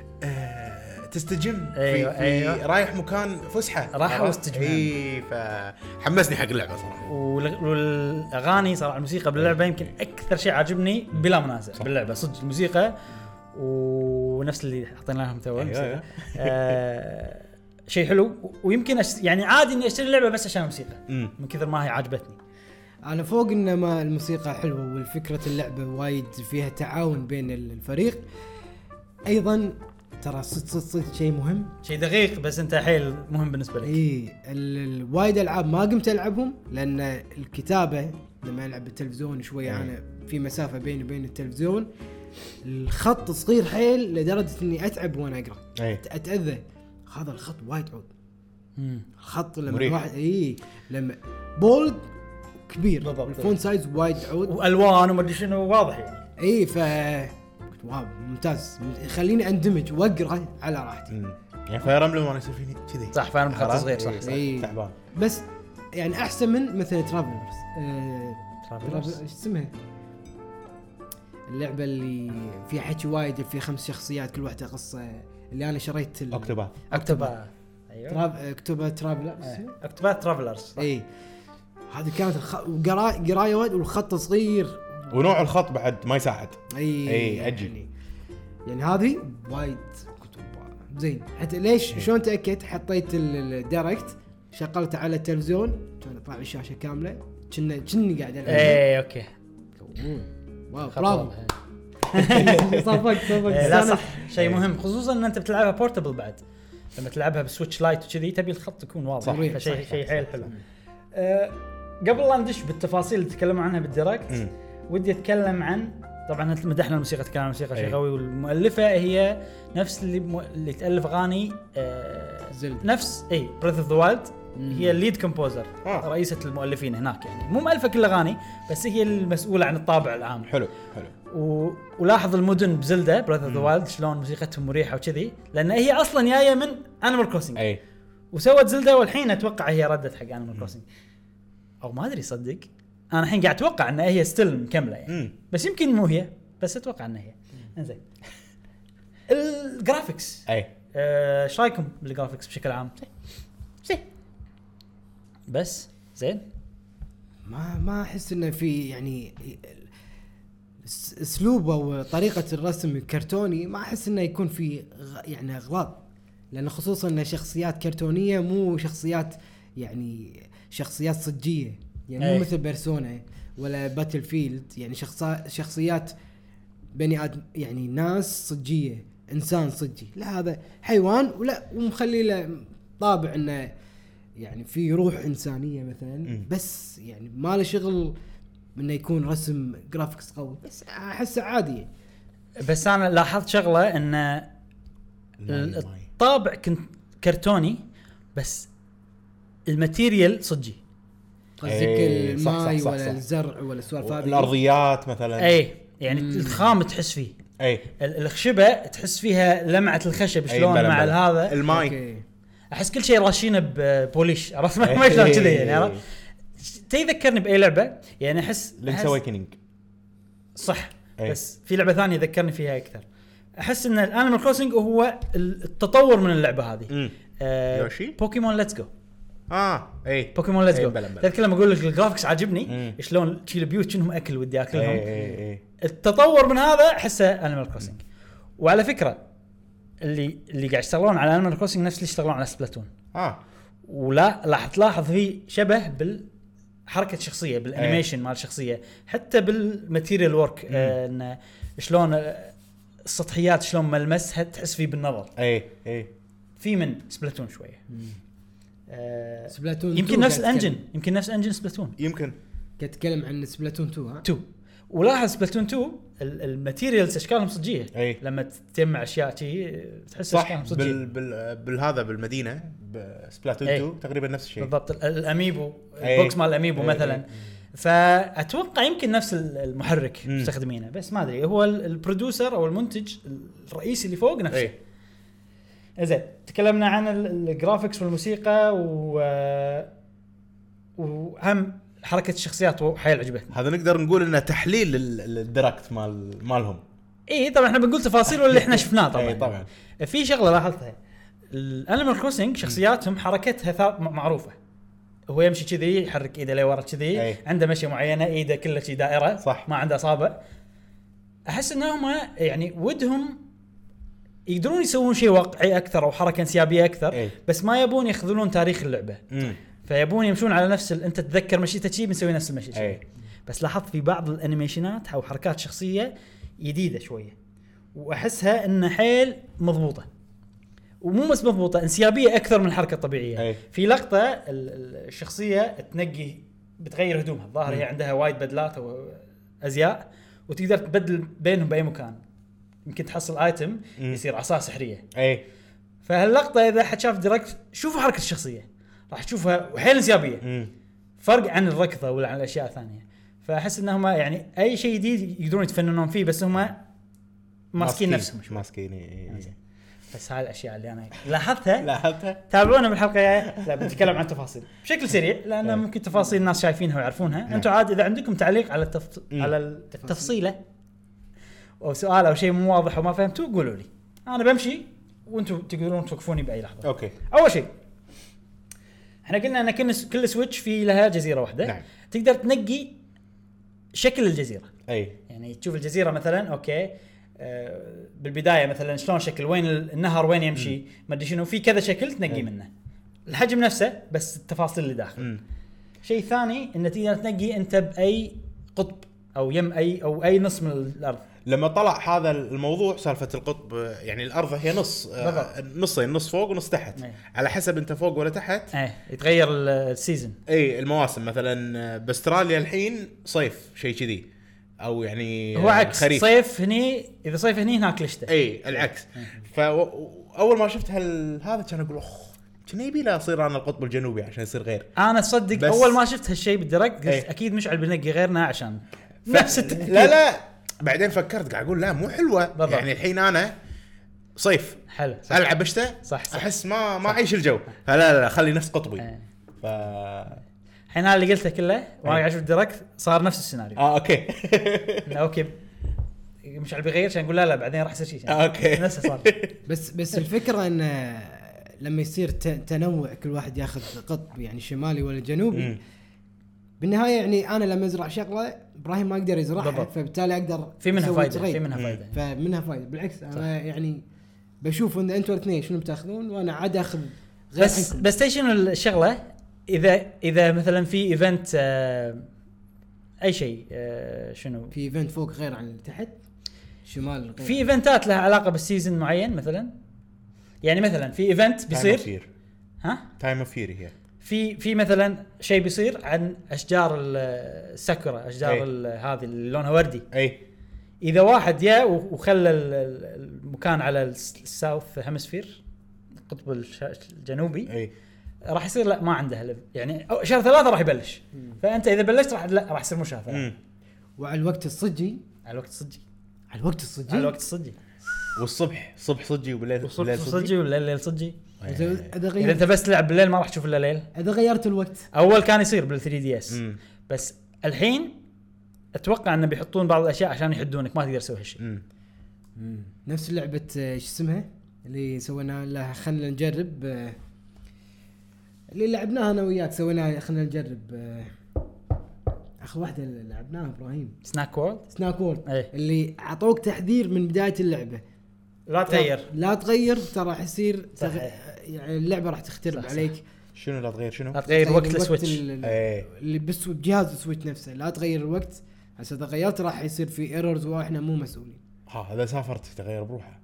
آه تستجم أيوة في, في أيوة. رايح مكان فسحه راحه واستجمام. اي فحمسني حق اللعبه صراحه. والاغاني صراحه الموسيقى باللعبه يمكن اكثر شيء عاجبني بلا منازع باللعبه صدق الموسيقى ونفس اللي حطينا لهم تو. أيوة. آه شيء حلو ويمكن أش... يعني عادي اني اشتري اللعبه بس عشان الموسيقى مم. من كثر ما هي عجبتني. انا فوق ان ما الموسيقى حلوه والفكره اللعبه وايد فيها تعاون بين الفريق، ايضا ترى صدق صدق صدق شيء مهم، شيء دقيق بس انت حيل مهم بالنسبه لك. اي وايد العاب ما قمت العبهم لان الكتابه لما العب بالتلفزيون شويه انا في مسافه بيني وبين التلفزيون، الخط صغير حيل لدرجه اني اتعب وانا اقرا اتاذى. هذا الخط وايد عود. مم. الخط لما مريح. واحد اي لما بولد كبير بالضبط. الفون سايز وايد عود والوان وما ادري شنو واضح يعني. اي ف واو ممتاز خليني اندمج واقرا على راحتي. مم. يعني فاير امبلم وانا يصير فيني كذي صح فاهم خط صغير صح, إيه، صح. إيه. تعبان. بس يعني احسن من مثلا ترافلرز. آه ترافلرز ايش اسمها اللعبه اللي فيها حكي وايد فيها خمس شخصيات كل واحدة قصه، اللي انا شريت ال... اكتوبات اكتوبات ايوه تراب اكتوبر ترافلرز. اكتوبات ترافلرز اي هذه كانت الخ... قرايه قرايه وايد والخط صغير ونوع الخط بعد ما يساعد. اي اي اجي يعني, يعني هذه وايد كتب زين. حتى ليش شلون تاكدت حطيت الدايركت شغلته على التلفزيون كان يطلع لي الشاشه كامله كنا كني قاعد العب. اي اوكي واو برافو صفقت صفقت. لا صح شيء مهم خصوصا ان انت بتلعبها بورتبل بعد لما تلعبها بسويتش لايت وكذي تبي الخط يكون واضح فشيء شيء حيل حلو. أه قبل لا ندش بالتفاصيل اللي تكلموا عنها بالديركت ودي اتكلم عن طبعا مدحنا الموسيقى تكلم عن الموسيقى شيء قوي والمؤلفه هي نفس اللي م... اللي تالف اغاني أه نفس اي بريث اوف ذا وايلد هي الليد كومبوزر آه. رئيسة المؤلفين هناك يعني مو مؤلفة كل الاغاني بس هي المسؤولة عن الطابع العام. حلو حلو. و... ولاحظ المدن بزلدة بريث اوف ذا وايلد شلون موسيقتهم مريحة وكذي لان هي اصلا جاية من انيمال كروسنج اي وسوت زلدة والحين اتوقع هي ردت حق انيمال كروسنج او ما ادري صدق انا الحين قاعد اتوقع ان هي ستيل مكملة يعني مم. بس يمكن مو هي بس اتوقع ان هي. انزين الجرافيكس اي ايش آه رايكم بالجرافيكس بشكل عام؟ زين بس زين ما ما احس انه في يعني اسلوبه وطريقه الرسم الكرتوني ما احس انه يكون في يعني اغلاط لان خصوصا ان شخصيات كرتونيه مو شخصيات يعني شخصيات صجيه يعني مو أي. مثل بيرسونا ولا باتل فيلد يعني شخصيات بني ادم يعني ناس صجيه انسان صجي لا هذا حيوان ولا ومخلي له طابع انه يعني في روح انسانيه مثلا م. بس يعني ما له شغل انه يكون رسم جرافيكس قوي بس احسه عادي. بس انا لاحظت شغله ان الطابع كنت كرتوني بس الماتيريال صجي قصدك الماي ولا صح الزرع ولا السوالف هذه الارضيات مثلا اي يعني مم. الخام تحس فيه اي الخشبه تحس فيها لمعه الخشب شلون مع هذا الماي أوكي. احس كل شيء راشينه ببوليش عرفت ما شلون كذا يعني عرفت تذكرني باي لعبه يعني احس لينكس اويكنينج صح أي. بس في لعبه ثانيه ذكرني فيها اكثر احس ان الانيمال كروسنج هو التطور من اللعبه هذه آه بوكيمون ليتس جو اه اي بوكيمون ليتس جو تذكر لما اقول لك الجرافيكس عاجبني شلون تشيل بيوت كأنهم اكل ودي اكلهم اي اي التطور من هذا احسه انيمال كروسنج. وعلى فكره اللي اللي قاعد يشتغلون على انيمال كروسنج نفس اللي يشتغلون على سبلاتون اه ولا راح تلاحظ فيه شبه بالحركه الشخصيه بالانيميشن مال الشخصيه حتى بالماتيريال ورك آه ان شلون السطحيات شلون ملمسها تحس فيه بالنظر اي اي في من سبلاتون شويه آه سبلاتون يمكن نفس الانجن يمكن نفس انجن سبلاتون يمكن كتكلم عن سبلاتون تو ها تو ولاحظ سبلاتون تو الماتيريالز اشكالهم صجيه أي. لما تجمع اشياء شيء تحس اشكالهم صجيه بال بال بالهذا بالمدينه بسبلاتون تو تقريبا نفس الشيء بالضبط الاميبو البوكس مال الاميبو مثلا فاتوقع يمكن نفس المحرك مم. مستخدمينه، بس ما ادري هو ال- البرودوسر او المنتج الرئيسي اللي فوق نفسه. اي زين تكلمنا عن ال- الجرافيكس والموسيقى و وهم حركه الشخصيات وحيل عجبتني. هذا نقدر نقول انه تحليل ال- الديركت مال مالهم. اي طبعا احنا بنقول تفاصيل واللي احنا شفناه طبعا. اي طبعا. في شغله لاحظتها، الانيمال كروسنج شخصياتهم حركتها ثا- م- معروفه، هو يمشي كذي يحرك ايده لورا كذي، أي. عنده مشيه معينه، ايده كلها شي دائره صح. ما عنده اصابع. احس انهم يعني ودهم يقدرون يسوون شيء واقعي اكثر او حركه انسيابيه اكثر، أي. بس ما يبون يخذلون تاريخ اللعبه، امم فيبون يمشون على نفس ال... انت تتذكر مشيته شي بنسوي نفس المشي. أي. بس لاحظت في بعض الانيميشنات او حركات شخصيه جديده شويه، واحسها ان حيل مضبوطه، ومو بس مضبوطه، انسيابيه اكثر من الحركه الطبيعيه. أي. في لقطه ال- ال- الشخصيه تنقي بتغير هدومها، الظاهر هي عندها وايد بدلات وازياء وتقدر تبدل بينهم باي مكان، يمكن تحصل ايتم مم. يصير عصا سحريه. اي فهاللقطه اذا حد شاف ديركت شوفوا حركه الشخصيه راح تشوفها وحيل انسيابيه، امم فرق عن الركضه ولا عن الاشياء الثانيه. فاحس انهم يعني اي شيء جديد يقدرون يتفننون فيه، بس هم ماسكين نفسهم شوي. ماسكين إي. بس هاي الاشياء اللي انا لاحظتها. لاحظتها. تابعونا بالحلقه الجايه، لا بنتكلم عن تفاصيل بشكل سريع لان إيه. ممكن تفاصيل الناس شايفينها ويعرفونها. انتم عاد اذا عندكم تعليق على التف... مم. على التفصيله او سؤال او شيء مو واضح وما فهمتوه قولوا لي، انا بمشي وانتم تقدرون توقفوني باي لحظه. اوكي. اول شيء احنا قلنا ان كل كل سويتش في لها جزيره واحده. نعم. تقدر تنقي شكل الجزيره، اي يعني تشوف الجزيره مثلا اوكي آه بالبدايه مثلا شلون شكل، وين النهر وين يمشي، ما ادري شنو، في كذا شكل تنقي أي. منه الحجم نفسه بس التفاصيل اللي داخل. امم شيء ثاني ان تقدر تنقي انت باي قطب او يم اي او اي نص من الارض. لما طلع هذا الموضوع سالفه القطب، يعني الارض هي نص آه، بالضبط. نصين، نص فوق ونص تحت. أي. على حسب انت فوق ولا تحت. ايه يتغير ال- السيزون. اي المواسم مثلا آه، باستراليا الحين صيف شيء كذي، او يعني هو آه، عكس، خريف. صيف هني اذا صيف هني هناك لشته. اي العكس. فاول ما شفت هال... هذا كان اقول اخ كان يبي لا اصير انا القطب الجنوبي عشان يصير غير. انا تصدق بس- اول ما شفت هالشيء بالدرك قلت إيه. اكيد مشعل بنقي غيرنا عشان ف... نفس التفكير. لا لا بعدين فكرت قاعد اقول لا مو حلوه. بالضبط. يعني الحين انا صيف حلو صح. العب شتاء صح صح. احس ما ما اعيش الجو. فلا لا لا خلي نفس قطبي. إيه. ف الحين هذا اللي قلته كله وانا إيه. قاعد اشوف الدركت صار نفس السيناريو. اه اوكي. إنه اوكي مشعل بيغير عشان نقول لا لا بعدين راح يصير شيء آه، اوكي. نفسه صار. بس بس الفكره ان لما يصير ت- تنوع كل واحد ياخذ قطب يعني شمالي ولا جنوبي، مم. بالنهايه يعني انا لما ازرع شغله ابراهيم ما يقدر يزرعها، بالضبط. فبالتالي اقدر في منها أسوي فايده تغير. في منها مم. فايده. فمنها فايده بالعكس انا يعني بشوف ان انتم الاثنين شنو بتاخذون وانا عاد اخذ غير بس عنكم. بس شنو الشغله، اذا اذا مثلا في ايفنت آه اي شيء آه شنو في ايفنت فوق غير عن اللي تحت شمال غير في ايفنتات لها علاقه بالسيزون معين مثلا، يعني مثلا في ايفنت بيصير ها تايم اوف فيري هي. في في مثلا شيء بيصير عن اشجار ال- الساكورا، اشجار أي. ال- هذه اللي لونها وردي. اي اذا واحد جاء وخلى ال- ال- المكان على الس- الساوث هيمسفير القطب الش- الجنوبي اي راح يصير لا ما عنده هلف. يعني أو- شهر ثلاثة راح يبلش، فانت اذا بلشت راح لا راح يصير مو شهر ثلاثة امم وعلى الوقت الصجي على الوقت الصجي. على الوقت الصجي على الوقت الصجي والصبح صبح صجي وبالليل والصبح بالليل صجي والليل ليل صجي. اذا إذا اذا غيرت انت بس تلعب بالليل ما راح تشوف الا ليل. اذا غيرت الوقت اول كان يصير بال ثري دي اس امم بس الحين اتوقع انه بيحطون بعض الاشياء عشان يحدونك ما تقدر تسوي هالشيء. امم نفس لعبه آه، شو اسمها اللي سوينا لها خلينا نجرب آه، اللي لعبناها انا وياك سويناها خلينا نجرب آه، اخر واحده اللي لعبناها ابراهيم سناك وورد سناك وورد ايه اللي اعطوك تحذير من بدايه اللعبه لا تغير. لا تغير ترى راح يصير تغ... صحيح. يعني اللعبه راح تخترب صح، صح. عليك. شنو لا تغير شنو؟ لا تغير وقت السويتش. ال- ايه اللي بس بجهاز السويتش نفسه لا تغير الوقت عشان اذا غيرت راح يصير في ايرورز واحنا مو مسؤولين. ها هذا سافرت تغير بروحه.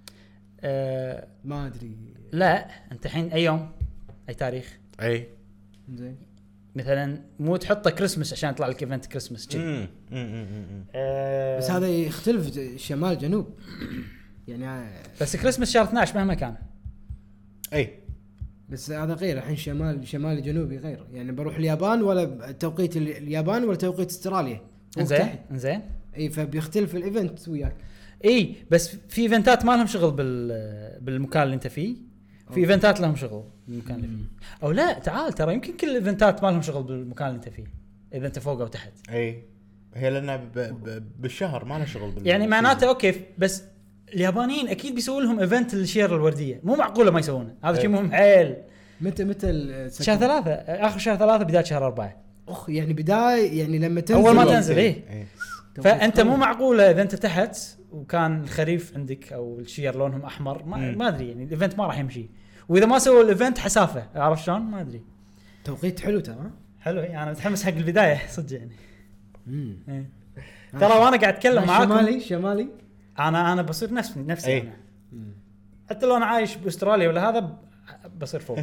آه ما ادري لا انت الحين اي يوم اي تاريخ اي زين مثلا مو تحطه كريسمس عشان يطلع لك ايفنت كريسمس كذي. امم امم آه بس هذا يختلف ج- شمال جنوب يعني آه، بس كريسمس شهر اثناشر مهما كان. اي بس هذا غير الحين شمال شمالي جنوبي غير يعني بروح اليابان ولا توقيت ال- اليابان ولا توقيت استراليا انزين انزين اي فبيختلف الايفنت وياك اي بس في ايفنتات ما لهم شغل بال بالمكان اللي انت فيه في ايفنتات لهم شغل بالمكان اللي فيه او لا تعال ترى يمكن كل الايفنتات ما لهم شغل بالمكان اللي انت فيه اذا انت فوق او تحت اي هي لنا ب... ب... بالشهر ما له شغل بال يعني معناته اوكي بس اليابانيين اكيد بيسوون لهم ايفنت للشير الورديه مو معقوله ما يسوونه هذا شيء مهم حيل متى متى السكن؟ شهر ثلاثة اخر شهر ثلاثة بداية شهر أربعة اخ يعني بدايه يعني لما تنزل اول ما وقت- تنزل ايه إيه. فانت مو معقوله اذا انت تحت وكان الخريف عندك او الشير لونهم احمر ما, مم. ما ادري يعني الايفنت ما راح يمشي واذا ما سووا الايفنت حسافه عرفت شلون ما ادري توقيت حلو ترى حلو يعني انا متحمس حق البدايه صدق يعني امم إيه. ترى وانا قاعد اتكلم معاكم شمالي شمالي انا انا بصير نفسي نفسي إيه. انا حتى لو انا عايش باستراليا ولا هذا ب- بصير فوق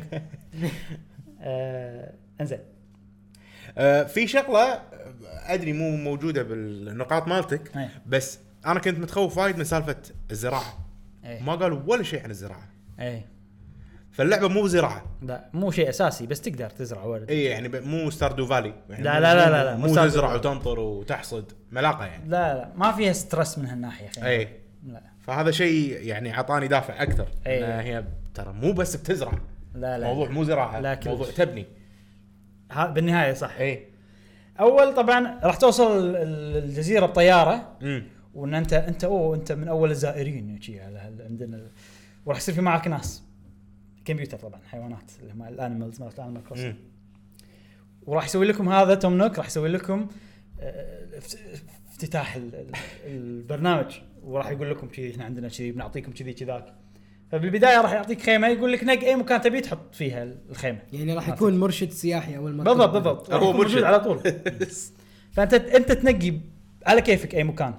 آه انزين آه في شغله آه، ادري مو موجوده بالنقاط مالتك أي. بس انا كنت متخوف وايد من سالفه الزراعه ايه ما قالوا ولا شيء عن الزراعه ايه فاللعبه مو زراعه لا مو شيء اساسي بس تقدر تزرع ورد اي يعني ب- مو ستاردو فالي يعني لا مو- لا لا لا لا، مو, مو مو ستاردو تزرع فالي. وتنطر وتحصد ملاقه يعني لا لا ما فيها ستريس من هالناحيه خلينا اي نقول. لا فهذا شيء يعني عطاني دافع اكثر أي. إنها هي ترى مو بس بتزرع لا لا موضوع مو زراعه لا، كلش. موضوع تبني ها بالنهايه صح اي اول طبعا راح توصل ال- ال- الجزيره بطياره امم وان انت انت اوه انت من اول الزائرين شي على هال- عندنا وراح يصير في معك ناس كمبيوتر طبعا حيوانات اللي هم الانيمالز مالت الانيمال كروسنج وراح يسوي لكم هذا توم نوك راح يسوي لكم آه، افت- افتتاح ال- ال- البرنامج وراح يقول لكم كذي احنا عندنا كذي بنعطيكم كذي كذاك فبالبدايه راح يعطيك خيمه يقول لك نق اي مكان تبي تحط فيها الخيمه يعني راح يكون مرشد سياحي اول ما بالضبط تكون- بالضبط هو هو موجود مرشد. على طول فانت انت تنقي على كيفك اي مكان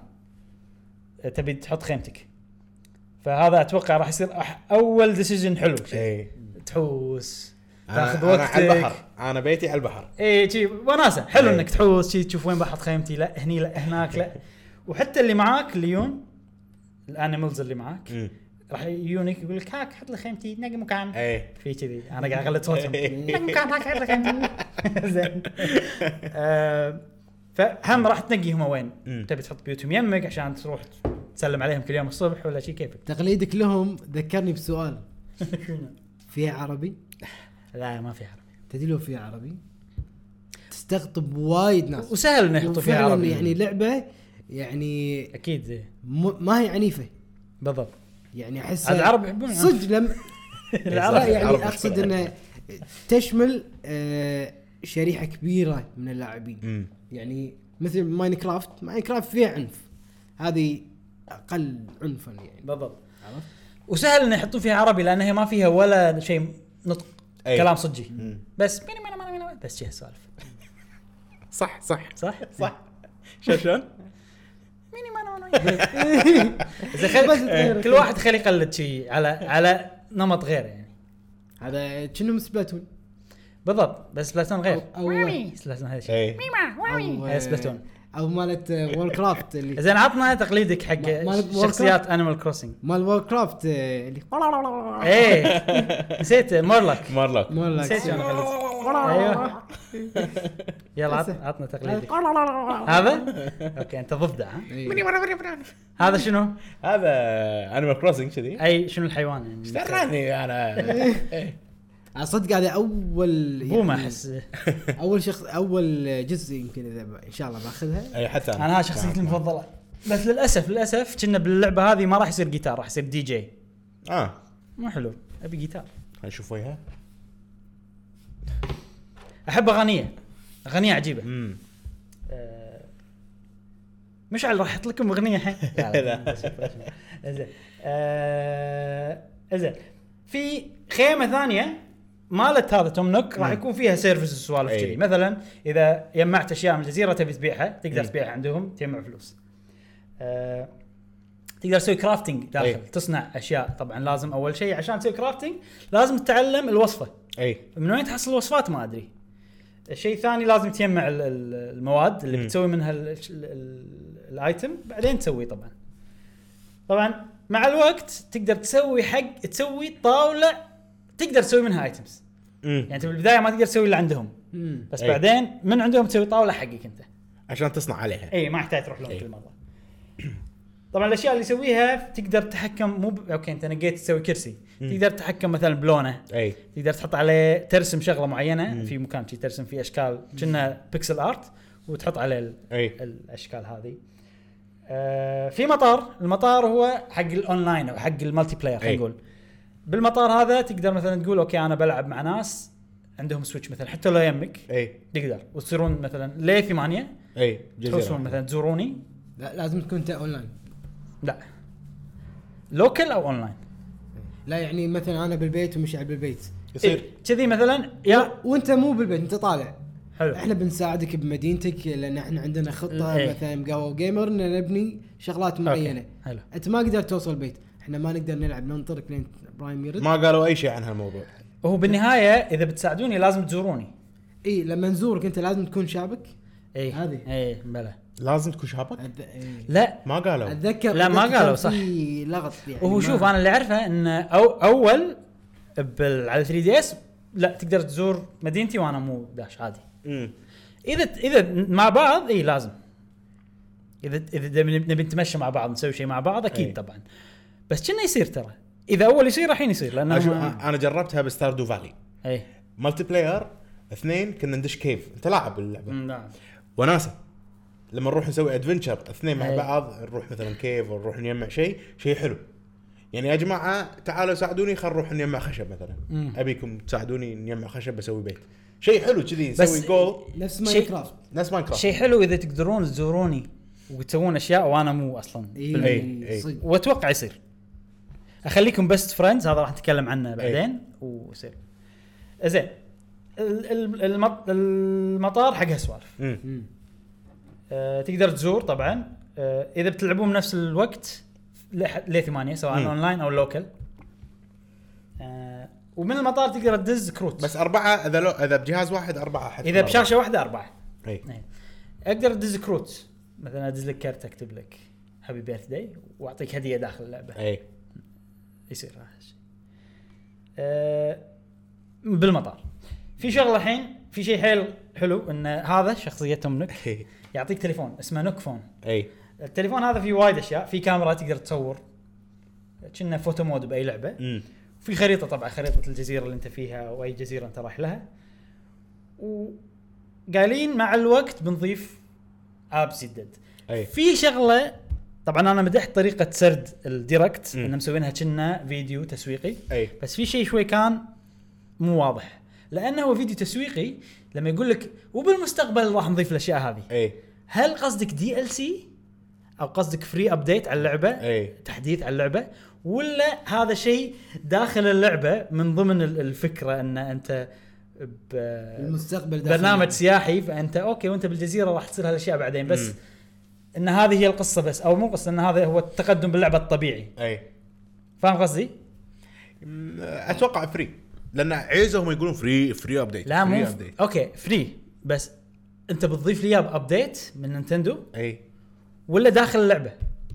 تبي تحط خيمتك فهذا اتوقع راح يصير أح- اول ديسيجن حلو شيء. اي تحوس أنا- تاخذ أنا على وقتك البحر انا بيتي على البحر اي شي وناسه حلو إيه. انك تحوس شي تشوف وين بحط خيمتي لا هني لا هناك لا وحتى اللي معاك اللي يون الانيمالز اللي معاك امم راح يجونك يقول لك هاك حط لي خيمتي نقي مكان اي في كذي انا قاعد اغلط صوتهم نقي مكان هاك حط لي خيمتي زين آه، فهم راح تنقيهم وين مم. تبي تحط بيوتهم يمك عشان تروح تسلم عليهم كل يوم الصبح ولا شيء كيفك تقليدك لهم ذكرني بسؤال فيها عربي لا ما في عربي تدري لو فيها عربي تستقطب وايد ناس وسهل انه يحطوا فيها وفعلاً عربي يعني لعبه يعني اكيد م- ما هي عنيفه بالضبط يعني احس العرب يحبون صدق لم العرب لا يعني العرب اقصد مشكلة. انه تشمل آه، شريحه كبيره من اللاعبين امم يعني مثل ماينكرافت ماينكرافت فيها عنف هذه اقل عنفا يعني بالضبط عرفت وسهل انه يحطون فيها عربي لان هي ما فيها ولا شيء نطق أي. كلام صجي مم. بس ميني مانا مانا مانا بس شي سالفه صح صح صح صح شوف شلون ميني مانا مانا زين خل... كل واحد خليه يقلد شيء على على نمط غير يعني هذا كأنه سبلاتون بالضبط بس سبلاتون غير أو- أو- سبلاتون هذا شيء اي أو هي سبلاتون. او مالت وور كرافت اللي زين عطنا تقليدك حق ما- مال- شخصيات انيمال كروسنج مال وور كرافت اللي ايه نسيت مورلك مارلوك مالك نسيت شلون اقلد ايوه يلا عط- عطنا تقليدك هذا اوكي انت ضفدع ها إيه. هذا شنو هذا انيمال كروسنج كذي اي شنو الحيوان يعني دراني انا صدق هذا اول بومه يعني احس اول شخص اول جزء يمكن اذا ب- ان شاء الله باخذها اي حتى انا هاي شخصيتي المفضله بس للاسف للاسف كنا باللعبه هذه ما راح يصير جيتار راح يصير دي جي اه مو حلو ابي جيتار نشوف وجهها احب اغانيه اغانيه عجيبه امم آه، مشعل راح احط لكم اغنيه الحين لا. زين آه، زين في خيمه ثانيه مالت هذا توم نوك راح يكون فيها سيرفيس وسوالف أي. كذي مثلا اذا جمعت اشياء من الجزيره تبي تبيعها تقدر أي. تبيعها عندهم تجمع فلوس آه، تقدر تسوي كرافتنج داخل أي. تصنع اشياء طبعا لازم اول شيء عشان تسوي كرافتنج لازم تتعلم الوصفه اي من وين تحصل الوصفات ما ادري الشيء الثاني لازم تجمع ال- ال- المواد اللي مم. بتسوي منها ال- ال- ال- الايتم بعدين تسوي طبعا طبعا مع الوقت تقدر تسوي حق تسوي طاوله تقدر تسوي منها ايتمز. امم يعني انت بالبدايه ما تقدر تسوي اللي عندهم، مم. بس أي. بعدين من عندهم تسوي طاوله حقك انت. عشان تصنع عليها. اي ما يحتاج تروح لهم أي. كل مره. طبعا الاشياء اللي يسويها تقدر تتحكم، مو ب... اوكي انت نقيت تسوي كرسي، مم. تقدر تتحكم مثلا بلونه، اي تقدر تحط عليه ترسم شغله معينه مم. في مكان شي ترسم فيه اشكال كنا بيكسل ارت وتحط عليه ال... اي الاشكال هذه. آه في مطار، المطار هو حق الاونلاين او حق المالتي بلاير خلينا أي. نقول. بالمطار هذا تقدر مثلا تقول اوكي انا بلعب مع ناس عندهم سويتش مثلا حتى لو يمك اي تقدر، وتصيرون مثلا ليه ثمانية اي تحوسون مثلا تزوروني. لا لازم تكون انت اونلاين. لا لوكل او اونلاين. لا يعني مثلا انا بالبيت ومشعل بالبيت يصير إيه، كذي مثلا يا وانت مو بالبيت انت طالع، حلو احنا بنساعدك بمدينتك لان احنا عندنا خطه إيه. مثلا مقهوه جيمر إن نبني شغلات معينه. أوكي. حلو. انت ما قدرت توصل البيت، احنا ما نقدر نلعب ننطرك لين ابراهيم يرد. ما قالوا اي شيء عن هالموضوع. وهو بالنهايه اذا بتساعدوني لازم تزوروني. اي لما نزورك انت لازم تكون شابك. اي هذه. اي بلا لازم تكون شابك. أد... إيه. لا. ما قالوا. اتذكر لا، ما أتذكر قالوا كان صح. في لغط يعني. وهو ما- شوف انا اللي اعرفه ان أو اول بال على ثري دي اس لا تقدر تزور مدينتي وانا مو داش عادي. امم اذا اذا مع بعض اي لازم، اذا اذا نبي نتمشى مع بعض نسوي شيء مع بعض اكيد أي. طبعا، بس كنا يصير ترى اذا اول يصير الحين يصير لانه أشوف ما- انا جربتها بستاردو فالي اي مالتي بلاير اثنين، كنا ندش كيف، انت لاعب اللعبه نعم وناسه. لما نروح نسوي ادفنتشر اثنين مع أي. بعض، نروح مثلا كيف ونروح نجمع شيء شيء حلو. يعني يا جماعه تعالوا ساعدوني خل نروح نجمع خشب مثلا. مم. ابيكم تساعدوني نجمع خشب بسوي بيت، شيء حلو كذي بس- نسوي جول نفس شيء- ماينكرافت. نفس ماينكرافت. شيء حلو اذا تقدرون تزوروني وتسوون اشياء وانا مو اصلا بالبيت. إي. إي. صدق. واتوقع يصير. اخليكم بست فريندز، هذا راح نتكلم عنه بعدين ويصير. زين ال- ال- المط- المطار حق هالسوالف. امم مم. أه تقدر تزور طبعا. أه اذا بتلعبون بنفس الوقت ل ثمانية سواء مم. اونلاين او لوكل. أه ومن المطار تقدر تدز كروت. بس اربعه اذا لو اذا بجهاز واحد اربعه حتى اذا بشاشه واحده اربعه. اي ايه. اقدر ادز كروت، مثلا ادز لك كارت اكتب لك هابي بيرث داي واعطيك هديه داخل اللعبه. اي يصير هذا الشيء. أه بالمطار في شغله الحين، في شيء حيل حلو ان هذا شخصيتهم نك اي يعطيك تليفون اسمه نوك فون. اي التليفون هذا فيه وايد اشياء، في كاميرا تقدر تصور كأنه فوتو مود باي لعبه، امم في خريطه طبعا خريطه الجزيره اللي انت فيها واي جزيره انت رايح لها، وقايلين مع الوقت بنضيف ابس جدد. اي في شغله طبعا انا مدحت طريقه سرد الديركت مم. ان مسوينها كنا فيديو تسويقي، اي بس في شيء شوي كان مو واضح لانه هو فيديو تسويقي. لما يقول لك وبالمستقبل راح نضيف الاشياء هذه، اي هل قصدك دي ال سي او قصدك فري ابديت على اللعبه، اي تحديث على اللعبه، ولا هذا شيء داخل اللعبه من ضمن ال- الفكره ان انت المستقبل داخل برنامج اللعبة. سياحي فانت اوكي وانت بالجزيره راح تصير هالاشياء بعدين، بس مم. ان هذه هي القصه بس، او مو قصه ان هذا هو التقدم باللعبه الطبيعي. اي فاهم قصدي؟ اتوقع فري، لان عايزهم يقولون فري فري ابديت. لا مو فري ف... ابديت. اوكي فري، بس انت بتضيف لي اياه بابديت من نينتندو اي ولا داخل اللعبه؟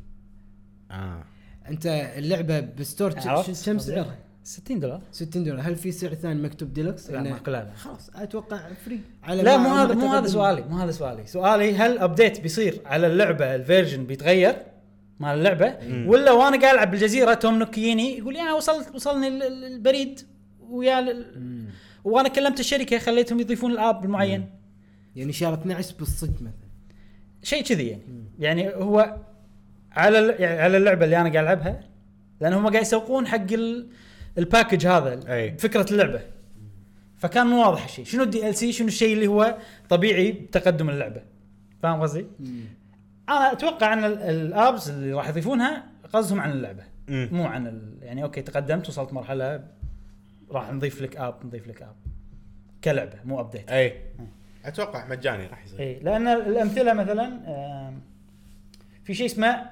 اه انت اللعبه بستور عرفت؟ كم سعرها؟ ستين دولار. ستين دولار. هل في سعر ثاني مكتوب ديلكس؟ لا إنه- ما لا لا. خلاص اتوقع فري. على لا ما- مو على هذا ما مو هذا تقدم. سؤالي، مو هذا سؤالي. سؤالي هل ابديت بيصير على اللعبه الفيرجن بيتغير مال اللعبه، مم. ولا وانا قاعد العب بالجزيره توم نوكييني يقول يا وصلت وصلني ال- ال- البريد ويا ال- مم. وانا كلمت الشركه خليتهم يضيفون الاب المعين. يعني شهر اثنا عشر بالصدق مثلا. شيء كذي يعني. يعني هو على ال- يعني على اللعبه اللي انا قاعد العبها، لان هم قاعد يسوقون حق ال- الباكج هذا أي. فكره اللعبه، فكان مو واضح الشيء شنو الدي ال سي، شنو الشيء اللي هو طبيعي بتقدم اللعبه. فاهم قصدي؟ انا اتوقع ان ال- الابس اللي راح يضيفونها قصدهم عن اللعبه، مم. مو عن ال... يعني اوكي تقدمت وصلت مرحله راح نضيف لك اب نضيف لك اب كلعبه مو ابديت. اي اتوقع مجاني راح يصير. اي لان الامثله مثلا آم، في شيء اسمه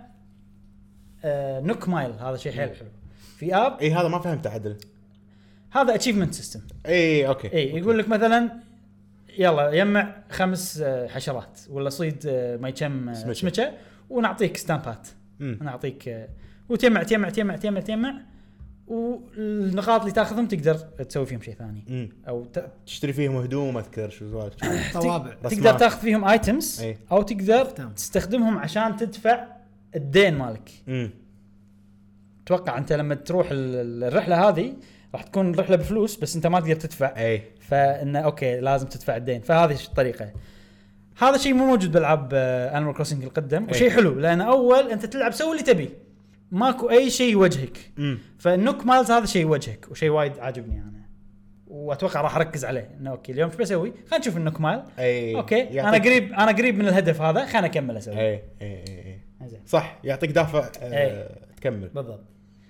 آه، نوك مايل، هذا شيء حيل حلو في اب. اي هذا ما فهمته عدل. هذا اتشيفمنت سيستم. اي اوكي اي يقول لك مثلا يلا يجمع خمس آه، حشرات ولا صيد آه، ما يكم آه، سمكة. سمكه ونعطيك ستامبات، مم. نعطيك آه، وتجمع تجمع تجمع تجمع تجمع والنقاط اللي تاخذهم تقدر تسوي فيهم شيء ثاني مم. او ت... تشتري فيهم هدوم اذكر شو سوالف طوابع تقدر تاخذ فيهم ايتمز أي. او تقدر ختام. تستخدمهم عشان تدفع الدين مالك. امم توقع انت لما تروح ال- الرحله هذه راح تكون رحله بفلوس بس انت ما تقدر تدفع اي فانه اوكي لازم تدفع الدين. فهذه الطريقه. هذا شيء مو موجود بالعاب انيمال كروسنج القدم وشيء حلو لان اول انت تلعب سوي اللي تبي ماكو اي شيء يوجهك. امم فالنوك مالز هذا شيء يوجهك وشيء وايد عاجبني انا واتوقع راح اركز عليه انه اوكي اليوم شو بسوي خلينا نشوف النوك مال اي اوكي انا قريب انا قريب من الهدف هذا خلينا اكمل اسوي. اي اي اي زين صح يعطيك دافع آه أي. تكمل بالضبط.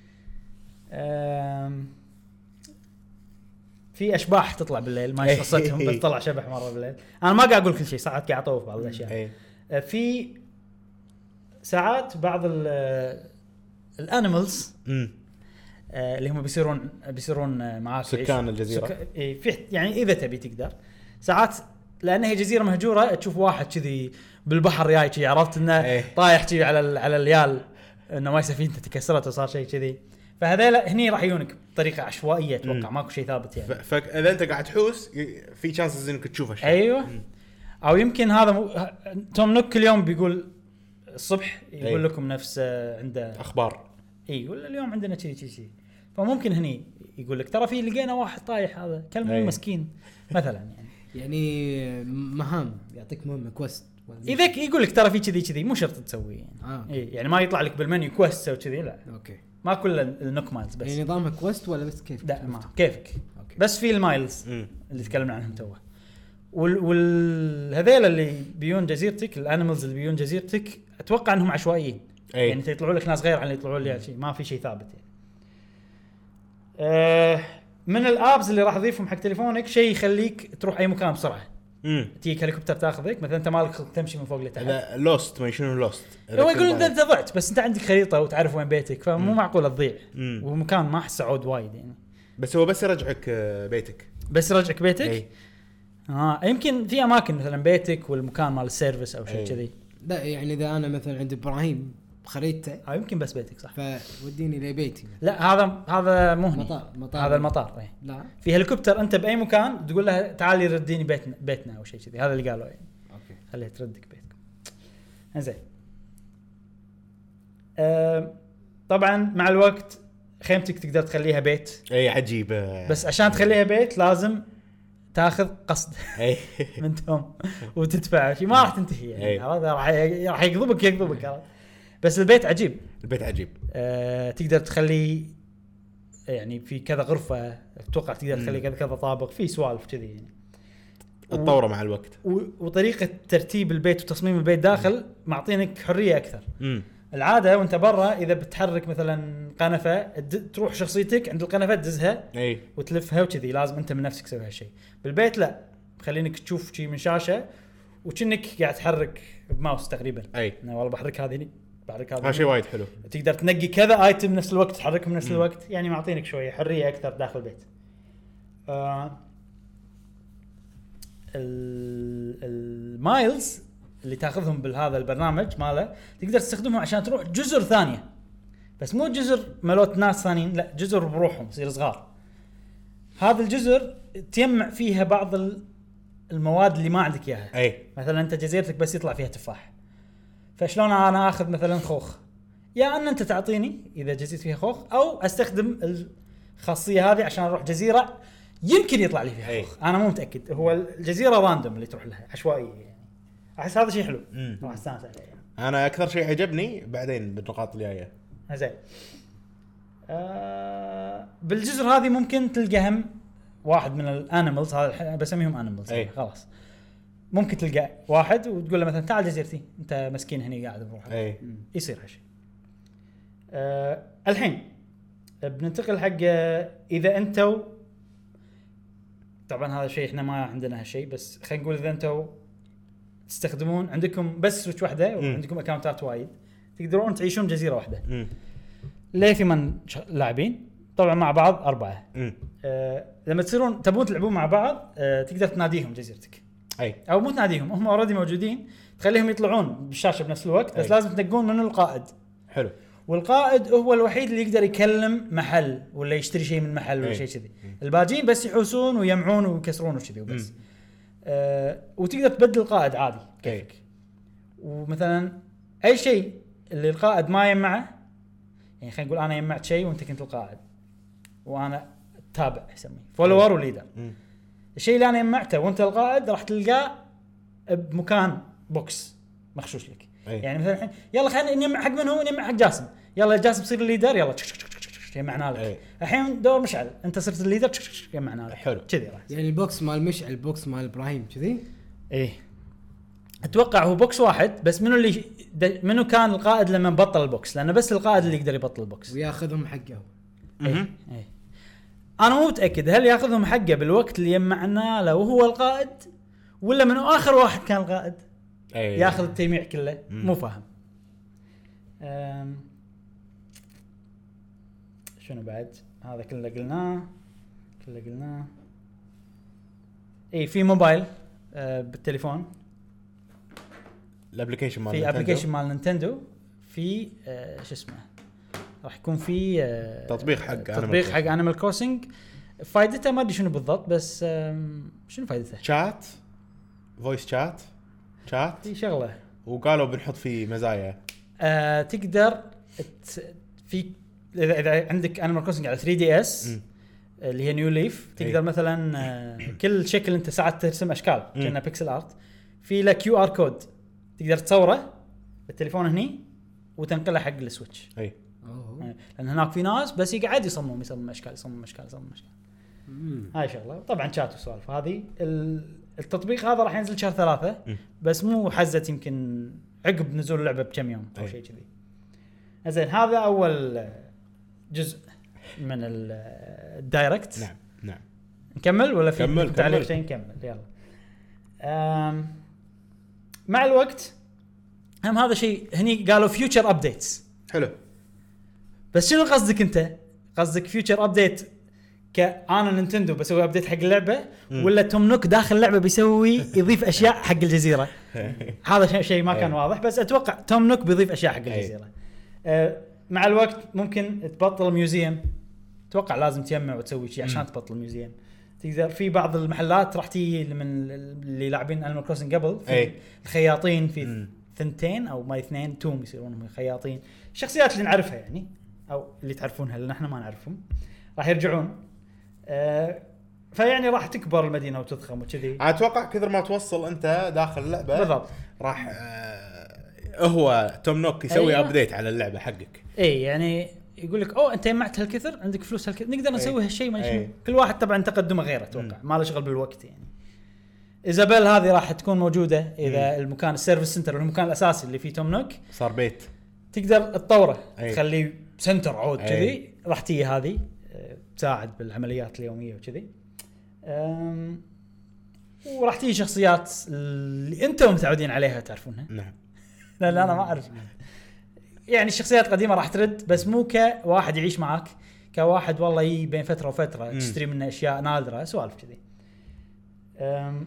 أم... في اشباح تطلع بالليل ما قصتهم بس طلع شبح مره بالليل. انا ما قاعد اقول كل شيء ساعات قاعد اطوف بعض الاشياء. اي أه، في ساعات بعض الانيمالز امم اللي هم بيصيرون بيصيرون معاك سكان الجزيرة. سك... إيه، في يعني اذا تبي تقدر ساعات لان هي جزيره مهجوره تشوف واحد كذي بالبحر جاي كذي عرفت انه إيه. طايح كذي على ال... على اليال انه ما سفينته تكسرت وصار شيء كذي. فهذيلا هني راح يجونك بطريقه عشوائيه اتوقع ماكو شيء ثابت يعني. فاذا انت قاعد تحوس ي- في تشانسز انك تشوف اشياء. ايوه او يمكن هذا م... توم نوك كل يوم بيقول الصبح يقول أي. لكم نفس آه، عنده اخبار. اي يقول اليوم عندنا شيء شيء شيء. فممكن هني يقول لك ترى في لقينا واحد طايح هذا كلمه أي. مسكين مثلا يعني. يعني مهام يعطيك مهمه كويست اذا يقول لك ترى في كذي كذي مو شرط تسويه يعني. آه. اي يعني ما يطلع لك بالمنيو كويست او كذي لا اوكي ما كل النوك مايلز بس يعني نظامها كويست ولا بس كيف لا ما كيفك أوكي. بس في المايلز امم اللي تكلمنا عنهم توه وال, وال... هذيل اللي بيون جزيرتك الانيمالز اللي بيون جزيرتك اتوقع انهم عشوائيين. أي. يعني يطلعوا لك ناس غير عن اللي يطلعوا لي شيء ما في شيء ثابت يعني. أه من الابز اللي راح اضيفهم حق تليفونك شيء يخليك تروح اي مكان بسرعه. امم تيجي هليكوبتر تاخذك مثلا انت مالك تمشي من فوق لتحت. هذا لوست ما شنو لوست هو يقول انت انت ضعت بس انت عندك خريطه وتعرف وين بيتك فمو مم. معقول تضيع. مم. ومكان ما احس عود وايد يعني بس هو بس يرجعك آه، بيتك. بس يرجعك بيتك. اي اه يمكن في اماكن مثلا بيتك والمكان مال السيرفيس او شيء أي. كذي. لا يعني اذا انا مثلا عند ابراهيم خريطته او يمكن بس بيتك صح. فوديني لبيتي لا هذا هذا مو هني. مطار مطار هذا المطار اي لا في هليكوبتر انت باي مكان تقول له تعالي رديني بيتنا بيتنا او شيء كذي هذا اللي قالوا يعني اوكي خليه تردك بيتكم. زين آه طبعا مع الوقت خيمتك تقدر تخليها بيت اي عجيب آه. بس عشان تخليها بيت لازم تاخذ قصد اي من توم وتدفع شيء ما راح تنتهي يعني أي. هذا راح راح يقضبك يقضبك عرفت؟ بس البيت عجيب. البيت عجيب. أه تقدر تخلي يعني في كذا غرفه اتوقع تقدر تخلي كذا كذا طابق في سوالف كذي يعني تطوره مع الوقت و... وطريقه ترتيب البيت وتصميم البيت داخل معطينك حريه اكثر. امم العاده وانت برا اذا بتحرك مثلا قنفه الد... تروح شخصيتك عند القنفه تدزها اي وتلفها وكذي لازم انت من نفسك تسوي هالشيء. بالبيت لا خلينك تشوف شيء من شاشه وكأنك قاعد تحرك بماوس تقريبا. اي انا والله بحرك هذه لي بحرك هذا هذا شيء وايد حلو. تقدر تنقي كذا ايتم نفس الوقت تحركهم نفس مم. الوقت يعني معطينك شويه حريه اكثر داخل البيت. آه المايلز اللي تاخذهم بهذا البرنامج ماله تقدر تستخدمهم عشان تروح جزر ثانيه بس مو جزر ملوت ناس ثانيين لا جزر بروحهم تصير صغار. هذا الجزر تجمع فيها بعض المواد اللي ما عندك اياها. اي مثلا انت جزيرتك بس يطلع فيها تفاح فشلون انا اخذ مثلا خوخ يا ان انت تعطيني اذا جزيرتي فيها خوخ او استخدم الخاصيه هذه عشان اروح جزيره يمكن يطلع لي فيها أي. خوخ انا مو متاكد. هو الجزيره راندوم اللي تروح لها عشوائيه يعني احس هذا شيء حلو مم. راح استانس عليه يعني. انا اكثر شيء عجبني بعدين بالنقاط اللي جايه. زين آه بالجزر هذه ممكن تلقى هم واحد من الانيمالز هذا بسميهم انيمالز أي. خلاص ممكن تلقى واحد وتقول له مثلا تعال جزيرتي انت مسكين هني قاعد بروحك اي يصير هالشيء. أه الحين بننتقل حق آه، اذا انتوا طبعا هذا الشيء احنا ما عندنا هالشيء بس خلينا نقول اذا انتوا تستخدمون عندكم بس سويتش واحده وعندكم اكونتات وايد تقدرون تعيشون جزيره واحده امم ليه في من ش- لاعبين طبعا مع بعض اربعه. امم أه لما تصيرون تبون تلعبون مع بعض أه تقدر تناديهم جزيرتك اي او مو تناديهم هم اوريدي موجودين تخليهم يطلعون بالشاشه بنفس الوقت بس أي. لازم تنقون من القائد حلو والقائد هو الوحيد اللي يقدر يكلم محل ولا يشتري شيء من محل ولا أي. شيء كذي. الباجين بس يحوسون ويمعون ويكسرون وكذي وبس. آه وتقدر تبدل القائد عادي كيفك. ومثلا اي شيء اللي القائد ما يجمعه، يعني خلينا نقول انا جمعت شيء وانت كنت القائد وانا تابع يسميه فولور وليدر. الشيء اللي انا جمعته وانت القائد راح تلقاه بمكان بوكس مخشوش لك. أي. يعني مثلا الحين يلا خلينا نجمع حق من هو نجمع حق جاسم، يلا جاسم صير الليدر، يلا جمعنا لك. أي. الحين دور مشعل انت صرت الليدر جمعنا لك. حلو كذي راح يعني البوكس مال مشعل البوكس مال ابراهيم كذي. ايه اتوقع هو بوكس واحد بس. منو اللي منو كان القائد لما بطل البوكس؟ لانه بس القائد اللي يقدر يبطل البوكس وياخذهم حقه. ايه. ايه. انا مو متاكد هل ياخذهم حقه بالوقت اللي يجمعنا له وهو القائد ولا منو اخر واحد كان القائد أي. ياخذ التجميع كله. مم. مو فاهم. أم... شنو بعد؟ هذا كله قلناه كله قلناه. اي في موبايل آه بالتليفون، الابلكيشن مال في نينتندو. ابلكيشن مال نينتندو، في آه شو اسمه راح يكون في آه تطبيق حق تطبيق Animal حق انيمال كروسنج. فائدته ما ادري شنو بالضبط بس شنو فائدته؟ شات فويس شات شات في شغله وقالوا بنحط فيه مزايا. آه تقدر ت... في اذا اذا عندك انيمال كروسنج على ثري دي اس اللي هي نيو ليف تقدر أي. مثلا آه كل شكل انت ساعات ترسم اشكال كأنه بيكسل ارت، في له كيو ار كود تقدر تصوره بالتليفون هني وتنقله حق السويتش. اي اوه لان هناك في ناس بس يقعد يصمم يصمم اشكال يصمم اشكال يصمم اشكال. هاي شغله طبعا شات وسوالف. هذه التطبيق هذا راح ينزل شهر ثلاثة بس مو حزت يمكن عقب نزول اللعبه بكم يوم او شيء كذي. زين هذا اول جزء من الدايركت. نعم نعم نكمل ولا في كمل تعليق كمل. شيء؟ نكمل يلا. أم مع الوقت هم هذا شيء هني قالوا فيوتشر ابديتس. حلو. بس شنو قصدك انت؟ قصدك فيوتشر ابديت كأنا نينتندو بسوي ابديت حق اللعبه مم. ولا توم نوك داخل اللعبه بيسوي يضيف اشياء حق الجزيره؟ هذا شيء شيء ما كان أي. واضح بس اتوقع توم نوك بيضيف اشياء حق أي. الجزيره. أه مع الوقت ممكن تبطل ميوزيوم، اتوقع لازم تجمع وتسوي شيء عشان تبطل ميوزيوم. تقدر في بعض المحلات راح تيجي من اللي لاعبين انيمال كروسنج قبل في أي. الخياطين في مم. ثنتين او ما اثنين توم يصيرون خياطين، الشخصيات اللي نعرفها يعني او اللي تعرفونها لان احنا ما نعرفهم راح يرجعون. أه فيعني راح تكبر المدينه وتضخم وكذي. اتوقع كثر ما توصل انت داخل اللعبه بالضبط راح آه هو توم نوك يسوي أيوة. ابديت على اللعبه حقك. اي يعني يقول لك اوه انت جمعت هالكثر عندك فلوس هالكثر نقدر نسوي هالشيء ما أي. شنو. كل واحد طبعا تقدمه غيره اتوقع ما له شغل بالوقت يعني. ايزابيل هذه راح تكون موجوده اذا مم. المكان السيرفيس سنتر المكان الاساسي اللي فيه توم نوك صار بيت تقدر تطوره أي. تخليه سنتر عود أي. كذي. راح تيجي هذه آه، تساعد بالعمليات اليوميه وكذي. أم، وراح تيجي شخصيات اللي انتم متعودين عليها تعرفونها. نعم. لا لا انا ما اعرف يعني الشخصيات القديمه راح ترد بس مو كواحد يعيش معك، كواحد والله يجي بين فتره وفتره مم. تشتري منه اشياء نادره سوالف كذي. أم،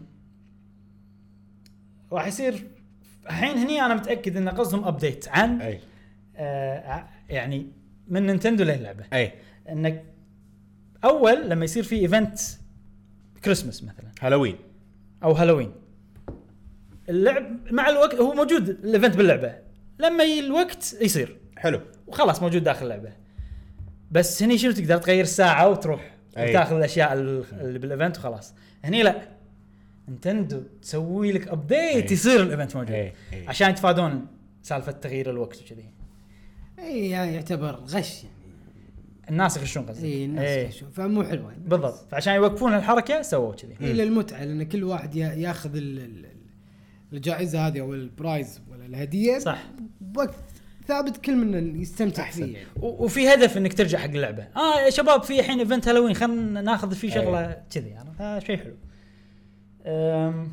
راح يصير الحين هني انا متاكد ان قصدهم ابديت عن اي آه يعني من نينتندو للعبه. اي انك اول لما يصير في ايفنت كريسمس مثلا هالوين او هالوين اللعب مع الوقت هو موجود الايفنت باللعبه لما يجي الوقت يصير حلو وخلاص موجود داخل اللعبه. بس هني شنو تقدر تغير الساعه وتروح أي. وتاخذ الاشياء اللي بالايفنت وخلاص. هني لا نينتندو تسوي لك ابديت أي. يصير الايفنت موجود أي. أي. عشان يتفادون سالفه تغيير الوقت وكذي. اي يعني يعتبر غش يعني. الناس يخشون قصدي اي الناس إيه. يخشون فمو حلوه يعني. بالضبط فعشان يوقفون هالحركه سووا كذي. هي للمتعه لان كل واحد يا- ياخذ ال- ال- الجائزه هذه او البرايز ولا الهديه صح بوقت ثابت كل من يستمتع أحسن. فيه يعني. و- وفي هدف انك ترجع حق اللعبه. اه يا شباب في الحين ايفنت هالوين خلينا ناخذ فيه شغله كذي يعني هذا شيء حلو. أم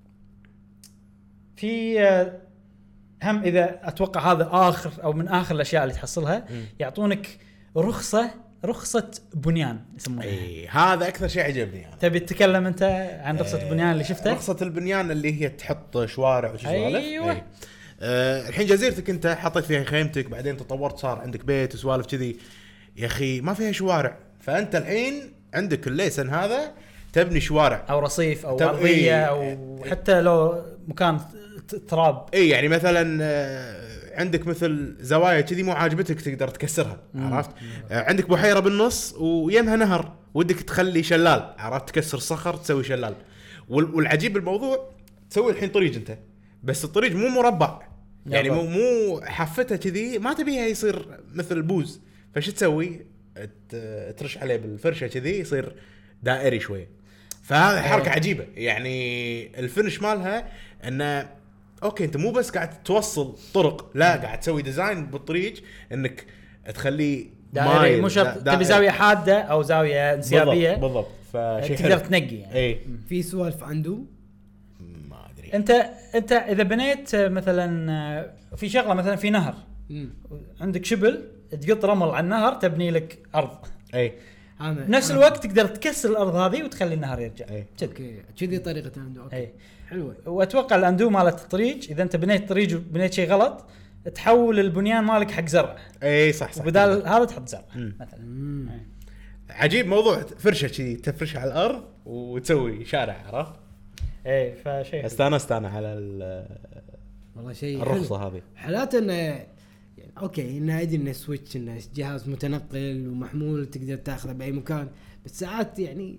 في آه، هم اذا اتوقع هذا اخر او من اخر الاشياء اللي تحصلها مم. يعطونك رخصه رخصه بنيان يسمونها. اي هذا اكثر شيء عجبني انا. تبي تتكلم انت عن رخصه البنيان اللي شفتها؟ رخصة البنيان اللي هي تحط شوارع وشي سوالف. أيوة. أي. أه الحين جزيرتك انت حطيت فيها خيمتك، بعدين تطورت صار عندك بيت وسوالف كذي، يا اخي ما فيها شوارع، فانت الحين عندك الليسن هذا تبني شوارع او رصيف او تب... ارضيه إيه. او حتى لو مكان ت- تراب. اي يعني مثلا آه، عندك مثل زوايا كذي مو عاجبتك تقدر تكسرها، عرفت؟ آه، عندك بحيره بالنص ويمها نهر ودك تخلي شلال، عرفت؟ تكسر صخر تسوي شلال. وال- والعجيب بالموضوع تسوي الحين طريق انت، بس الطريق مو مربع، يعني مو مو حفتها كذي، ما تبيها يصير مثل البوز، فش تسوي؟ ت- ترش عليه بالفرشه كذي يصير دائري شويه. فهذا حركه عجيبه، يعني الفينش مالها انه اوكي انت مو بس قاعد توصل طرق، لا قاعد تسوي ديزاين بالطريق انك تخليه دائري، مو شرط تبي زاويه حاده او زاويه انسيابيه بالضبط. فشيء تقدر تنقي يعني. اي في سوالف عنده ما ادري. انت انت اذا بنيت مثلا في شغله مثلا في نهر، عندك شبل تقط رمل على النهر تبني لك ارض، اي بنفس الوقت تقدر تكسر الارض هذه وتخلي النهر يرجع. أي. اوكي كذي طريقه عنده. اوكي أي. حلوه. واتوقع الاندو مالت الطريق اذا انت بنيت طريق وبنيت شيء غلط تحول البنيان مالك حق زرع، اي صح صح، وبدال هذا تحط زرع مم. مثلا. مم. عجيب موضوع فرشه كذي تفرشها على الارض وتسوي شارع، عرفت؟ اي فشيء استانست انا على ال- والله شيء الرخصه هذه. حالات انه يعني اوكي انه ادري انه سويتش انه جهاز متنقل ومحمول تقدر تاخذه باي مكان، بس ساعات يعني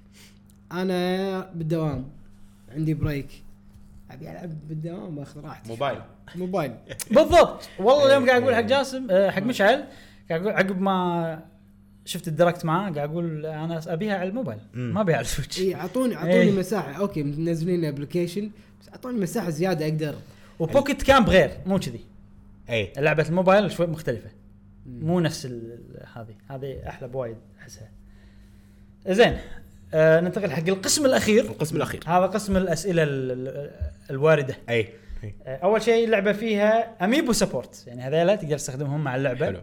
انا بالدوام عندي بريك ابي العب بالدوام باخذ راحتي. موبايل موبايل بالضبط. والله اليوم قاعد اقول حق جاسم آه، حق مشعل، قاعد اقول عقب ما شفت الدركت معاه قاعد اقول انا ابيها على الموبايل مم. ما ابيها على السويتش. اي اعطوني اعطوني إيه. مساحه. اوكي منزلين ابلكيشن بس اعطوني مساحه زياده اقدر. وبوكيت كامب غير مو كذي، اي لعبه الموبايل شوي مختلفه، مو نفس ال- هذه هذه احلى بوايد احسها. زين آه ننتقل حق القسم الاخير. القسم الاخير هذا قسم الاسئله ال- ال- الوارده. اي اي آه اول شيء اللعبه فيها اميبو سبورت، يعني هذيلا تقدر تستخدمهم مع اللعبه. حلو.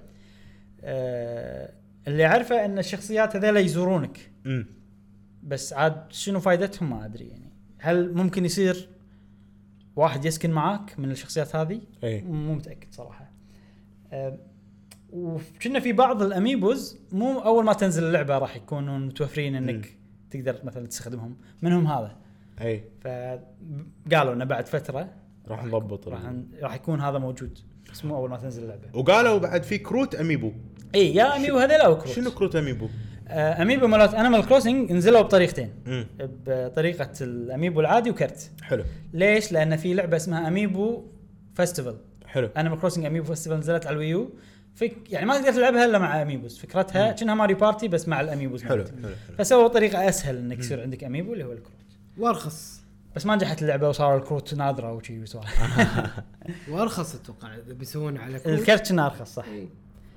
آه اللي عارفه ان الشخصيات هذيلا يزورونك، امم بس عاد شنو فائدتهم ما ادري. يعني هل ممكن يصير واحد يسكن معاك من الشخصيات هذه؟ اي مو متاكد صراحه. أه وكنا في بعض الاميبوز مو اول ما تنزل اللعبه راح يكونوا متوفرين انك مم. تقدر مثلا تستخدمهم، منهم هذا. اي فقالوا انه بعد فتره راح نضبط راح ال- راح يكون هذا موجود، بس مو اول ما تنزل اللعبه. وقالوا بعد في كروت اميبو. اي يا اميبو هذا لا كروت. شنو كروت اميبو؟ آه اميبو مالت انيمال كروسنج نزلوا بطريقتين، امم بطريقه الاميبو العادي وكرت. حلو ليش؟ لان في لعبه اسمها اميبو فيستيفال، حلو انيمال كروسنج اميبو فيستيفال نزلت على الويو، فيك يعني ما تقدر تلعبها الا مع اميبوز. فكرتها كأنها ماريو بارتي بس مع الاميبوز. حلو مالتها. حلو حلو. فسووا طريقه اسهل انك يصير عندك اميبو اللي هو الكروت، وارخص بس ما نجحت اللعبه وصار الكروت نادره وشي وسوالف. وارخص اتوقع اذا بيسوون على كروت. الكرت كنا ارخص صح. إيه.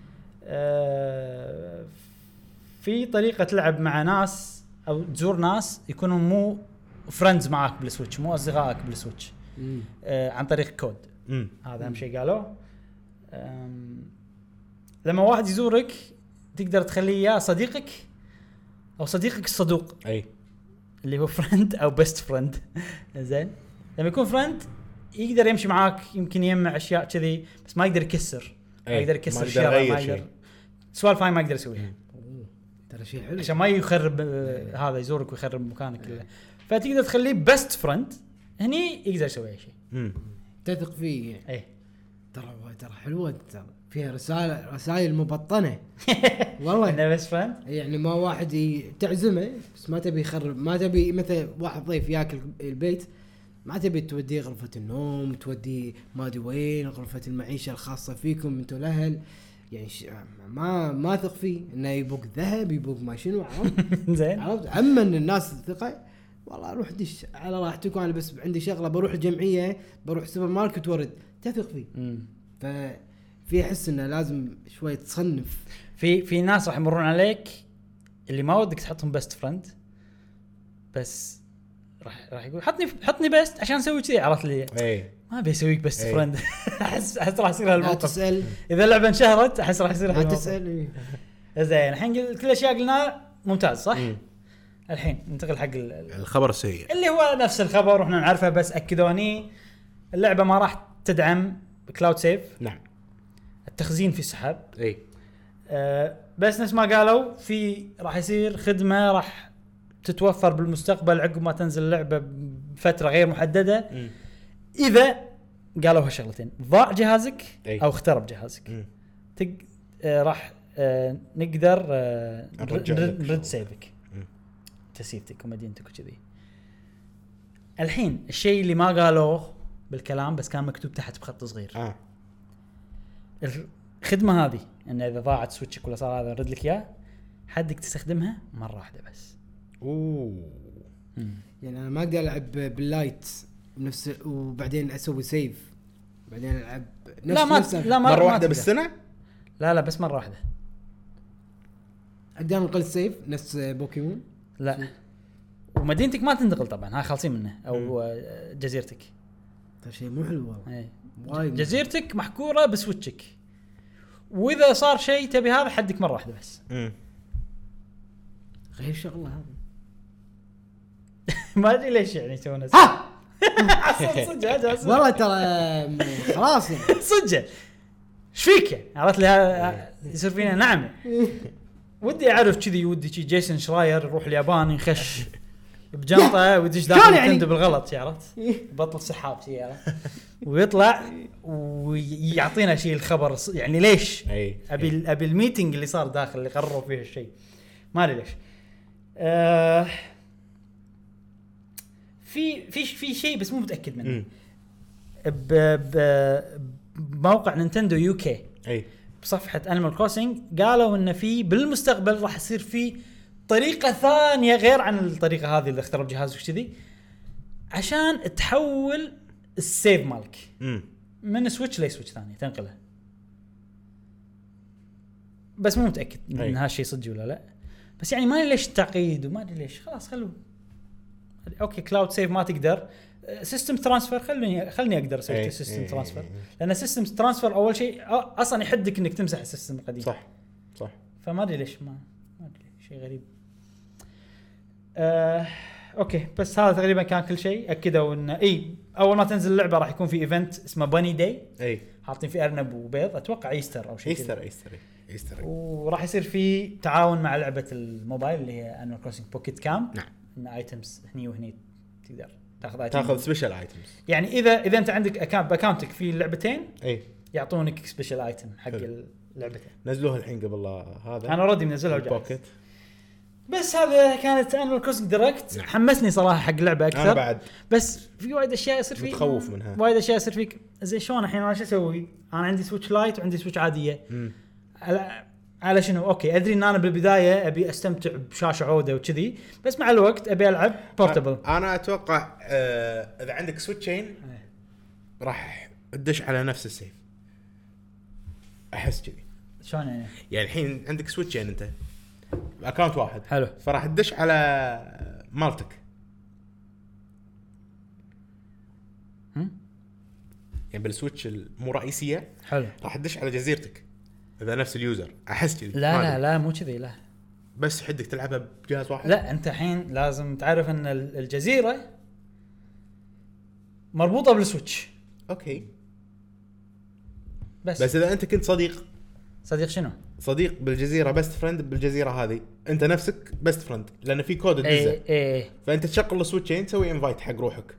آه في طريقه تلعب مع ناس او تزور ناس يكونوا مو فريندز معاك بالسويتش، مو اصدقائك بالسويتش، مم. آه عن طريق كود. امم هذا اهم شيء قالوه. أم، لما واحد يزورك تقدر تخليه يا صديقك او صديقك الصدوق اي اللي هو فريند او بيست فريند. زين لما يكون فريند يقدر يمشي معاك، يمكن يجمع اشياء كذي، بس ما يقدر يكسر، ما أي. يقدر ما يكسر يقدر اشياء، يغير ما يقدر شيء. سوالف هاي ما يقدر يسويها أوه، ترى شيء حلو. عشان ما يخرب آه، هذا يزورك ويخرب مكانك كله. فتقدر تخليه بيست فريند، هني يقدر يسوي اي شيء. امم تثق فيه يعني. اي ترى ترى حلوه، ترى فيها رسائل رسائل مبطنه. والله انا بيست فريند. يعني ما واحد ي- تعزمه بس ما تبي يخرب، ما تبي مثلا واحد ضيف ياكل البيت ما تبي توديه غرفة النوم، توديه ما ادري وين غرفة المعيشة الخاصة فيكم انتوا الاهل. يعني ش... ما ما ثق فيه انه يبوق ذهب يبوق ما شنو. عرفت زين عرفت اما ان الناس الثقة والله اروح دش على راحتك، انا بس عندي شغلة بروح الجمعية بروح سوبر ماركت ورد، تثق فيه. مم. ففي احس انه لازم شوي تصنف. في في ناس راح يمرون عليك اللي ما ودك تحطهم بيست فريند، بس راح راح يقول حطني حطني بيست عشان اسوي كذي، عرفت لي؟ اي ما بيسويك بيست إيه. فريند. احس احس راح يصير لا هالموقف تسأل اذا اللعبه انشهرت، احس راح يصير لا هالموقف. تسأل إيه. زين الحين قل- كل الاشياء قلناها ممتاز صح؟ مم. الحين ننتقل حق ال- ال- الخبر السيء. اللي هو نفس الخبر واحنا نعرفه، بس اكدوني اللعبه ما راح تدعم كلاود سيف، نعم التخزين في السحاب. اي أه بس نفس ما قالوا في راح يصير خدمه راح تتوفر بالمستقبل عقب ما تنزل اللعبه بفتره غير محدده. م. اذا قالوا هالشغلتين ضاع جهازك أي. او اخترب جهازك م. تق... آه راح آه نقدر آه نرجع نرد, لك نرد شغل. سيفك م. تسيفتك ومدينتك وكذي. الحين الشيء اللي ما قالوه بالكلام بس كان مكتوب تحت بخط صغير، اه الخدمه هذه ان اذا ضاعت سويتشك ولا صار هذا نرد لك اياه، حدك تستخدمها مره واحده بس. اوه يعني انا ما اقدر العب باللايت نفس وبعدين اسوي سيف بعدين العب نفس لا ما نفس لا ما مره ما واحده تقدر. بالسنه؟ لا لا بس مره واحده. اقدر انقل سيف نفس بوكيمون. لا ومدينتك ما تنتقل طبعا، هاي خالصين منه او آه، جزيرتك. هذا شيء مو حلو والله. اي وايد جزيرتك محكوره بسويتشك، واذا صار شيء تبي هذا حدك مره واحده بس. امم غير شغله هذا. ما ادري ليش يعني يسوون ها صدق صدق والله ترى خلاص يعني. صدق ايش فيك يعني؟ عرفت لي ها- يصير فينا نعم. ودي اعرف كذي، ودي شي جيسون شراير يروح اليابان يخش بجنطه ويدش داخل شلون يعني؟ نتندو بالغلط، عرفت؟ بطل سحاب شي عرفت؟ ويطلع ويعطينا شيء الخبر الص- يعني ليش اي ابي ابي الميتنج اللي صار داخل اللي قرروا فيه الشيء، ما ادري ليش. آه في في في شيء بس مو متاكد منه. امم ب ب- بموقع نينتندو يوكي اي بصفحه انيمال كروسنج قالوا ان في بالمستقبل راح يصير في طريقه ثانيه غير عن الطريقه هذه اللي اخترب جهازك كذي، عشان تحول السيف مالك امم من سويتش لسويتش ثانيه تنقله. بس مو متاكد أي. ان هالشيء صدق ولا لا، بس يعني ما ادري ليش التعقيد وما ادري ليش. خلاص خلوه اوكي كلاود سيف ما تقدر، سيستم ترانسفير خلوني خلني اقدر اسوي أي. سيستم أي. ترانسفير، أي. لان سيستم ترانسفير اول شيء أ- اصلا يحدك انك تمسح السيستم القديم. صح صح فما ادري ليش ما ما ادري شيء غريب. آه، اوكي بس هذا تقريبا كان كل شيء. اكدوا ان اي اول ما تنزل اللعبه راح يكون في ايفنت اسمه باني داي، اي حاطين فيه ارنب وبيض، اتوقع ايستر او شيء كذا. ايستر ايستر ايستر وراح يصير في تعاون مع لعبه الموبايل اللي هي انيمال كروسنج بوكيت كام. نعم. ان ايتمز هني وهني تقدر تاخذ ايتم تاخذ سبيشال ايتمز. يعني اذا اذا انت عندك اكونت باكونتك في لعبتين اي يعطونك سبيشال ايتم حق حلو. اللعبتين. نزلوها الحين قبل لا هذا انا اوريدي منزلها وجاهز. البوكيت. بس هذا كانت انيمال كروسنج دايركت. نعم. حمسني صراحه حق اللعبه اكثر. انا بعد بس في وايد اشياء يصير فيك متخوف منها. وايد اشياء يصير فيك زي شلون الحين انا شو اسوي؟ انا عندي سويتش لايت وعندي سويتش عاديه. امم على على شنو؟ اوكي ادري ان انا بالبدايه ابي استمتع بشاشه عوده وكذي، بس مع الوقت ابي العب بورتبل. انا اتوقع آه اذا عندك سويتشين راح تدش على نفس السيف، احس كذي. شلون يعني؟ يعني الحين عندك سويتشين انت اكونت واحد، حلو. فراح تدش على مالتك. هم؟ يعني بالسويتش المو رئيسيه حلو. راح تدش على جزيرتك اذا نفس اليوزر، احس كذي. لا ما لا أدري. لا مو كذي لا. بس حدك تلعبها بجهاز واحد. لا انت الحين لازم تعرف ان ال- الجزيره مربوطه بالسويتش اوكي بس, بس اذا انت كنت صديق صديق شنو؟ صديق بالجزيره بست فريند بالجزيره هذه، انت نفسك بست فريند لان في كود تدزه، اي اي فانت تشغل السويتشين تسوي انفايت حق روحك.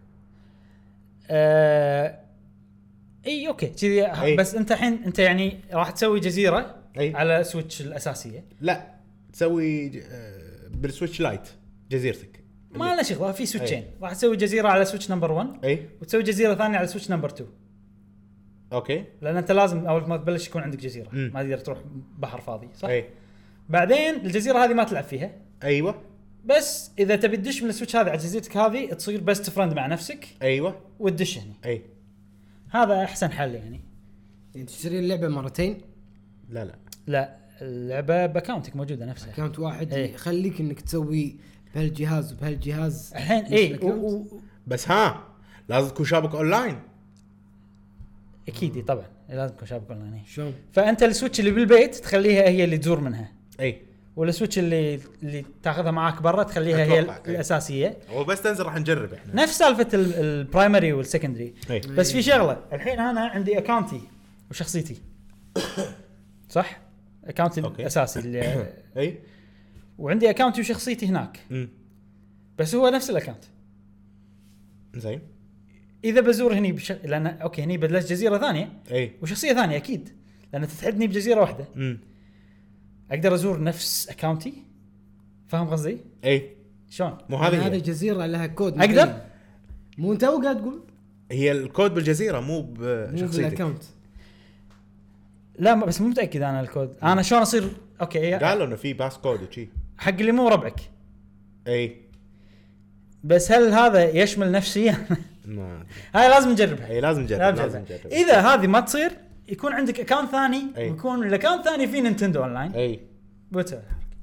آه اي اوكي كذي. أي. بس انت الحين انت يعني راح تسوي جزيره أي. على سويتش الاساسيه. لا تسوي ج- آه، بالسويتش لايت جزيرتك. ما له شغله في سويتشين. أي. راح تسوي جزيره على سويتش نمبر واحد اي وتسوي جزيره ثانيه على سويتش نمبر اثنين، اوكي لان انت لازم اول ما تبلش يكون عندك جزيره. مم. ما تقدر تروح بحر فاضي صح. اي بعدين الجزيره هذه ما تلعب فيها، ايوه بس اذا تبي تدش من السويتش هذه على جزيرتك هذه تصير بيست فريند مع نفسك ايوه وتدش هنا. اي هذا احسن حل يعني. يعني تشتري اللعبه مرتين لا لا لا اللعبه باكونتك موجوده نفسها. اكونت واحد إيه. يخليك انك تسوي بهالجهاز وبهالجهاز. الحين نفس اي الأكونت. و- و- بس ها لازم تكون شابك اونلاين. اكيد طبعا لازم تكون شابك اونلاين. شلون؟ فانت السويتش اللي بالبيت تخليها هي اللي تزور منها، اي والسويتش اللي اللي تاخذها معاك برا تخليها هي أتوقع، إيه. الاساسيه. هو بس تنزل راح نجرب احنا نفس سالفه ال- البرايمري والسكندري. إيه. بس في شغله الحين انا عندي اكاونتي وشخصيتي صح، اكاونتي أوكي. الاساسي اللي اي وعندي اكاونتي وشخصيتي هناك، امم بس هو نفس الاكاونت. زين اذا بزور هني بش... لان اوكي هني بدلت جزيره ثانيه اي وشخصيه ثانيه اكيد، لان تتحدني بجزيره واحده امم اقدر ازور نفس اكاونتي. فاهم قصدي اي شلون؟ مو هذه هذه هذه هي. جزيره لها كود أقدر؟ معين. مو انت قاعد تقول هي الكود بالجزيره مو مو بشخصيتك بالاكونت. لا ما- بس مو متاكد انا الكود. انا شلون اصير اوكي قالوا انه في باس كود وشي حق اللي مو ربعك، اي بس هل هذا يشمل نفسيا؟ ما أدري. هاي لازم نجربها. اي لازم نجرب لازم لازم نجربها. نجرب اذا هذه ما تصير يكون عندك اكاونت ثاني أي. ويكون الاكاونت الثاني فيه نينتندو اونلاين اي بوتر.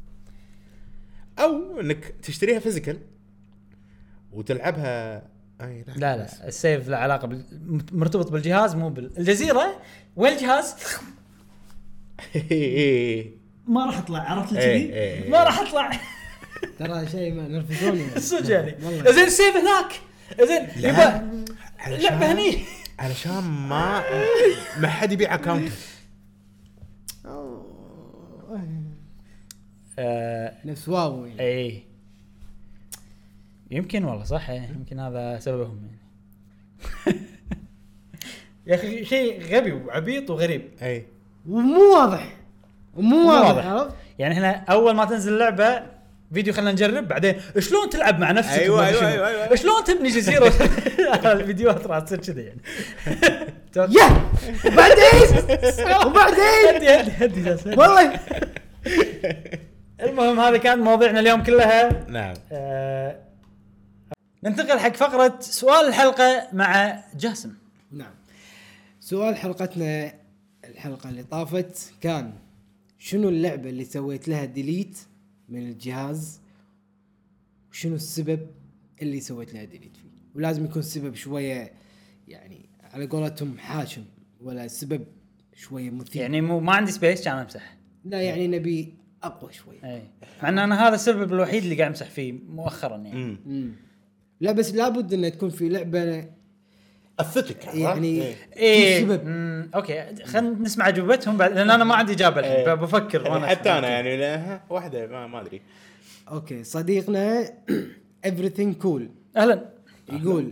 او انك تشتريها فيزيكال وتلعبها اي لا لا السيف له علاقه بال... مرتبط بالجهاز مو بالجزيره. وين الجهاز؟ اي ما راح اطلع، عرفت لي إيه، كذي؟ إيه، إيه. ما راح اطلع ترى شيء ما نرفزوني صدق يعني. والله. زين السيف هناك، زين يبا لعبه هني علشان ما ما حد يبيع اكونت آه، نفس واو يعني. اي يمكن والله صح، إيه، يمكن هذا سببهم يعني. يا اخي شيء غبي وعبيط وغريب اي ومو واضح ومو مو واضح, واضح. عرفت؟ يعني احنا اول ما تنزل اللعبه فيديو خلينا نجرب، بعدين شلون تلعب مع نفسك أيوة، وما أيوة، شنو. أيوة، أيوة. شلون تبني جزيره. الفيديوهات راح تصير كذا يعني. يا وبعدين وبعدين هدي هدي هدي جالس. والله المهم هذه كانت مواضيعنا اليوم كلها. نعم آه ننتقل حق فقره سؤال الحلقه مع جاسم. نعم. سؤال حلقتنا الحلقة اللي طافت كان شنو اللعبة اللي سويت لها ديليت من الجهاز وشنو السبب اللي سويت لها ديليت فيه، ولازم يكون السبب شوية يعني على قولتهم حاشم ولا سبب شوية مثير. يعني مو ما عندي سبيس كان امسح. لا يعني نبي أقوى شوية. اي مع ان انا هذا السبب الوحيد اللي قاعد امسح فيه مؤخرا يعني. امم مم. لا بس لابد ان تكون في لعبة اثتك يعني ايه سبب. مم، اوكي خلينا نسمع اجوبتهم بعد، لان انا ما عندي اجابه الحين إيه. بفكر يعني وانا حتى أسمع. انا يعني لا واحده ما ما ادري اوكي صديقنا everything cool اهلا. يقول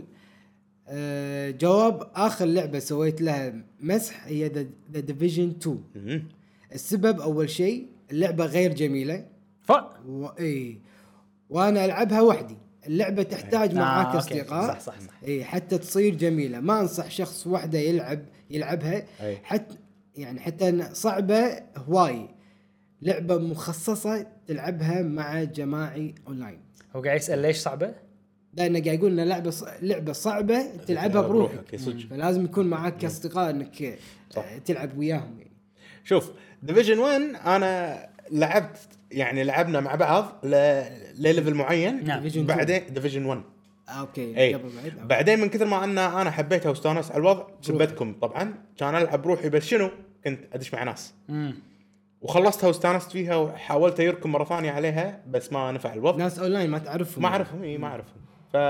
آه جواب اخر لعبه سويت لها مسح هي ذا ديفيجن تو. مم. السبب اول شيء اللعبه غير جميله ف و... اي وانا العبها وحدي. اللعبه تحتاج آه، معاك أوكي. اصدقاء صح صح صح. اي حتى تصير جميله. ما انصح شخص وحده يلعب يلعبها أي. حتى يعني حتى إن صعبه هواي. لعبه مخصصه تلعبها مع جماعي اونلاين. هو قاعد يسال ليش صعبه؟ لانه قاعد يقول ان لعبه ص... لعبه صعبه تلعبها بروحك، أوكي، صدق. فلازم يكون معاك اصدقاء انك صح. تلعب وياهم يعني. شوف ديفيجن واحد انا لعبت يعني لعبنا مع بعض ل... لليفل معين. نعم. Division بعدين ديفيجن واحد آه، اوكي اي قبل بعد بعدين من كثر ما ان انا حبيتها واستانست على الوضع سبتكم طبعا كان العب بروحي. بس شنو كنت ادش مع ناس امم وخلصتها واستانست فيها وحاولت ايركم مره ثانيه عليها بس ما نفع الوضع. ناس اونلاين ما تعرفهم ما اعرفهم اي ما اعرفهم.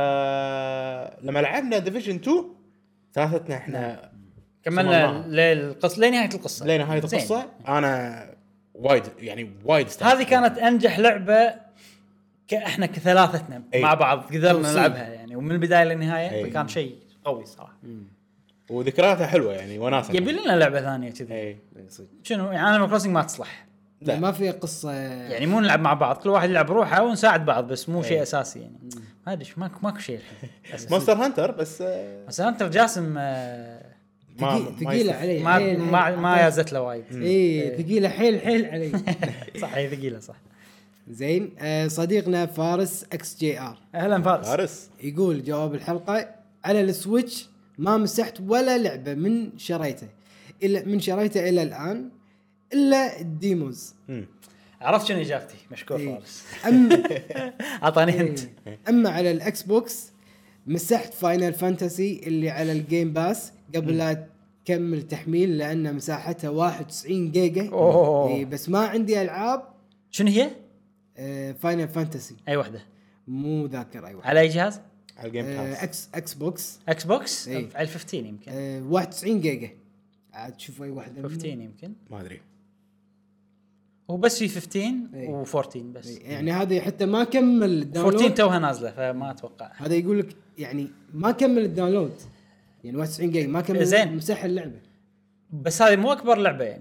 فلما لعبنا ديفيجن اثنين ثلاثتنا احنا كملنا للقصه لنهايه القصه لنهايه زين. القصه. انا وايد يعني وايد استانست. هذه كانت انجح لعبه ك- احنا كثلاثتنا أي. مع بعض قدرنا توصيل. نلعبها يعني ومن البدايه للنهايه. أي. فكان شيء قوي صراحه. وذكرياتها حلوه يعني وناسه. يبي لنا لعبه ثانيه كذي. اي شنو يعني انا كروسنج ما تصلح لا. ما في قصه يعني مو نلعب مع بعض، كل واحد يلعب بروحه ونساعد بعض بس مو شيء اساسي يعني. ما ادري إيش، ماكو ماكو شيء الحين. مونستر هانتر بس آه، بس انتر جاسم آه، ما ثقيل- ما ثقيله يستف- علي ما حيل- ما حيل- ما يازت له وايد. اي ثقيله حيل حيل علي. صح هي ثقيله صح. زين آه صديقنا فارس اكس جي ار اهلا فارس. فارس يقول جواب الحلقه على السويتش ما مسحت ولا لعبه من شريته الا من شريته الى الان الا الديموز. مم. عرفت شنو اجابتي؟ مشكور إيه. فارس. اما اعطاني انت. اما على الاكس بوكس مسحت فاينل فانتسي اللي على الجيم باس قبل لا تكمل تحميل لان مساحتها واحد وتسعين جيجا. أوه. إيه بس ما عندي العاب شنو هي؟ فاينل فانتسي اي وحده مو ذاكر اي واحد. على اي جهاز؟ على الجيم آه، باس. اكس اكس بوكس اكس بوكس إيه. على خمستاشر يمكن آه، واحد وتسعين جيجا عاد تشوف اي واحده منهم. خمستاشر يمكن ما ادري. هو بس في خمستاشر إيه. و14 بس إيه، يعني هذه حتى ما كمل الداونلود. أربعتاشر توها نازله فما اتوقع. هذا يقول لك يعني ما كمل الداونلود، يعني واحد وتسعين جيجا ما كمل زين. مسح اللعبه. بس هذه مو اكبر لعبه يعني،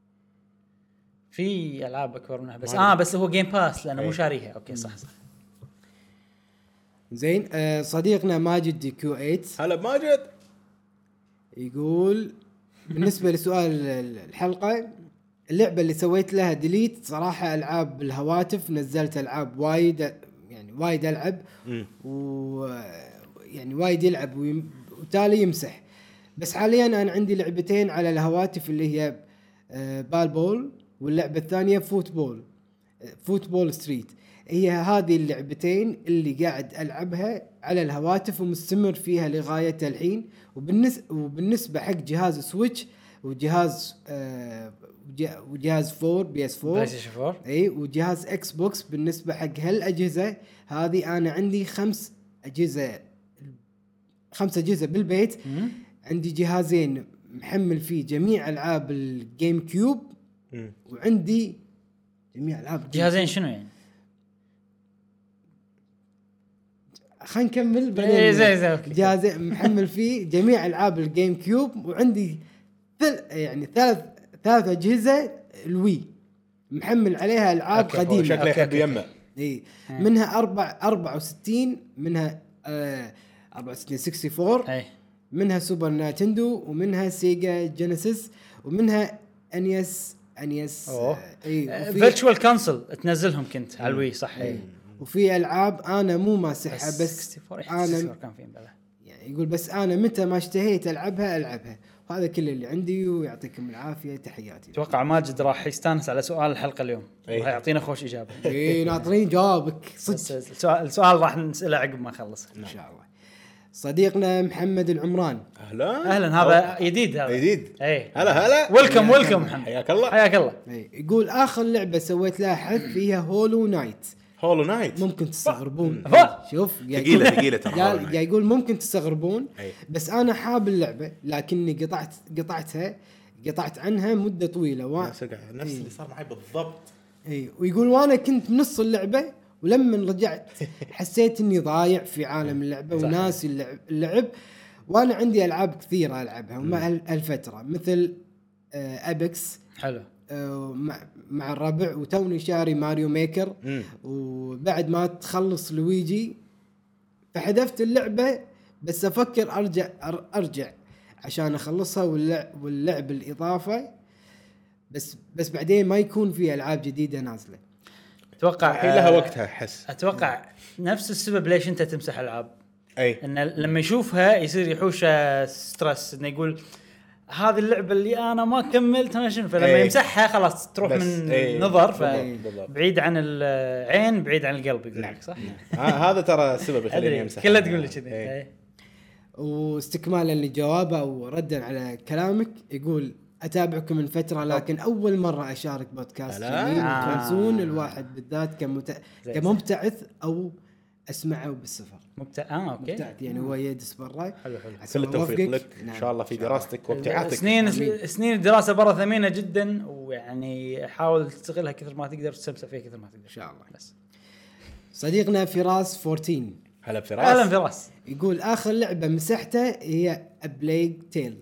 في العاب اكبر منها بس اه بس هو جيم باس لانه مو أي. شاريها. اوكي صح صح. زين آه، صديقنا ماجد دي كيو ثمانية هلا بماجد. يقول بالنسبه لسؤال الحلقه، اللعبه اللي سويت لها ديليت صراحه العاب الهواتف. نزلت العاب وايد يعني وايد العب مم. و يعني وايد يلعب ويم... وتالي يمسح. بس حاليا انا عندي لعبتين على الهواتف اللي هي آه، بالبول، واللعبه الثانيه فوتبول آه، فوتبول ستريت. هي هذه اللعبتين اللي قاعد العبها على الهواتف ومستمر فيها لغايه الحين. وبالنسبه وبالنسبه حق جهاز سويتش وجهاز آه وج- وجهاز فور بي اس بلاي فور ستيشن فور اي وجهاز اكس بوكس. بالنسبه حق هالاجهزه هذه انا عندي خمس اجهزه خمس اجهزه بالبيت. مم. عندي جهازين محمل فيه جميع العاب الجيم كيوب، مم. وعندي جميع العاب جهازين شنو يعني؟ خلينا نكمل إيه زين زين اوكي. جهاز محمل فيه جميع العاب الجيم كيوب، وعندي ثل يعني ثلاث ثلاث اجهزه الوي محمل عليها العاب أوكي، قديمه. شكله أوكي، يحب أوكي. يمه. اي منها اربع أربعة وستين، منها آه أربعة وستين أربعة وأربعين، اي منها سوبر نينتندو، ومنها سيجا جينيسيس، ومنها انيس انيس أوه. آه اي وفي, فيرتشوال كونسول تنزلهم كنت على الوي صح. اي وفي العاب انا مو ماسحها بس أنا انا كان في بلا. يعني يقول بس انا متى ما اشتهيت العبها العبها. وهذا كل اللي عندي، ويعطيكم العافيه تحياتي. اتوقع ماجد راح يستانس على سؤال الحلقه اليوم أي. راح يعطينا خوش اجابه. اي ناطرين جوابك بس صدق السؤال السؤال راح نساله عقب ما نخلص. ان شاء الله. صديقنا محمد العمران اهلا اهلا هذا جديد هذا جديد. اي هلا هلا. ويلكم ويلكم محمد حياك الله. حياك الله. إي، يقول اخر لعبه سويت لها حذف هي هولو نايت. هولو نايت. ممكن تستغربون فا. شوف قاعد ثقيله يقول- ثقيله ترى. قال هولو قاعد نايت. يقول ممكن تستغربون، أي. بس انا حاب اللعبه لكني قطعت قطعتها قطعت عنها مده طويله و... نفس نفس اللي صار معي بالضبط. اي ويقول وانا كنت بنص اللعبه، ولما رجعت حسيت اني ضايع في عالم اللعبه صحيح. وناسي اللعب, اللعب وانا عندي العاب كثيره العبها ومع هالفتره مثل آه ابيكس حلو. آه مع, مع الربع، وتوني شاري ماريو ميكر. مم. وبعد ما تخلص لويجي فحذفت اللعبه، بس افكر ارجع أر- ارجع عشان اخلصها واللعب, واللعب الاضافه، بس بس بعدين ما يكون في العاب جديده نازله. اتوقع الحين لها وقتها احس. اتوقع نفس السبب ليش انت تمسح العاب، اي انه لما يشوفها يصير يحوشه ستريس انه يقول هذه اللعبه اللي انا ما كملت انا شنو. فلما أي. يمسحها خلاص تروح بس. من أي. نظر بالضبط، بالضبط. فبعيد عن العين بعيد عن القلب يقول لك صح. ها- هذا ترى السبب يخليني ادري امسح. كله تقول لي كذي. إي. إي. واستكمالا لجوابه او ردا على كلامك، يقول اتابعكم من فتره لكن اول مره اشارك بودكاست هلا. جميل آه. وتونسون الواحد بالذات كمت... زين. كمبتعث او اسمعه بالسفر. مبتع اه اوكي. مبتعث يعني هو يدس برا. حلو حلو. عسى كل التوفيق يوفقك. لك ان شاء الله في دراستك وابتعاثك. سنين آمين. سنين الدراسه برا ثمينه جدا، ويعني حاول تستغلها كثر ما تقدر وتستمتع فيها كثر ما تقدر ان شاء الله. بس. صديقنا فراس أربعة عشر هلا بفراس. اهلا فراس. يقول اخر لعبه مسحتها هي بليغ تيل.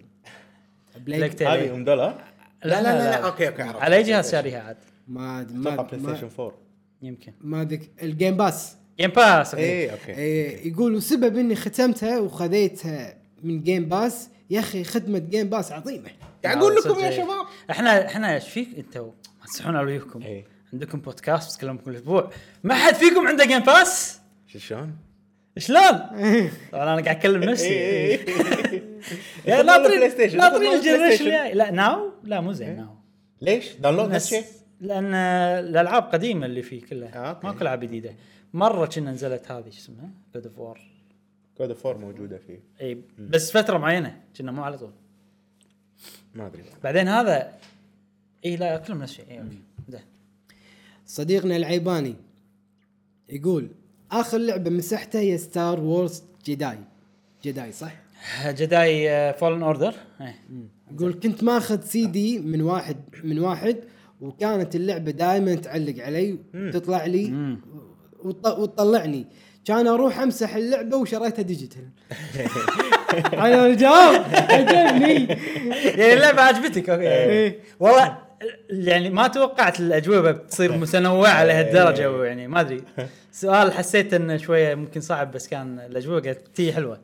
بليغ تيل. هذه ام دولار. لا لا لا اوكي اوكي عرفت. على اي جهاز شاريها عاد؟ ما اتوقع ما بلاي ما, ستيشن فور. يمكن ما ذك الجيم باس. جيم باس. اي اوكي. إيه يقول وسبب اني ختمتها وخذيتها من جيم باس، يا اخي خدمه جيم باس عظيمه. قاعد اقول لكم صدق. يا شباب. احنا احنا ايش فيك انتوا ما تسحون على وجوهكم. إيه. عندكم بودكاست تتكلمون كل اسبوع، ما حد فيكم عنده جيم باس؟ شو شلون؟ شلون؟ طبعا انا قاعد اكلم نفسي. إيه. يا بلاي ناطرين ستيشن. ناطرين بلاي الجنريشن ستيشن. الجاي. لا ناو لا مو زين ناو. ليش؟ داونلود نفس الشيء؟ لان الالعاب قديمه اللي فيه آه، كلها أوكي. ماكو العاب جديده. مره كنا نزلت هذه شو اسمها جود اوف وور. كود اوف فور موجوده فيه. اي بس فتره معينه كنا مو على طول. ما ادري. بعدين هذا اي لا كلهم نفس الشيء. اي اوكي ده. صديقنا العيباني يقول اخر لعبه مسحتها هي ستار وورز جداي جداي صح؟ جداي فولن اوردر. يقول كنت ماخذ سي دي من واحد من واحد وكانت اللعبه دائما تعلق علي تطلع لي وط- وتطلعني، كان اروح امسح اللعبه وشريتها ديجيتال. انا الجواب عجبني. يعني اللعبه عجبتك اوكي. إيه. والله يعني ما توقعت الاجوبه بتصير متنوعه لهالدرجه، يعني ما ادري سؤال حسيت انه شويه ممكن صعب بس كان الاجوبه قالت تي حلوه.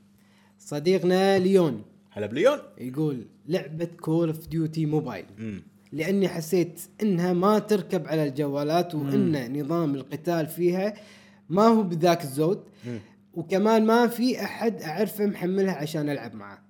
صديقنا ليون هلا بليون. يقول لعبه كول اوف ديوتي موبايل مم. لاني حسيت انها ما تركب على الجوالات وان نظام القتال فيها ما هو بذاك الزود، وكمان ما في احد اعرفه محملها عشان العب معه.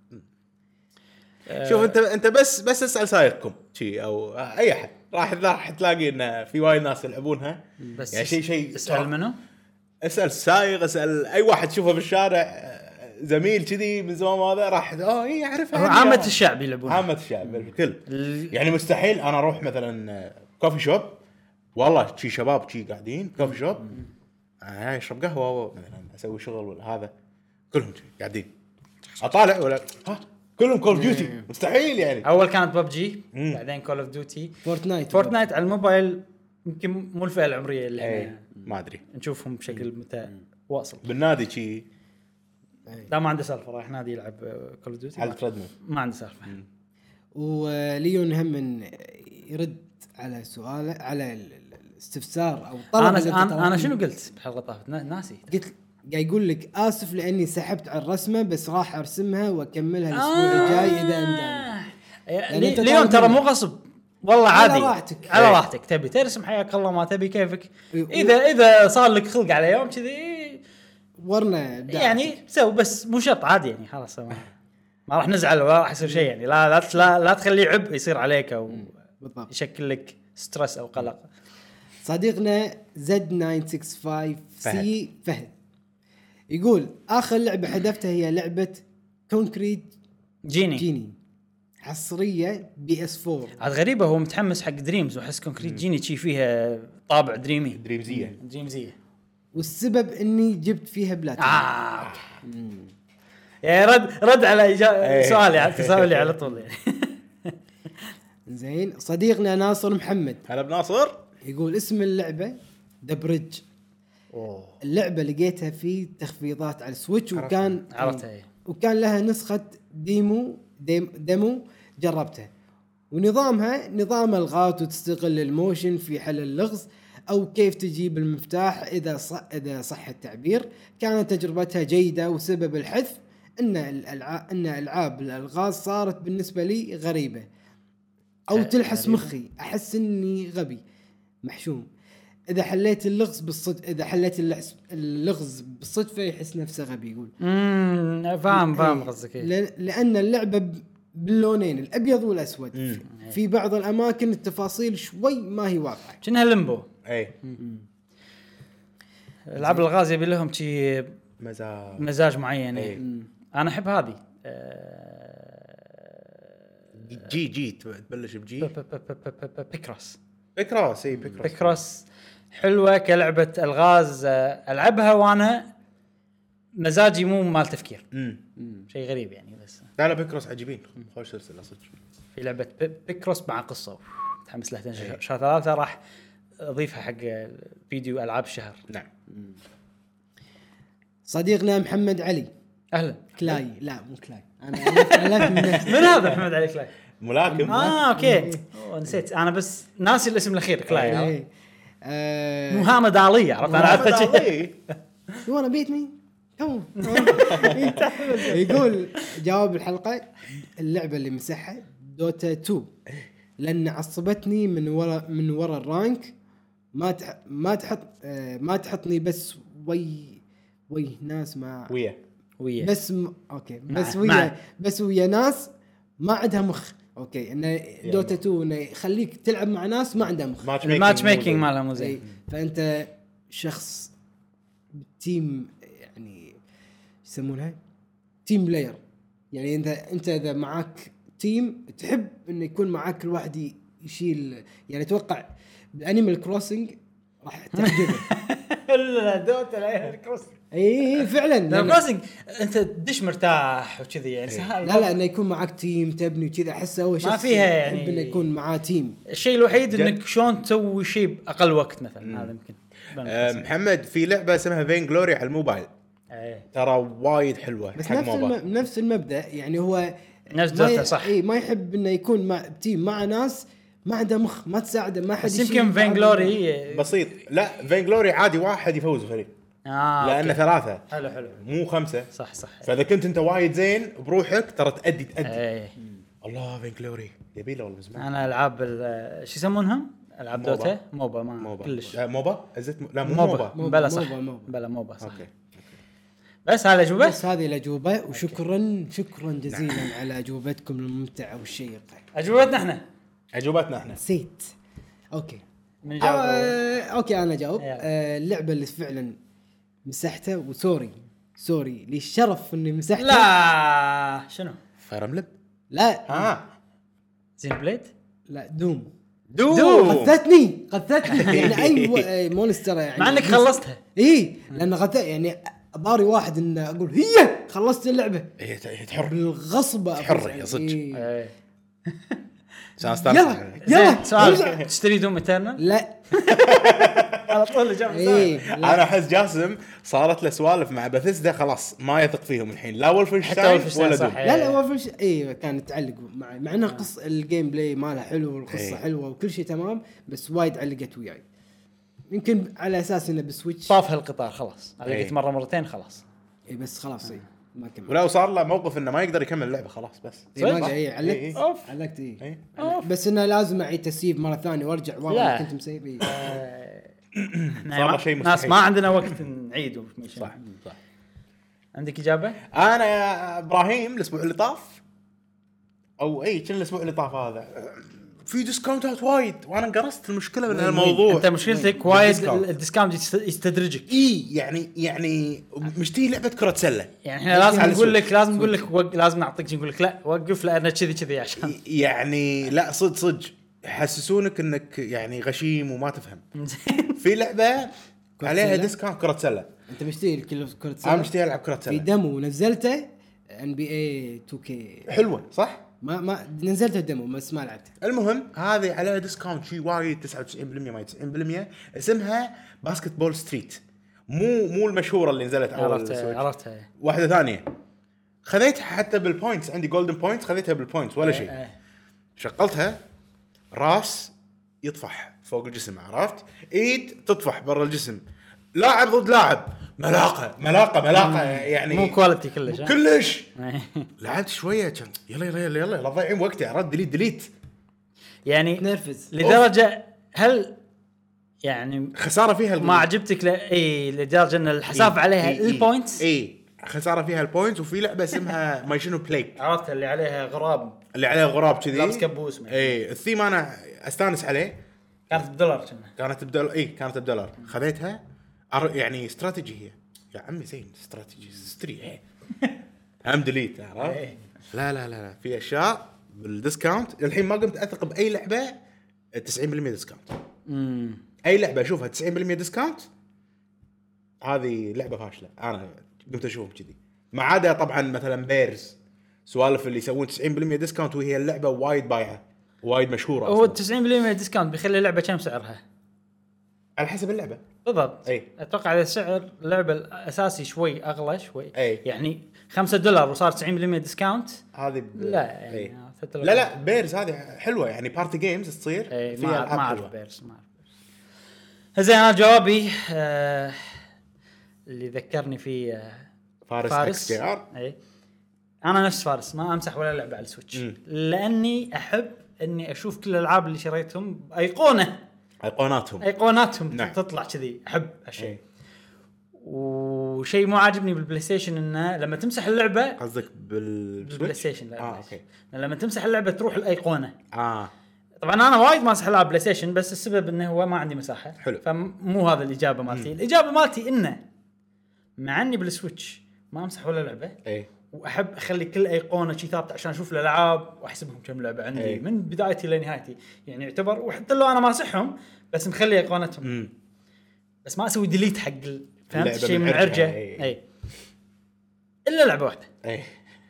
شوف انت انت بس بس اسال سايقكم شيء او اي احد راح راح تلاقي ان في وايد ناس يلعبونها. بس يعني شيء شيء اسال منه، اسال السايق، اسال اي واحد تشوفه بالشارع زميل كذي من زمان هذا راح اه اي يعرفها. عامه الشعب يلعبون، عامه الشعب الكل. يعني مستحيل انا اروح مثلا كوفي شوب والله شي شباب شي قاعدين كوفي شوب انا اشرب قهوه مثلا اسوي شغل ولا هذا كلهم شي قاعدين اطالع ولا ها كلهم كول اوف ديوتي. مستحيل يعني. اول كانت ببجي بعدين كول اوف ديوتي فورتنايت فورتنايت على الموبايل يمكن مو الفئه العمريه اللي ايه احنا ما ادري نشوفهم بشكل متى واصل. بالنادي شي لا ما عنده سالفه، رايح نادي يلعب كول اوف ديوتي على التريدميل ما عنده سالفه. وليون هم من يرد على سؤال على الاستفسار او طلب انا اللي انا, تطلبه. أنا شنو قلت بحلقه طافت نا- ناسي. قلت قاعد يقول لك اسف لاني سحبت على الرسمه بس راح ارسمها واكملها الاسبوع آه. الجاي اذا امداني. يعني أنت اليوم طالب ترى مني. مو غصب والله على عادي راحتك. على إيه. راحتك تبي ترسم حياك الله ما تبي كيفك. إيه. اذا اذا صار لك خلق على يوم كذي ورنا إبداعك. يعني سو بس مو شرط عادي يعني خلاص ما, ما راح نزعل ولا راح يصير شيء يعني لا لا لا, لا تخليه عبء يصير عليك او بالضبط. يشكل لك ستريس او قلق. صديقنا زد تسعمية وخمسة وستين سي فهد يقول اخر لعبه حذفتها هي لعبه كونكريت جيني جيني حصريه بي اس فور. عاد غريبه هو متحمس حق دريمز وحس كونكريت جيني شي فيها طابع دريمي دريمزيه. دريمزيه. والسبب اني جبت فيها بلاتينيوم. اه يا رد رد على إجا... سؤالي على تساؤلي على طول يعني. زين. صديقنا ناصر محمد هلا بناصر. يقول اسم اللعبه ذا بريدج. اللعبه لقيتها في تخفيضات على السويتش وكان عرفتها ايه وكان لها نسخه ديمو ديم ديمو جربتها، ونظامها نظام الغاز وتستغل الموشن في حل اللغز او كيف تجيب المفتاح اذا صح اذا صح التعبير. كانت تجربتها جيده وسبب الحذف ان الالعاب ان العاب الالغاز صارت بالنسبه لي غريبه او تلحس مخي، احس اني غبي محشوم. اذا حليت اللغز بالصدفه اذا حليت اللحس- اللغز بالصدفه يحس نفسه غبي. يقول امم فاهم فاهم إيه. قصدك إيه. لأ- لان اللعبه ب- باللونين الابيض والاسود. في- في بعض الاماكن التفاصيل شوي ما هي واضحه. كأنها ليمبو. اي العاب الغاز يبي لهم شي مزاج مزاج معين إيه. إيه. انا احب هذه آه، جي جي تبلش بجي ب- ب- ب- ب- ب- ب- بيكروس بكراس. اي بكراس بيكروس حلوه كلعبه الغاز. آه، العبها وانا مزاجي مو مال تفكير امم شيء غريب يعني. بس لا لا بكراس عجيبين خوش سلسله صدق. في لعبه بي- بيكروس مع قصه متحمس لها تنشر شهر ثلاثة راح اضيفها حق فيديو العاب الشهر. نعم. صديقنا محمد علي اهلا. كلاي لا مو كلاي انا عرفت عليك من نفسي. من هذا محمد علي كلاي؟ ملاكم. اه اوكي أوه، نسيت انا بس ناسي الاسم الاخير كلاي. إيه. آه، محمد علي عرفت انا محمد عرفت علي. يو انا بيت مي كم يقول جواب الحلقه اللعبه اللي مسحها دوتا اثنين لان عصبتني من ورا من ورا الرانك ما تح ما تحط آه، ما تحطني بس وي وي ناس مع ويا ويا بس م... اوكي بس مع- ويا مع. بس ويا ناس ما عندها مخ. اوكي انه دوتا اثنين انه يخليك تلعب مع ناس ما عندها مخ. ماتش الماتش ميكينج مو زين. مالها مو أي. زين. فانت شخص تيم يعني يسمونها تيم بلاير. يعني انت انت اذا معاك تيم تحب انه يكون معاك الواحد ي- يشيل. يعني اتوقع انيمال كروسنج راح تعجبه. لا دوتا لا كروس اي فعلا لا لأن- كروسنج انت تدش مرتاح وكذي يعني سهل. لا لا انه يكون معك تيم تبني وكذا احسه هو شخص ما فيها يعني- يحب انه يكون معاه تيم. الشيء الوحيد جد. انك شلون تسوي شيء باقل وقت مثلا هذا يمكن. آه، محمد في لعبه اسمها فين جلوري على الموبايل ايه ترى وايد حلوه بس حق نفس موبايل. الم... نفس المبدا يعني هو نفس ما دوتا ي- صح. اي ما يحب انه يكون مع تيم مع ناس ما عنده مخ ما تساعده ما حد بس يشيل يمكن فين بعض. جلوري بسيط. لا فين جلوري عادي واحد يفوز فريق اه لانه أوكي. ثلاثه حلو حلو مو خمسه. صح صح فاذا كنت انت وايد زين بروحك ترى تأدي تأدي. ايه الله فين جلوري يبي له والله زمان. انا العاب ال- شو يسمونهم العاب موبا. دوتا موبا ما موبا كلش آه، موبا ازت م... لا مو موبا, موبا, موبا. بلا صح موبا، موبا. بلا موبا صح اوكي. بس هذا اجوبه بس هذه الاجوبه وشكرا شكرا جزيلا على اجوبتكم الممتعه والشيقه. اجوبتنا احنا اجوبتنا احنا. نسيت. اوكي من جاوب آه، اوكي انا جاوب. يلا. آه، اللعبه اللي فعلا مسحتها وسوري سوري لي الشرف اني مسحتها. لا شنو فاير امبلم لا ها زين بليد لا دوم دوم غثتني غثتني يعني اي و- أي مونستر يعني مع انك خلصتها اي لان غث يعني ضاري واحد ان اقول هي خلصت اللعبه هي ت- هي تحر بالغصبه تحر أفوز. يا صدق. إيه. ايه عشان استانس يلا عليك. يلا زين سؤال تشتري دوم ايترنال لا على طول اجابه ايه لا. انا احس جاسم صارت له سوالف مع بثيسدا خلاص ما يثق فيهم الحين لا حتى ولفنشتاين ولفنشتاين ولا صح. دوم. لا لا هو في اي كانت تعلق معي مع انها قص الجيم بلاي مالها حلو والقصه إيه. حلوه وكل شيء تمام بس وايد علقت وياي يمكن على اساس انه بسويتش طاف هالقطار خلاص انا إيه. قلت مره مرتين خلاص اي بس خلاص اي ما كمل ولا وصار له موقف انه ما يقدر يكمل اللعبه خلاص بس إيه ما صح؟ اي إيه، علقت إيه. اوف علقت اي إيه. أوف. بس انه لازم اعيد تسييف مره ثانيه وارجع لا. والله كنت مسيب إيه. صار له شيء ناس مستحيل. ما عندنا وقت نعيد ومش- صح صح. عندك اجابه؟ انا يا ابراهيم الاسبوع اللي طاف او اي كان الاسبوع اللي طاف هذا في ديسكاونتات وايد وانا انقرصت. المشكله من وين- الموضوع انت مشكلتك وايد بالديسكاونت. الديسكاونت يست- يستدرجك اي يعني يعني مشتهي لعبه كره سله يعني احنا لازم على نقول السويتش. لك لازم نقول لك وق... لازم نعطيك نقول لك لا وقف لان كذي كذي عشان يعني لا صدق صدق يحسسونك انك يعني غشيم وما تفهم. زين في لعبه كرة عليها سلة؟ ديسكاونت كره سله. انت مشتري كل كره انا سله مشتهي العب كره في سله دمو نزلته ان بي اي تو كي حلوه صح. ما ما نزلته دمو بس ما لعبته. المهم هذه عليها ديسكاونت شيء وايد تسعة وتسعين بالمية ما تسعين بالمية اسمها باسكت بول ستريت مو مو المشهوره اللي نزلت اول عرفتها السويتش. عرفتها واحده ثانيه خذيتها حتى بالبوينتس عندي جولدن بوينتس خذيتها بالبوينتس ولا شيء. إيه. شغلتها راس يطفح فوق الجسم عرفت ايد تطفح برا الجسم لاعب ضد لاعب ملاقه ملاقه ملاقه يعني مو كواليتي كلش ها؟ كلش إيه. لعبت شويه كان يلا يلا يلا يلا لا تضيعين وقتي عرفت ديليت ديليت يعني تنرفز لدرجه هل يعني خساره فيها ما عجبتك ل... اي لدرجه ان الحساب عليها البوينتس اي خساره فيها البوينتس. وفي لعبه اسمها ماي شنو بلاي عرفت اللي عليها غراب اللي عليها غراب كذي لابس كبوس ما- اي الثيم انا استانس عليه. كانت بدولار كنا كانت بدولار اي كانت بدولار خذيتها أر- يعني استراتيجي هي يا عمي زين استراتيجي استري هم ديليت عرفت. إيه. لا لا لا لا في اشياء بالديسكاونت الحين ما قمت اثق باي لعبه تسعين بالمية ديسكاونت. امم اي لعبه اشوفها تسعين بالمية ديسكاونت هذه لعبه فاشله. انا قمت اشوفهم كذي ما عدا طبعا مثلا بيرز سوالف اللي يسوون تسعين بالمية ديسكاونت وهي اللعبه وايد بايعه وايد مشهوره هو أصلاً. تسعين بالمية ديسكاونت بيخلي اللعبه كم سعرها على حسب اللعبه. بالضبط أي. اتوقع على سعر اللعبه الاساسي شوي اغلى شوي أي. يعني خمسة دولار وصار تسعين بالمية ديسكاونت هذه ب... لا يعني أي. ستة لا لا بيرز هذه حلوه يعني بارتي جيمز تصير اي فيها ما العاب ما اعرف حلوه. بيرس ما اعرف بيرس زين انا جوابي آه اللي ذكرني فيه آه فارس, فارس اكس جي ار. اي انا نفس فارس ما امسح ولا لعبه على السويتش مم. لاني احب اني اشوف كل الالعاب اللي شريتهم ايقونه ايقوناتهم ايقوناتهم نعم. تطلع كذي احب هالشيء. إيه. وشيء مو عاجبني بالبلاي ستيشن انه لما تمسح اللعبه قصدك بال بالبلاي ستيشن لا اه بلاي اوكي ستيشن. لما تمسح اللعبه تروح الايقونه. اه طبعا انا وايد ماسح العاب بلاي ستيشن بس السبب انه هو ما عندي مساحه حلو. فمو هذا الاجابه مالتي. الاجابه مالتي انه مع اني بالسويتش ما امسح ولا لعبه اي واحب اخلي كل ايقونه شي ثابته عشان اشوف الالعاب واحسبهم كم لعبه عندي أي. من بدايتي لنهايتي يعني يعتبر وحتى لو انا ماسحهم بس مخلي ايقونتهم امم بس ما اسوي ديليت حق ال- فهمت اللعبة شيء من من عرجها، عرجه إي. اي الا لعبه واحده. اي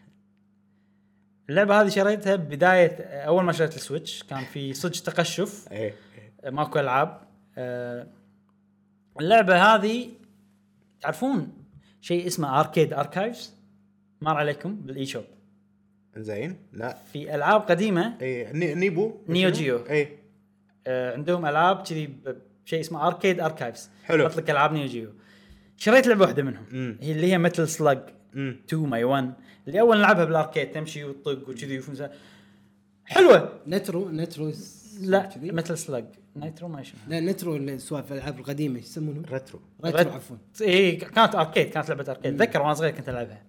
اللعبه هذه شريتها بدايه اول ما شريت السويتش كان في صج تقشف اي ماكو العاب. أه اللعبه هذه تعرفون شيء اسمه اركيد اركايفز مر عليكم بالاي شوب زين. لا في العاب قديمه اي ني- نيبو نيو شنو؟ جيو. اي أه عندهم العاب كذي بشيء اسمه اركيد اركايفز حلو. يحط لك العاب نيو جيو. شريت لعبه واحده منهم مم. هي اللي هي مثل سلاج امم تو ماي واحد اللي اول نلعبها بالاركيد تمشي وتطق وكذي وفنسا. حلوه. نترو نترو لا كذي؟ مثل سلاج نايترو ما شنو. لا نترو اللي سوالف الالعاب القديمه ايش يسمونهم؟ ريترو. ريترو عفوا. اي كانت اركيد كانت لعبه اركيد اتذكر وانا صغير كنت العبها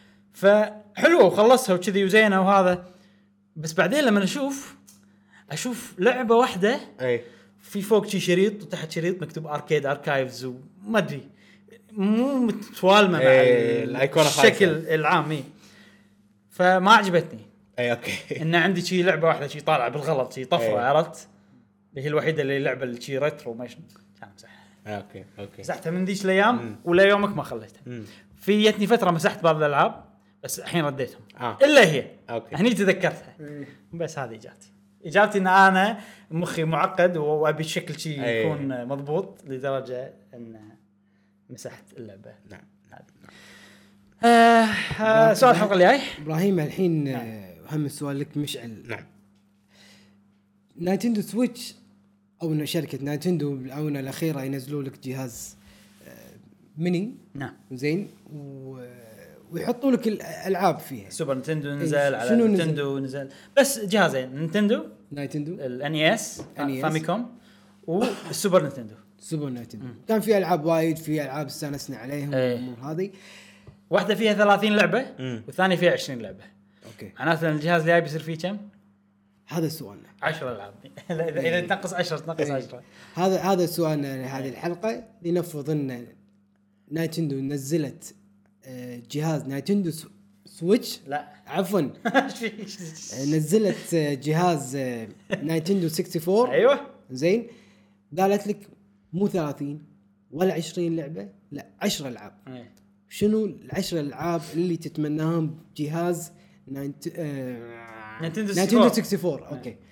فحلوه وخلصتها وكذي وزينه وهذا. بس بعدين لما اشوف اشوف لعبه واحده اي في فوق شي شريط وتحت شريط مكتوب اركيد اركايفز وما ادري مو متوالمه مع إيه، ال- الأيقونة الشكل خايسة. العام. إيه. فما عجبتني اي اوكي ان عندي شي لعبه واحده شي طالعه بالغلط شي طفره إيه. عرفت اللي هي الوحيده اللي لعبه اللي شي ريترو ما شنو كان امسحها. اوكي اوكي مسحتها من ذيش الايام ولا يومك ما خليتها. امم في جتني فتره مسحت بعض الالعاب بس الحين رديتهم اه الا هي اوكي هني تذكرتها. بس هذه اجابتي اجابتي ان انا مخي معقد وابي شكل شيء أي. يكون مضبوط لدرجه ان مسحت اللعبه. نعم آه آه سؤال الحلقه الجاي. ابراهيم الحين آه، هم السؤال لك مشعل. نعم نايتندو سويتش او إنه شركه نايتندو بالاونه الاخيره ينزلوا لك جهاز آه، ميني نعم زين و... ويحطوا لك الالعاب فيها. سوبر نينتندو نزل إيه، على شنو نزل؟ نينتندو نزل بس جهازين نينتندو نايتندو الان اي اس إن إي إس. فاميكوم والسوبر نينتندو. سوبر نايتندو كان في العاب وايد في العاب استانسنا عليهم إيه. والامور هذه. واحده فيها ثلاثين لعبه مم. والثانيه فيها عشرين لعبه. اوكي معناته ان الجهاز اللي جاي بيصير فيه كم؟ هذا سؤالنا. عشرة العاب. اذا اذا تنقص عشرة تنقص إيه. عشرة. هذا هذا سؤالنا لهذه الحلقه. لنفرض ان نايتندو نزلت آه، جهاز نايتندو سو- سويتش لا عفوا ايش في نزلت آه، جهاز آه، نايتندو أربعة وستين ايوه زين. قالت لك مو ثلاثين ولا عشرين لعبه لا عشرة العاب. إيه. شنو العشرة العاب اللي تتمناهم بجهاز ناينت... آه... نينتندو نايتندو أربعة وستين. أربعة وستين اوكي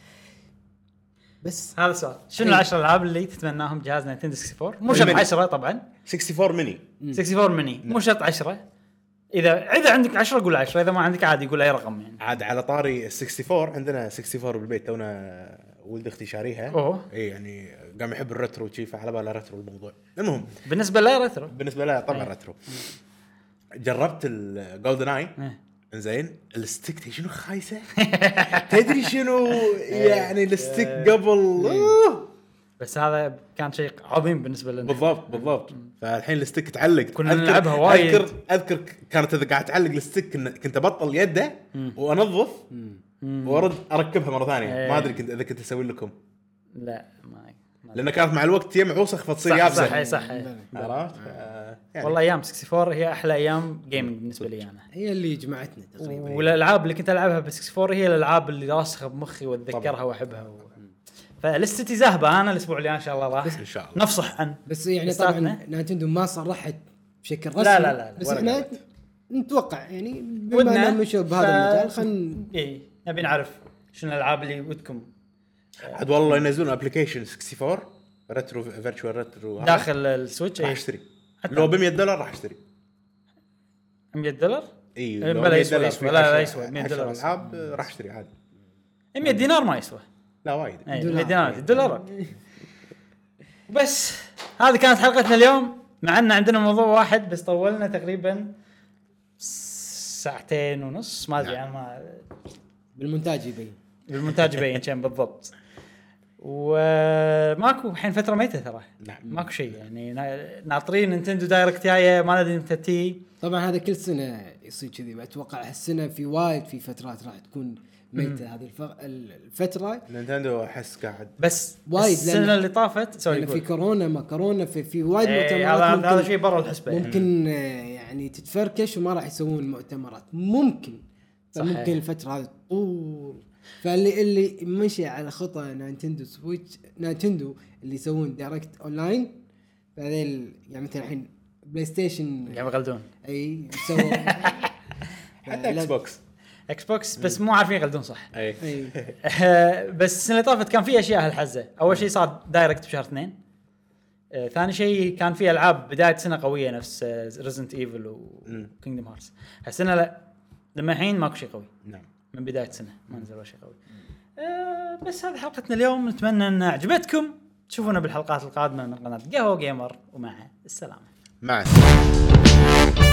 بس هذا السؤال شنو إيه. العشر العاب اللي تتمناهم جهاز نينتندو أربعة وستين؟ مو شرط الميني. عشرة طبعا أربعة وستين ميني أربعة وستين ميني مو شرط عشرة. اذا اذا عندك عشرة قول عشرة اذا ما عندك عادي قول اي رقم يعني. عاد على طاري ال أربعة وستين عندنا أربعة وستين بالبيت تونا ولد اختي شاريها. أوه. اي يعني قام يحب الريترو شي فعلى باله ريترو الموضوع. المهم بالنسبه لي ريترو بالنسبه له طبعا إيه. ريترو. جربت الجولدن اي إيه. انزين الستيك تدري شنو خايسه تدري شنو يعني الستيك قبل أوه. بس هذا كان شيء عظيم بالنسبه لنا. بالضبط بالضبط. فالحين الستيك تعلق كنا أذكر- نلعبها وايد. اذكر اذكر كانت اذا قاعد تعلق الستيك كن- كنت ابطل يده وانظف وارد اركبها مره ثانيه. إيه. ما ادري كنت اذا كنت اسوي لكم لا ما, ما لان كانت مع الوقت يم عوسخ فتصير صح يابسه. صح, صح, صح. عرفت ف- يعني. والله ايام أربعة وستين هي احلى ايام جيمنج بالنسبه لي انا. هي اللي جمعتنا تقريبا. والالعاب اللي كنت العبها ب أربعة وستين هي الالعاب اللي راسخه بمخي واتذكرها واحبها و... فلستي ذاهبه انا الاسبوع اللي ان شاء الله راح ان شاء الله نفصح عن بس يعني استاذنا. طبعا نايتندو ما صرحت بشكل رسمي. لا لا لا، بس ولا احنا قالت. نتوقع يعني بما ودنا اننا مشوا بهذا المجال خلينا اي نبي نعرف شنو الالعاب اللي ودكم عاد والله ينزلون ابلكيشن أربعة وستين ريترو فيرتشوال ريترو هذا. داخل السويتش. راح اي اشتري حتى لو ب مية دولار راح اشتري. مية دولار اي إيه، لو بلا مية يسوى- دولار يسوى. في لا، لا عشرة- يسوى. مية عشرة دولار العاب راح اشتري عادي. مية دينار ما يسوى. لا وايد. اي دولار. مية دينار دولار بس هذه كانت حلقتنا اليوم مع ان عندنا موضوع واحد بس طولنا تقريبا ساعتين ونص ما ادري يعني ما بالمونتاج يبين. بالمونتاج يبين كم بالضبط. وماكو الحين فتره ميته ترى. نعم. ماكو شيء يعني نا- ناطرين نينتندو دايركت جايه ما ندري متى تي. طبعا هذا كل سنه يصير كذي. اتوقع هالسنه في وايد في فترات راح تكون ميته هذه الف- الفتره. نينتندو احس قاعد بس وايد السنه لأن- اللي طافت سوري يعني في قول. كورونا ما كورونا في في وايد إيه، مؤتمرات هذا هذا ممكن شيء برا الحسبه يعني. ممكن آه، يعني تتفركش وما راح يسوون مؤتمرات ممكن. صحيح. ممكن الفتره هذه طول فاللي اللي مشي على خطى نينتندو سويتش نينتندو اللي يسوون دايركت اونلاين فهذيل يعني مثلا الحين بلاي ستيشن قاعد يغلدون اي سووا حتى اكس بوكس اكس بوكس بس مو عارفين يغلدون صح. اي أه، بس السنه اللي طافت كان في اشياء هالحزه. اول شيء صار دايركت بشهر اثنين. أه، ثاني شيء كان في العاب بدايه سنه قويه نفس ريزنت ايفل وكينجدم هارتس. هالسنه لا لما الحين ماكو شيء قوي. نعم من بدايه السنه ما نزل ولا شيء قوي. أه، بس هذه حلقتنا اليوم، نتمنى ان عجبتكم. تشوفونا بالحلقات القادمه من قناه قهوه جيمر، ومع السلامه. مع السلامه.